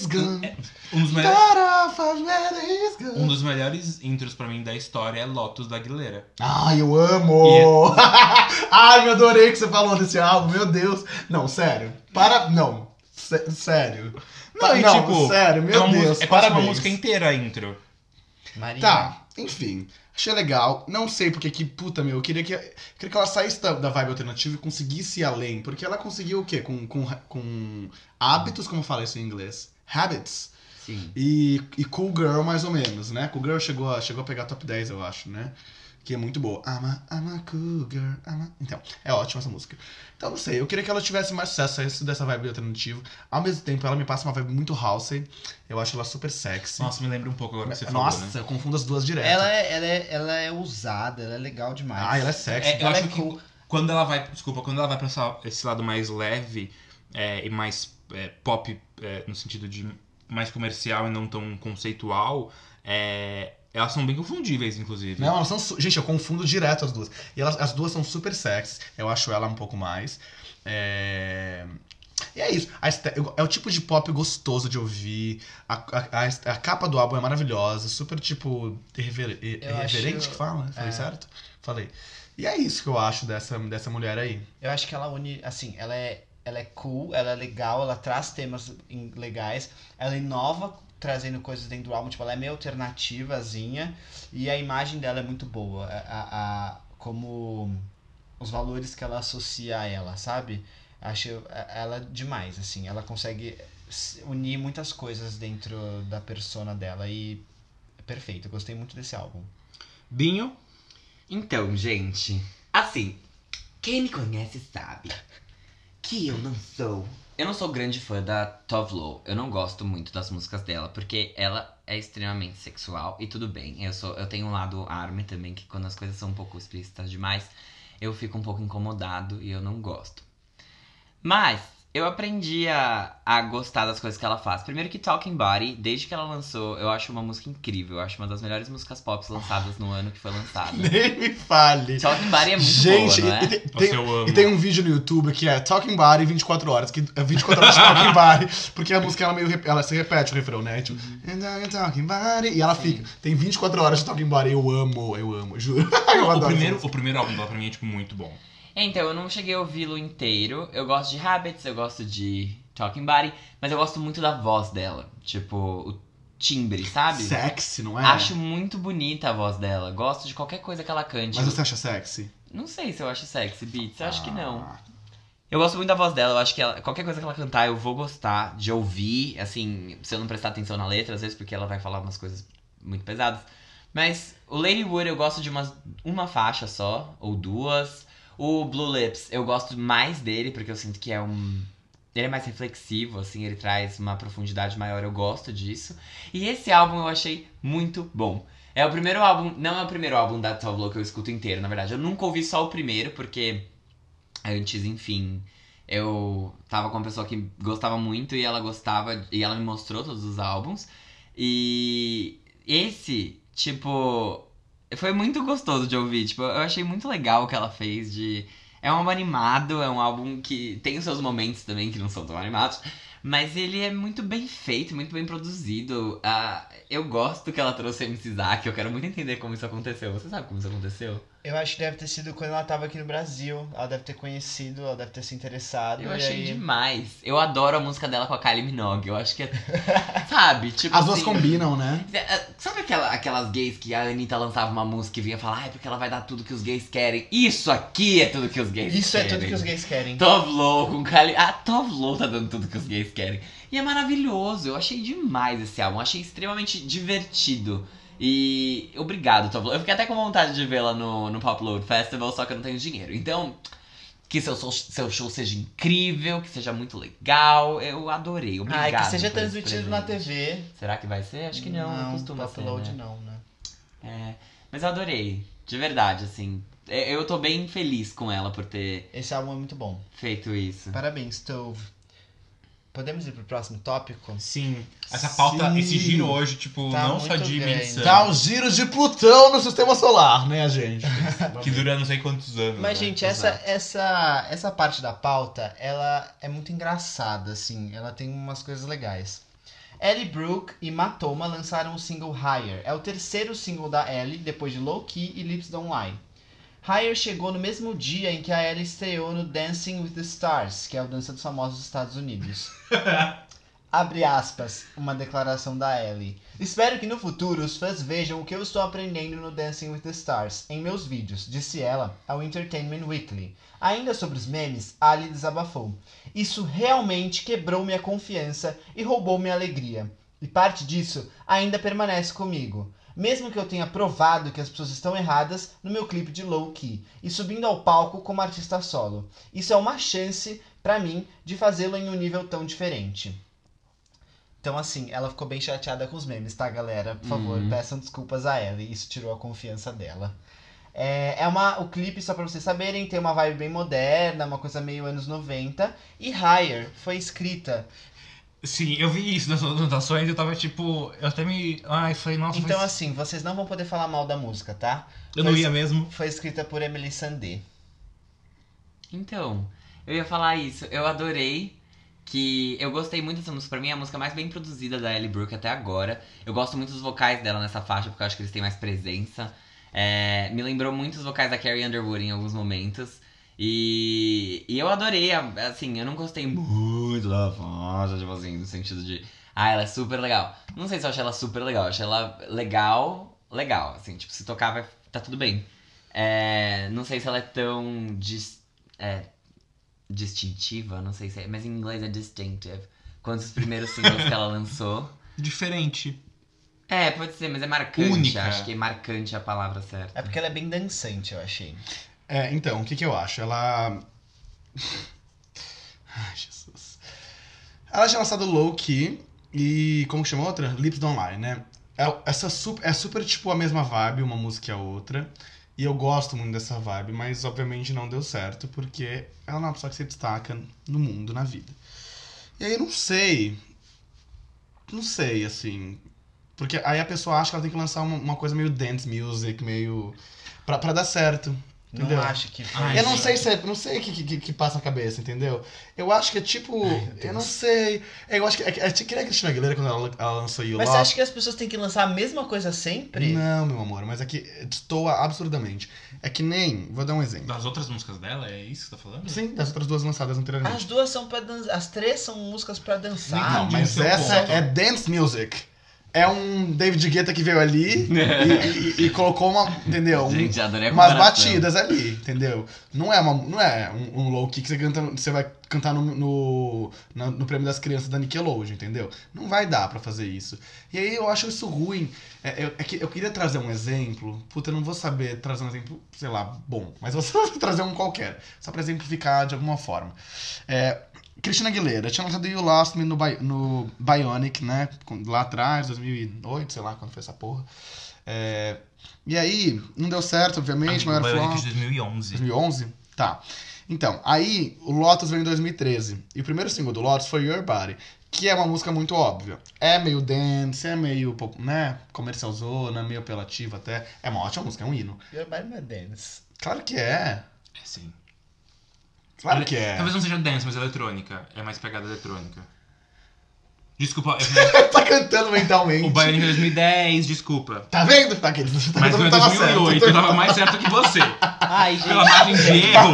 Um dos melhores intros pra mim da história é Lotus da Aguilera. Ai, eu amo! Ai, eu adorei que você falou desse álbum, meu Deus. Não, sério. Não, sério. Sério, meu Deus. É quase uma parabéns. música inteira a intro. Maria. Tá, enfim. Achei legal. Não sei porque que, puta, meu, eu queria que ela saísse da vibe alternativa e conseguisse ir além. Porque ela conseguiu o quê? Com hábitos, como fala isso em inglês? Habits. Sim. E Cool Girl, mais ou menos, né? Cool Girl chegou a pegar top 10, eu acho, né? Que é muito boa. I'm a cool girl. Então, é ótima essa música. Então, não sei, eu queria que ela tivesse mais sucesso dessa vibe alternativa. Ao mesmo tempo, ela me passa uma vibe muito house. Eu acho ela super sexy. Nossa, me lembra um pouco agora que você falou, Nossa, né? eu confundo as duas direto. Ela é ousada, ela é legal demais. Ela é sexy. Eu Ela acho é que cool. quando ela vai pra esse lado mais leve e mais pop, no sentido de mais comercial e não tão conceitual, elas são bem confundíveis, inclusive. Não, elas são... Gente, eu confundo direto as duas. E as duas são super sexy. Eu acho ela um pouco mais. E é isso. É o tipo de pop gostoso de ouvir. A capa do álbum é maravilhosa, super, tipo, irreverente que fala? Falei certo? Falei. E é isso que eu acho dessa mulher aí. Eu acho que ela une, assim, ela é cool, ela é legal, ela traz temas legais, ela inova trazendo coisas dentro do álbum, tipo, ela é meio alternativazinha e a imagem dela é muito boa, como os valores que ela associa a ela, sabe? Acho ela demais, assim, ela consegue unir muitas coisas dentro da persona dela e é perfeito, eu gostei muito desse álbum. Binho? Então, gente, assim, quem me conhece sabe que eu não sou grande fã da Tove Lo. Eu não gosto muito das músicas dela, porque ela é extremamente sexual e tudo bem. Eu tenho um lado ARMY também, que quando as coisas são um pouco explícitas demais, eu fico um pouco incomodado e eu não gosto. Mas eu aprendi a gostar das coisas que ela faz. Primeiro que Talking Body, desde que ela lançou, eu acho uma música incrível. Eu acho uma das melhores músicas pop lançadas no ano que foi lançada. Nem me fale. Talking Body é muito Gente, boa, não é? Eu e tem um vídeo no YouTube que é Talking Body 24 horas, que é 24 horas de Talking Body, porque a música ela se repete o refrão, né? Tipo, Talking Body, e ela fica. Tem 24 horas de Talking Body, eu amo, juro. Eu adoro O primeiro álbum dela pra mim é, tipo, muito bom. Então, eu não cheguei a ouvi-lo inteiro. Eu gosto de Habits, eu gosto de Talking Body, mas eu gosto muito da voz dela. Tipo, o timbre, sabe? Sexy, não é? Acho muito bonita a voz dela. Gosto de qualquer coisa que ela cante. Mas você acha sexy? Não sei se eu acho sexy, Beats. Eu acho que não. Eu gosto muito da voz dela. Eu acho que qualquer coisa que ela cantar, eu vou gostar de ouvir. Assim, se eu não prestar atenção na letra, às vezes, porque ela vai falar umas coisas muito pesadas. Mas o Lady Wood eu gosto de uma faixa só, ou duas. O Blue Lips, eu gosto mais dele, porque eu sinto que ele é mais reflexivo, assim, ele traz uma profundidade maior, eu gosto disso. E esse álbum eu achei muito bom. É o primeiro álbum, não é o primeiro álbum da Tove Lo que eu escuto inteiro, na verdade. Eu nunca ouvi só o primeiro, porque antes, enfim, eu tava com uma pessoa que gostava muito e ela gostava, e ela me mostrou todos os álbuns. E esse, tipo, foi muito gostoso de ouvir, tipo, eu achei muito legal o que ela fez É um álbum animado, é um álbum que tem os seus momentos também que não são tão animados, mas ele é muito bem feito, muito bem produzido. Eu gosto que ela trouxe MC Zack, eu quero muito entender como isso aconteceu. Você sabe como isso aconteceu? Eu acho que deve ter sido quando ela tava aqui no Brasil. Ela deve ter conhecido, ela deve ter se interessado. Eu e achei aí... demais. Eu adoro a música dela com a Kylie Minogue. Eu acho que é. Sabe? Tipo As duas assim, combinam, né? Sabe aquelas gays que a Anitta lançava uma música e vinha falar, porque ela vai dar tudo que os gays querem. Isso aqui é tudo que os gays Isso querem. é tudo que os gays querem. Tove Lo com Kylie. Tove Lo tá dando tudo que os gays querem. E é maravilhoso. Eu achei demais esse álbum. Achei extremamente divertido. E obrigado, Tove Lo. Eu fiquei até com vontade de vê-la no Pop Load Festival, só que eu não tenho dinheiro. Então, que seu show seja incrível, que seja muito legal. Eu adorei. Obrigado. Que seja por esse transmitido na presente. TV. Será que vai ser? Acho que não costuma Pop ser, Load né? não, né? Mas eu adorei. De verdade, assim. Eu tô bem feliz com ela por ter Esse álbum é muito bom. feito isso. Parabéns, Tove. Podemos ir pro próximo tópico? Sim. Essa pauta, Sim. esse giro hoje, tipo, Tá não só muito de grande. medição, Tá os giros de Plutão no sistema solar, né, gente? que dura não sei quantos anos. Mas, né? gente, Exato. essa parte da pauta, ela é muito engraçada, assim. Ela tem umas coisas legais. Ellie Brooke e Matoma lançaram o single Higher. É o terceiro single da Ellie, depois de Low Key e Lips Don't Lie. Higher chegou no mesmo dia em que a Ellie estreou no Dancing with the Stars, que é o Dança dos Famosos dos Estados Unidos. Abre aspas, uma declaração da Ellie. Espero que no futuro os fãs vejam o que eu estou aprendendo no Dancing with the Stars em meus vídeos, disse ela ao Entertainment Weekly. Ainda sobre os memes, Ali desabafou. Isso realmente quebrou minha confiança e roubou minha alegria. E parte disso ainda permanece comigo. Mesmo que eu tenha provado que as pessoas estão erradas no meu clipe de Low Key e subindo ao palco como artista solo. Isso é uma chance pra mim de fazê-lo em um nível tão diferente. Então, assim, ela ficou bem chateada com os memes, tá, galera? Por favor, peçam desculpas a ela. Isso tirou a confiança dela. O clipe, só pra vocês saberem, tem uma vibe bem moderna, uma coisa meio anos 90. E Higher foi escrita... Sim, eu vi isso nas anotações e eu tava tipo. Eu até me. Ai, falei, nossa, Então, mas assim, vocês não vão poder falar mal da música, tá? eu não ia mesmo. Foi escrita por Emily Sandé. Então, eu ia falar isso. Eu adorei que eu gostei muito dessa música. Pra mim é a música mais bem produzida da Ellie Brooke até agora. Eu gosto muito dos vocais dela nessa faixa, porque eu acho que eles têm mais presença. Me lembrou muito os vocais da Carrie Underwood em alguns momentos. E eu adorei, assim, eu não gostei muito da faixa, tipo assim, no sentido de... ela é super legal. Não sei se eu achei ela super legal, eu achei ela legal, assim, tipo, se tocar tá tudo bem. Não sei se ela é tão distintiva, não sei se é, mas em inglês é distinctive. Quanto os primeiros singles que ela lançou. Diferente. Pode ser, mas é marcante. Única. Acho que marcante é a palavra certa. É porque ela é bem dançante, eu achei. Então, o que eu acho? Ela... Ai, Jesus. Ela tinha lançado Low Key e... Como que chama a outra? Lips Don't Lie, né? É super, tipo, a mesma vibe, uma música e a outra. E eu gosto muito dessa vibe, mas obviamente não deu certo, porque ela não é uma pessoa que se destaca no mundo, na vida. E aí eu não sei, assim... Porque aí a pessoa acha que ela tem que lançar uma coisa meio dance music, meio... Pra dar certo. Entendeu? Não acho que foi. Eu não sei o que passa na cabeça, entendeu? Eu acho que é tipo. Eu não sei. Eu acho que é que nem a Cristina Aguilera quando ela lançou You Mas Love. você acha que as pessoas têm que lançar a mesma coisa sempre? Não, meu amor, mas é que destoa absurdamente. É que nem. Vou dar um exemplo. Das outras músicas dela, é isso que você tá falando? Sim, das outras duas lançadas anteriormente. As duas são pra dançar. As três são músicas pra dançar. Não, entendi mas o seu essa ponto. é dance music. É um David Guetta que veio ali e colocou uma, entendeu? Gente, adorei a Umas comparação. batidas ali, entendeu? Não é um low key que você vai cantar no prêmio das crianças da Nickelodeon, entendeu? Não vai dar pra fazer isso. E aí eu acho isso ruim. Eu queria trazer um exemplo. Puta, eu não vou saber trazer um exemplo, sei lá, bom. Mas eu vou trazer um qualquer. Só pra exemplificar de alguma forma. Cristina Aguilera tinha lançado You Lost Me no Bionic, né? Lá atrás, 2008, sei lá quando foi essa porra. E aí, não deu certo, obviamente, Amigo, mas era Bionic flop. de 2011. 2011? Tá. Então, aí o Lotus veio em 2013. E o primeiro single do Lotus foi Your Body, que é uma música muito óbvia. É meio dance, é meio, né, comercialzona, meio apelativa até. É uma ótima música, é um hino. Your Body My Dance. Claro que é. É sim. Claro que é. Talvez não seja dance, mas eletrônica. É mais pegada eletrônica. Desculpa, eu Tá cantando mentalmente. o Bionic de 2010, desculpa. Tá vendo? Tá, aquele, Mas foi em tava 2008, eu tava mais certo que você. Ai, gente. Pela margem de erro.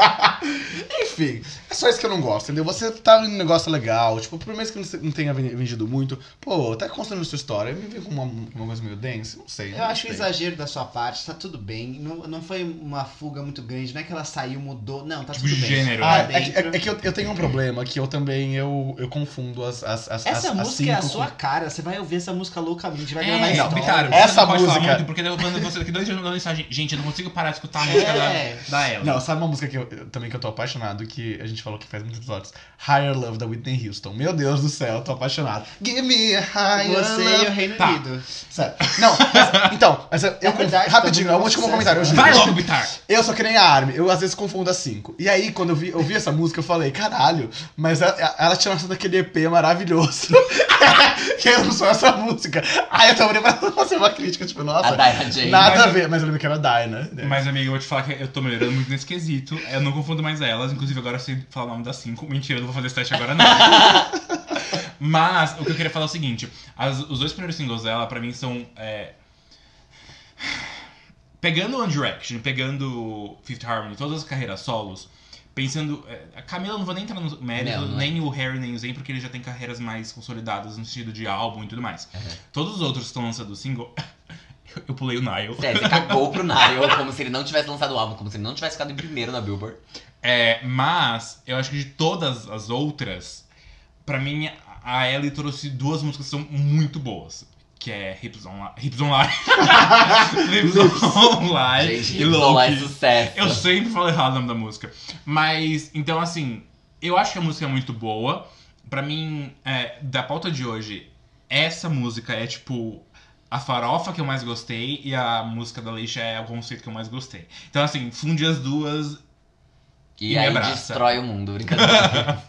Enfim, é só isso que eu não gosto, entendeu? Você tá em um negócio legal, tipo, por mais que não tenha vendido muito, pô, tá construindo sua história, me vem com uma coisa meio dance, não sei. Eu acho um exagero da sua parte, tá tudo bem. Não foi uma fuga muito grande, não é que ela saiu, mudou. Não, tá Tipo, tudo bem. gênero. Tá É dentro. que eu tenho um problema, que eu também, eu confundo as Essa música é a cinco sua com- cara, você vai ouvir essa música loucamente, vai gravar Não, história. Bitar, Essa você não pode falar música- muito, porque eu tô mandando você daqui 2 dias mandando mensagem. Gente, eu não consigo parar de escutar a música da Ella. Não, sabe uma música que também que eu tô apaixonado, que a gente falou que faz muitos episódios? Higher Love, da Whitney Houston. Meu Deus do céu, eu tô apaixonado. Give me a higher Você e love. o Reino Tá. Unido. Sério. Não, mas eu verdade, rapidinho, tá eu vou te muito um comentário. Eu, sucesso, juro, Vai eu- logo, Bitar! Eu sou que nem a Armin, eu às vezes confundo as 5. E aí, quando eu ouvi essa música, eu falei, caralho, mas ela tinha lançado aquele EP maravilhoso. Que eu não sou essa música. Aí eu tava lembrando pra fazer uma crítica, tipo, nossa, A Dinah Jane. nada Mas- a ver, mas eu lembro que era Dinah. Mas, amigo, eu vou te falar que eu tô melhorando muito nesse quesito. Eu não confundo mais elas. Inclusive, agora eu sei falar o nome das 5. Mentira, eu não vou fazer esse teste agora, não. Mas, o que eu queria falar é o seguinte. Os 2 primeiros singles dela, pra mim, são... Pegando One Direction, pegando Fifth Harmony, todas as carreiras solos, pensando... a Camila, eu não vou nem entrar no mérito, Não, não nem o Harry, nem o Zayn, porque eles já têm carreiras mais consolidadas no sentido de álbum e tudo mais. Todos os outros que estão lançando o single... Eu pulei o Nile. Você cagou pro Nile, como se ele não tivesse lançado o álbum, como se ele não tivesse ficado em primeiro na Billboard. Mas eu acho que de todas as outras, pra mim, a Ellie trouxe 2 músicas que são muito boas. Que é Hips On Live. Lips On Live. Gente, e Hips On Live é Loki. sucesso. Eu sempre falo errado o nome da música. Mas, então assim, eu acho que a música é muito boa. Pra mim, da pauta de hoje, essa música é tipo... A farofa que eu mais gostei e a música da Leisha é o conceito que eu mais gostei. Então, assim, funde as duas E me aí abraça. destrói o mundo, brincadeira.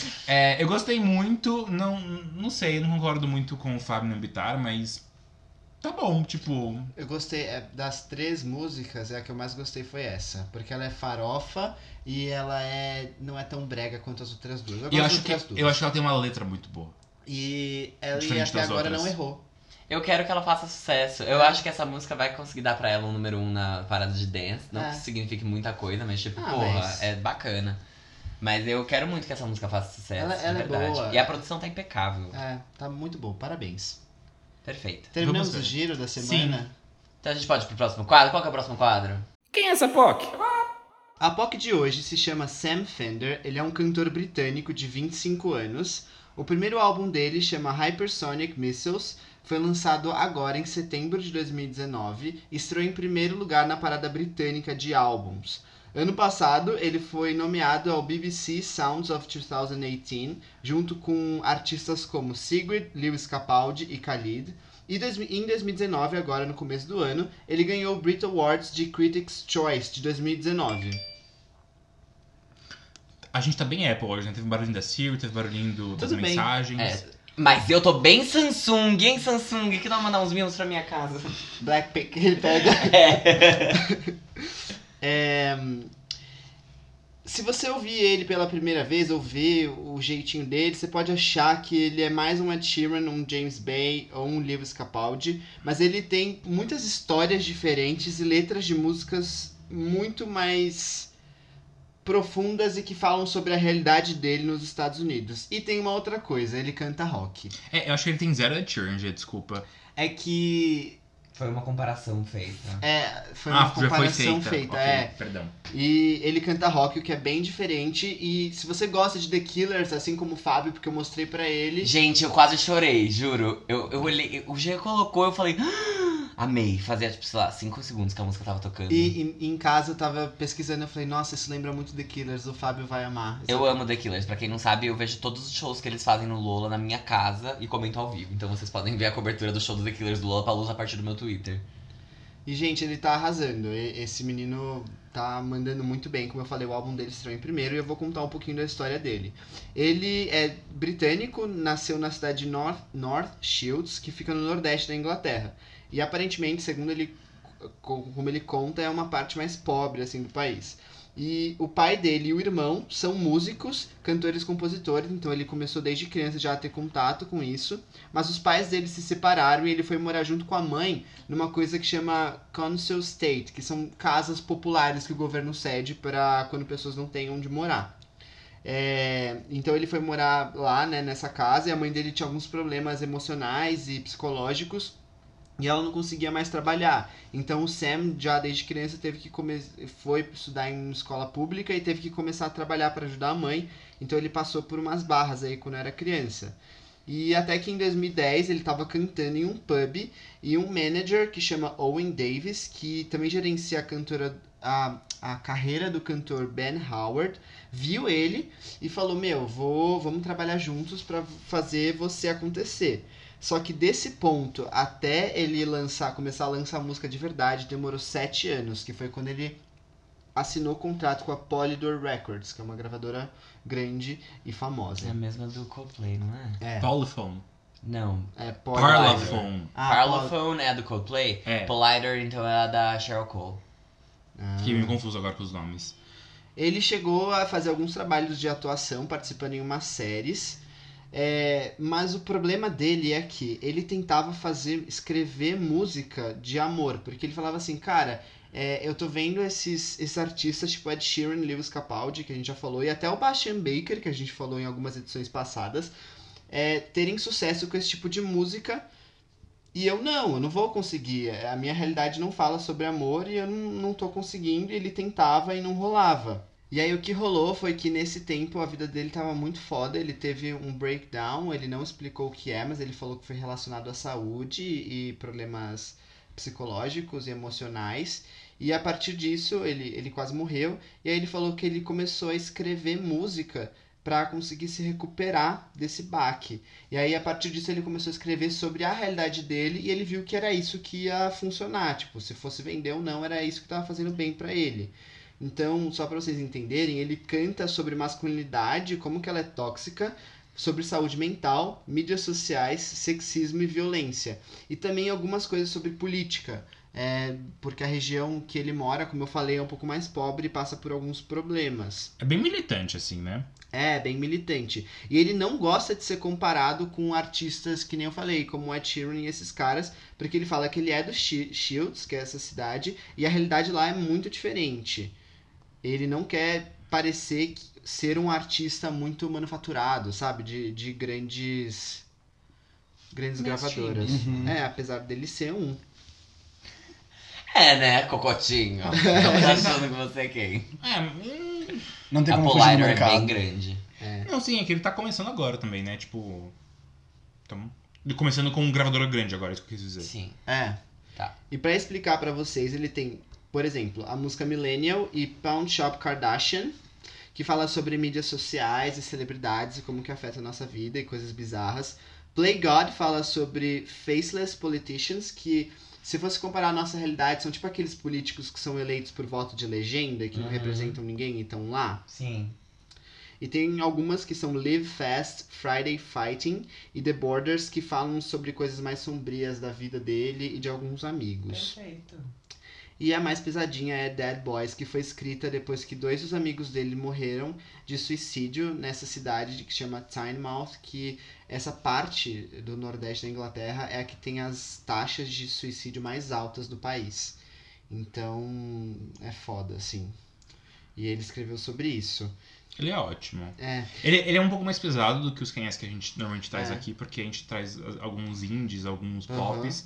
Eu gostei muito, não sei, eu não concordo muito com o Fábio no Bitar, mas Tá bom, tipo... Eu gostei, das 3 músicas, a que eu mais gostei foi essa. Porque ela é farofa e ela não é tão brega quanto as outras duas. Eu Eu gosto acho, das outras duas. eu acho que ela tem uma letra muito boa. E ela Diferente até das agora outras. não errou. Eu quero que ela faça sucesso. Eu acho que essa música vai conseguir dar pra ela um número 1 na parada de dance. Não que isso signifique muita coisa, mas tipo, porra, mas- é bacana. Mas eu quero muito que essa música faça sucesso, Ela de é verdade. boa. E a produção tá impecável. Tá muito bom, parabéns. Perfeito. Terminamos Vamos o ver. giro da semana? Então a gente pode ir pro próximo quadro? Qual que é o próximo quadro? Quem é essa POC? A POC de hoje se chama Sam Fender, ele é um cantor britânico de 25 anos. O primeiro álbum dele chama Hypersonic Missiles, foi lançado agora em setembro de 2019 e estreou em primeiro lugar na parada britânica de álbuns. Ano passado, ele foi nomeado ao BBC Sounds of 2018, junto com artistas como Sigrid, Lewis Capaldi e Khalid. E em 2019, agora no começo do ano, ele ganhou o Brit Awards de Critics' Choice de 2019. A gente tá bem Apple hoje, né? Teve barulhinho da Siri, teve barulhinho das Tudo bem. mensagens. Mas eu tô bem Samsung, hein, Samsung? Que dá pra mandar uns mimos pra minha casa. Blackpink, ele pega. Se você ouvir ele pela primeira vez, ou ver o jeitinho dele, você pode achar que ele é mais um Ed Sheeran, um James Bay ou um Lewis Capaldi, mas ele tem muitas histórias diferentes e letras de músicas muito mais profundas e que falam sobre a realidade dele nos Estados Unidos. E tem uma outra coisa, ele canta rock. Eu acho que ele tem 0 Ed Sheeran, gente, desculpa. É que Foi uma comparação feita. foi uma Já foi comparação feita. feita, Ok, perdão. E ele canta rock, o que é bem diferente. E se você gosta de The Killers, assim como o Fábio, porque eu mostrei pra ele. Gente, eu quase chorei, juro. Eu olhei, o G colocou, eu falei, amei. Fazia, tipo, sei lá, 5 segundos que a música tava tocando. E em casa eu tava pesquisando, eu falei, nossa, isso lembra muito The Killers, o Fábio vai amar. Eu amo The Killers, pra quem não sabe, eu vejo todos os shows que eles fazem no Lola na minha casa e comento ao vivo. Então vocês podem ver a cobertura do show do The Killers do Lollapalooza a partir do meu Twitter. E, gente, ele tá arrasando. Esse menino tá mandando muito bem. Como eu falei, o álbum dele estreou em primeiro e eu vou contar um pouquinho da história dele. Ele é britânico, nasceu na cidade de North Shields, que fica no nordeste da Inglaterra. E aparentemente, segundo ele, como ele conta, é uma parte mais pobre assim do país. E o pai dele e o irmão são músicos, cantores, compositores, então ele começou desde criança já a ter contato com isso. Mas os pais dele se separaram e ele foi morar junto com a mãe numa coisa que chama council estate, que são casas populares que o governo cede para quando pessoas não têm onde morar. Então ele foi morar lá, né, nessa casa, e a mãe dele tinha alguns problemas emocionais e psicológicos. E ela não conseguia mais trabalhar. Então o Sam, já desde criança, foi estudar em escola pública e teve que começar a trabalhar para ajudar a mãe. Então ele passou por umas barras aí quando era criança. E até que em 2010 ele estava cantando em um pub e um manager que chama Owen Davis, que também gerencia a carreira do cantor Ben Howard, viu ele e falou, vamos trabalhar juntos para fazer você acontecer. Só que desse ponto até ele começar a lançar música de verdade, demorou 7 anos, que foi quando ele assinou contrato com a Polydor Records, que é uma gravadora grande e famosa. É a mesma do Coldplay, não é? Parlophone. Não. Parlophone. Parlophone é a do Coldplay? É. Polydor, então, é a da Sheryl Cole. Fiquei meio confuso agora com os nomes. Ele chegou a fazer alguns trabalhos de atuação, participando em umas séries. Mas o problema dele é que ele tentava escrever música de amor, porque ele falava assim, cara, eu tô vendo esses artistas tipo Ed Sheeran, Lewis Capaldi, que a gente já falou, e até o Bastian Baker, que a gente falou em algumas edições passadas, terem sucesso com esse tipo de música, e eu não vou conseguir, a minha realidade não fala sobre amor e eu não tô conseguindo, e ele tentava e não rolava. E aí o que rolou foi que nesse tempo a vida dele tava muito foda, ele teve um breakdown, ele não explicou o que mas ele falou que foi relacionado à saúde e problemas psicológicos e emocionais. E a partir disso ele quase morreu, e aí ele falou que ele começou a escrever música para conseguir se recuperar desse baque. E aí a partir disso ele começou a escrever sobre a realidade dele e ele viu que era isso que ia funcionar, tipo, se fosse vender ou não, era isso que tava fazendo bem para ele. Então, só pra vocês entenderem, ele canta sobre masculinidade, como que ela é tóxica, sobre saúde mental, mídias sociais, sexismo e violência. E também algumas coisas sobre política. Porque a região que ele mora, como eu falei, é um pouco mais pobre e passa por alguns problemas. É bem militante, assim, né? É, bem militante. E ele não gosta de ser comparado com artistas que nem eu falei, como o Ed Sheeran e esses caras, porque ele fala que ele é do Shields, que é essa cidade, e a realidade lá é muito diferente. Ele não quer parecer ser um artista muito manufaturado, sabe? De grandes gravadoras. Uhum. Apesar dele ser um. É, né, Cocotinho? Tá achando que você é quem? Não tem A como fugir do Polider é mercado. bem grande. Não, sim, é que ele tá começando agora também, né? Tipo. Então, começando com um gravador grande agora, é isso que eu quis dizer. Sim. Tá. E pra explicar pra vocês, ele tem, por exemplo, a música Millennial e Pawn Shop Kardashian, que fala sobre mídias sociais e celebridades e como que afeta a nossa vida e coisas bizarras. Play God fala sobre faceless politicians, que se fosse comparar a nossa realidade, são tipo aqueles políticos que são eleitos por voto de legenda, que não representam ninguém e estão lá. Sim. E tem algumas que são Live Fast, Friday Fighting e The Borders, que falam sobre coisas mais sombrias da vida dele e de alguns amigos. Perfeito. E a mais pesadinha é Dead Boys, que foi escrita depois que 2 dos amigos dele morreram de suicídio nessa cidade que chama Tynemouth, que essa parte do nordeste da Inglaterra é a que tem as taxas de suicídio mais altas do país. Então, é foda, assim. E ele escreveu sobre isso. Ele é ótimo. É. Ele é um pouco mais pesado do que os Kanyes que a gente normalmente traz É. aqui, porque a gente traz alguns indies, alguns Uhum. pops.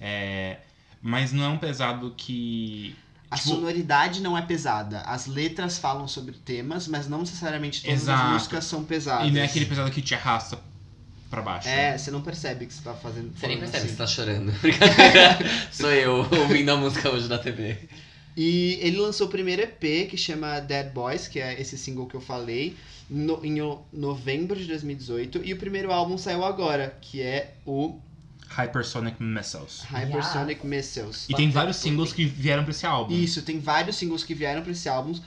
Mas não é um pesado que. A tipo, sonoridade não é pesada. As letras falam sobre temas, mas não necessariamente todas Exato. as músicas são pesadas. E não é aquele pesado que te arrasta pra baixo. Você não percebe que você tá fazendo. Você nem falando percebe que assim. você tá chorando. Brincadeira. Sou eu ouvindo a música hoje na TV. E ele lançou o primeiro EP, que chama Dead Boys, que é esse single que eu falei, em novembro de 2018. E o primeiro álbum saiu agora, que é o Hypersonic Missiles. Hypersonic Missiles. E tem vários singles que vieram pra esse álbum. Isso, tem vários singles que vieram pra esse álbum.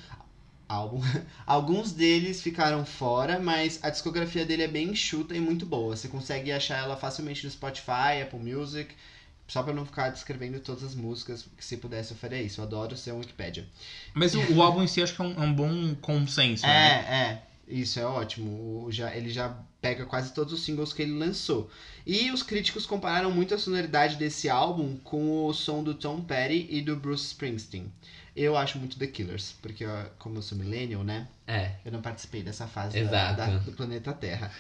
Alguns deles ficaram fora, mas a discografia dele é bem enxuta e muito boa. Você consegue achar ela facilmente no Spotify, Apple Music. Só pra não ficar descrevendo todas as músicas, que se pudesse eu faria isso. Eu adoro ser um Wikipedia. Mas o álbum em si acho que é um bom consenso, né? Isso é ótimo. Ele já pega quase todos os singles que ele lançou. E os críticos compararam muito a sonoridade desse álbum com o som do Tom Petty e do Bruce Springsteen. Eu acho muito The Killers, porque como eu sou millennial, né? Eu não participei dessa fase Exato. do planeta Terra.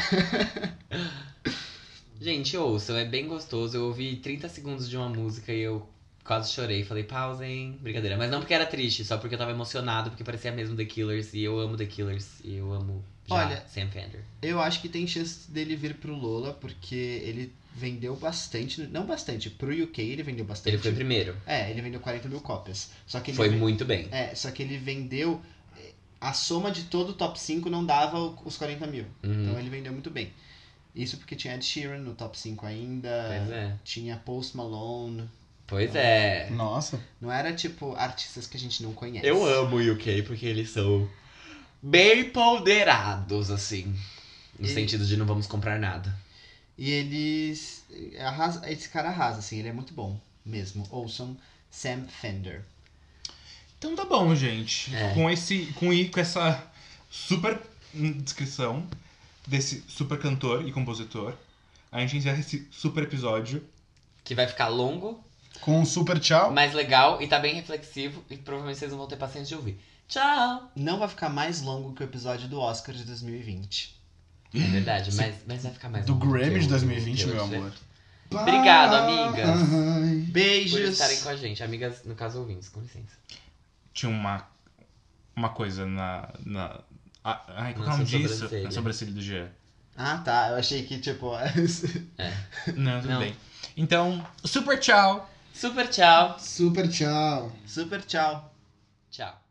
Gente, ouçam, é bem gostoso. Eu ouvi 30 segundos de uma música e eu quase chorei. Falei, pausem. Brincadeira. Mas não porque era triste, só porque eu tava emocionado, porque parecia mesmo The Killers. E eu amo The Killers. E eu amo Sam Fender. Eu acho que tem chance dele vir pro Lola, porque ele vendeu bastante. Não bastante, pro UK ele vendeu bastante. Ele foi primeiro. Ele vendeu 40 mil cópias. Só que ele Foi muito bem. Só que ele vendeu. A soma de todo o top 5 não dava os 40 mil. Então ele vendeu muito bem. Isso porque tinha Ed Sheeran no top 5 ainda. Pois é. Tinha Post Malone. Pois é. Nossa. Não era tipo artistas que a gente não conhece. Eu amo o UK porque eles são bem ponderados, assim. No sentido de não vamos comprar nada. E eles. Esse cara arrasa, assim, ele é muito bom mesmo. Ouçam Sam Fender. Então tá bom, gente. Com essa super descrição desse super cantor e compositor, a gente encerra esse super episódio. Que vai ficar longo, Com um super tchau. mais legal e tá bem reflexivo. E provavelmente vocês não vão ter paciência de ouvir. Tchau! Não vai ficar mais longo que o episódio do Oscar de 2020. É verdade, mas vai ficar mais Do longo Grammy que de o- 2020, que o- meu amor. Obrigado, amigas. Por Beijos. estarem com a gente. Amigas, no caso, ouvintes, com licença. Tinha uma coisa qual é o Na nome sua disso? sobrancelha. Na sobrancelha do Jean. Ah, tá. Eu achei que, tipo. Não, tudo Não. bem. Então, super tchau! Super tchau! Super tchau. Super tchau. Tchau.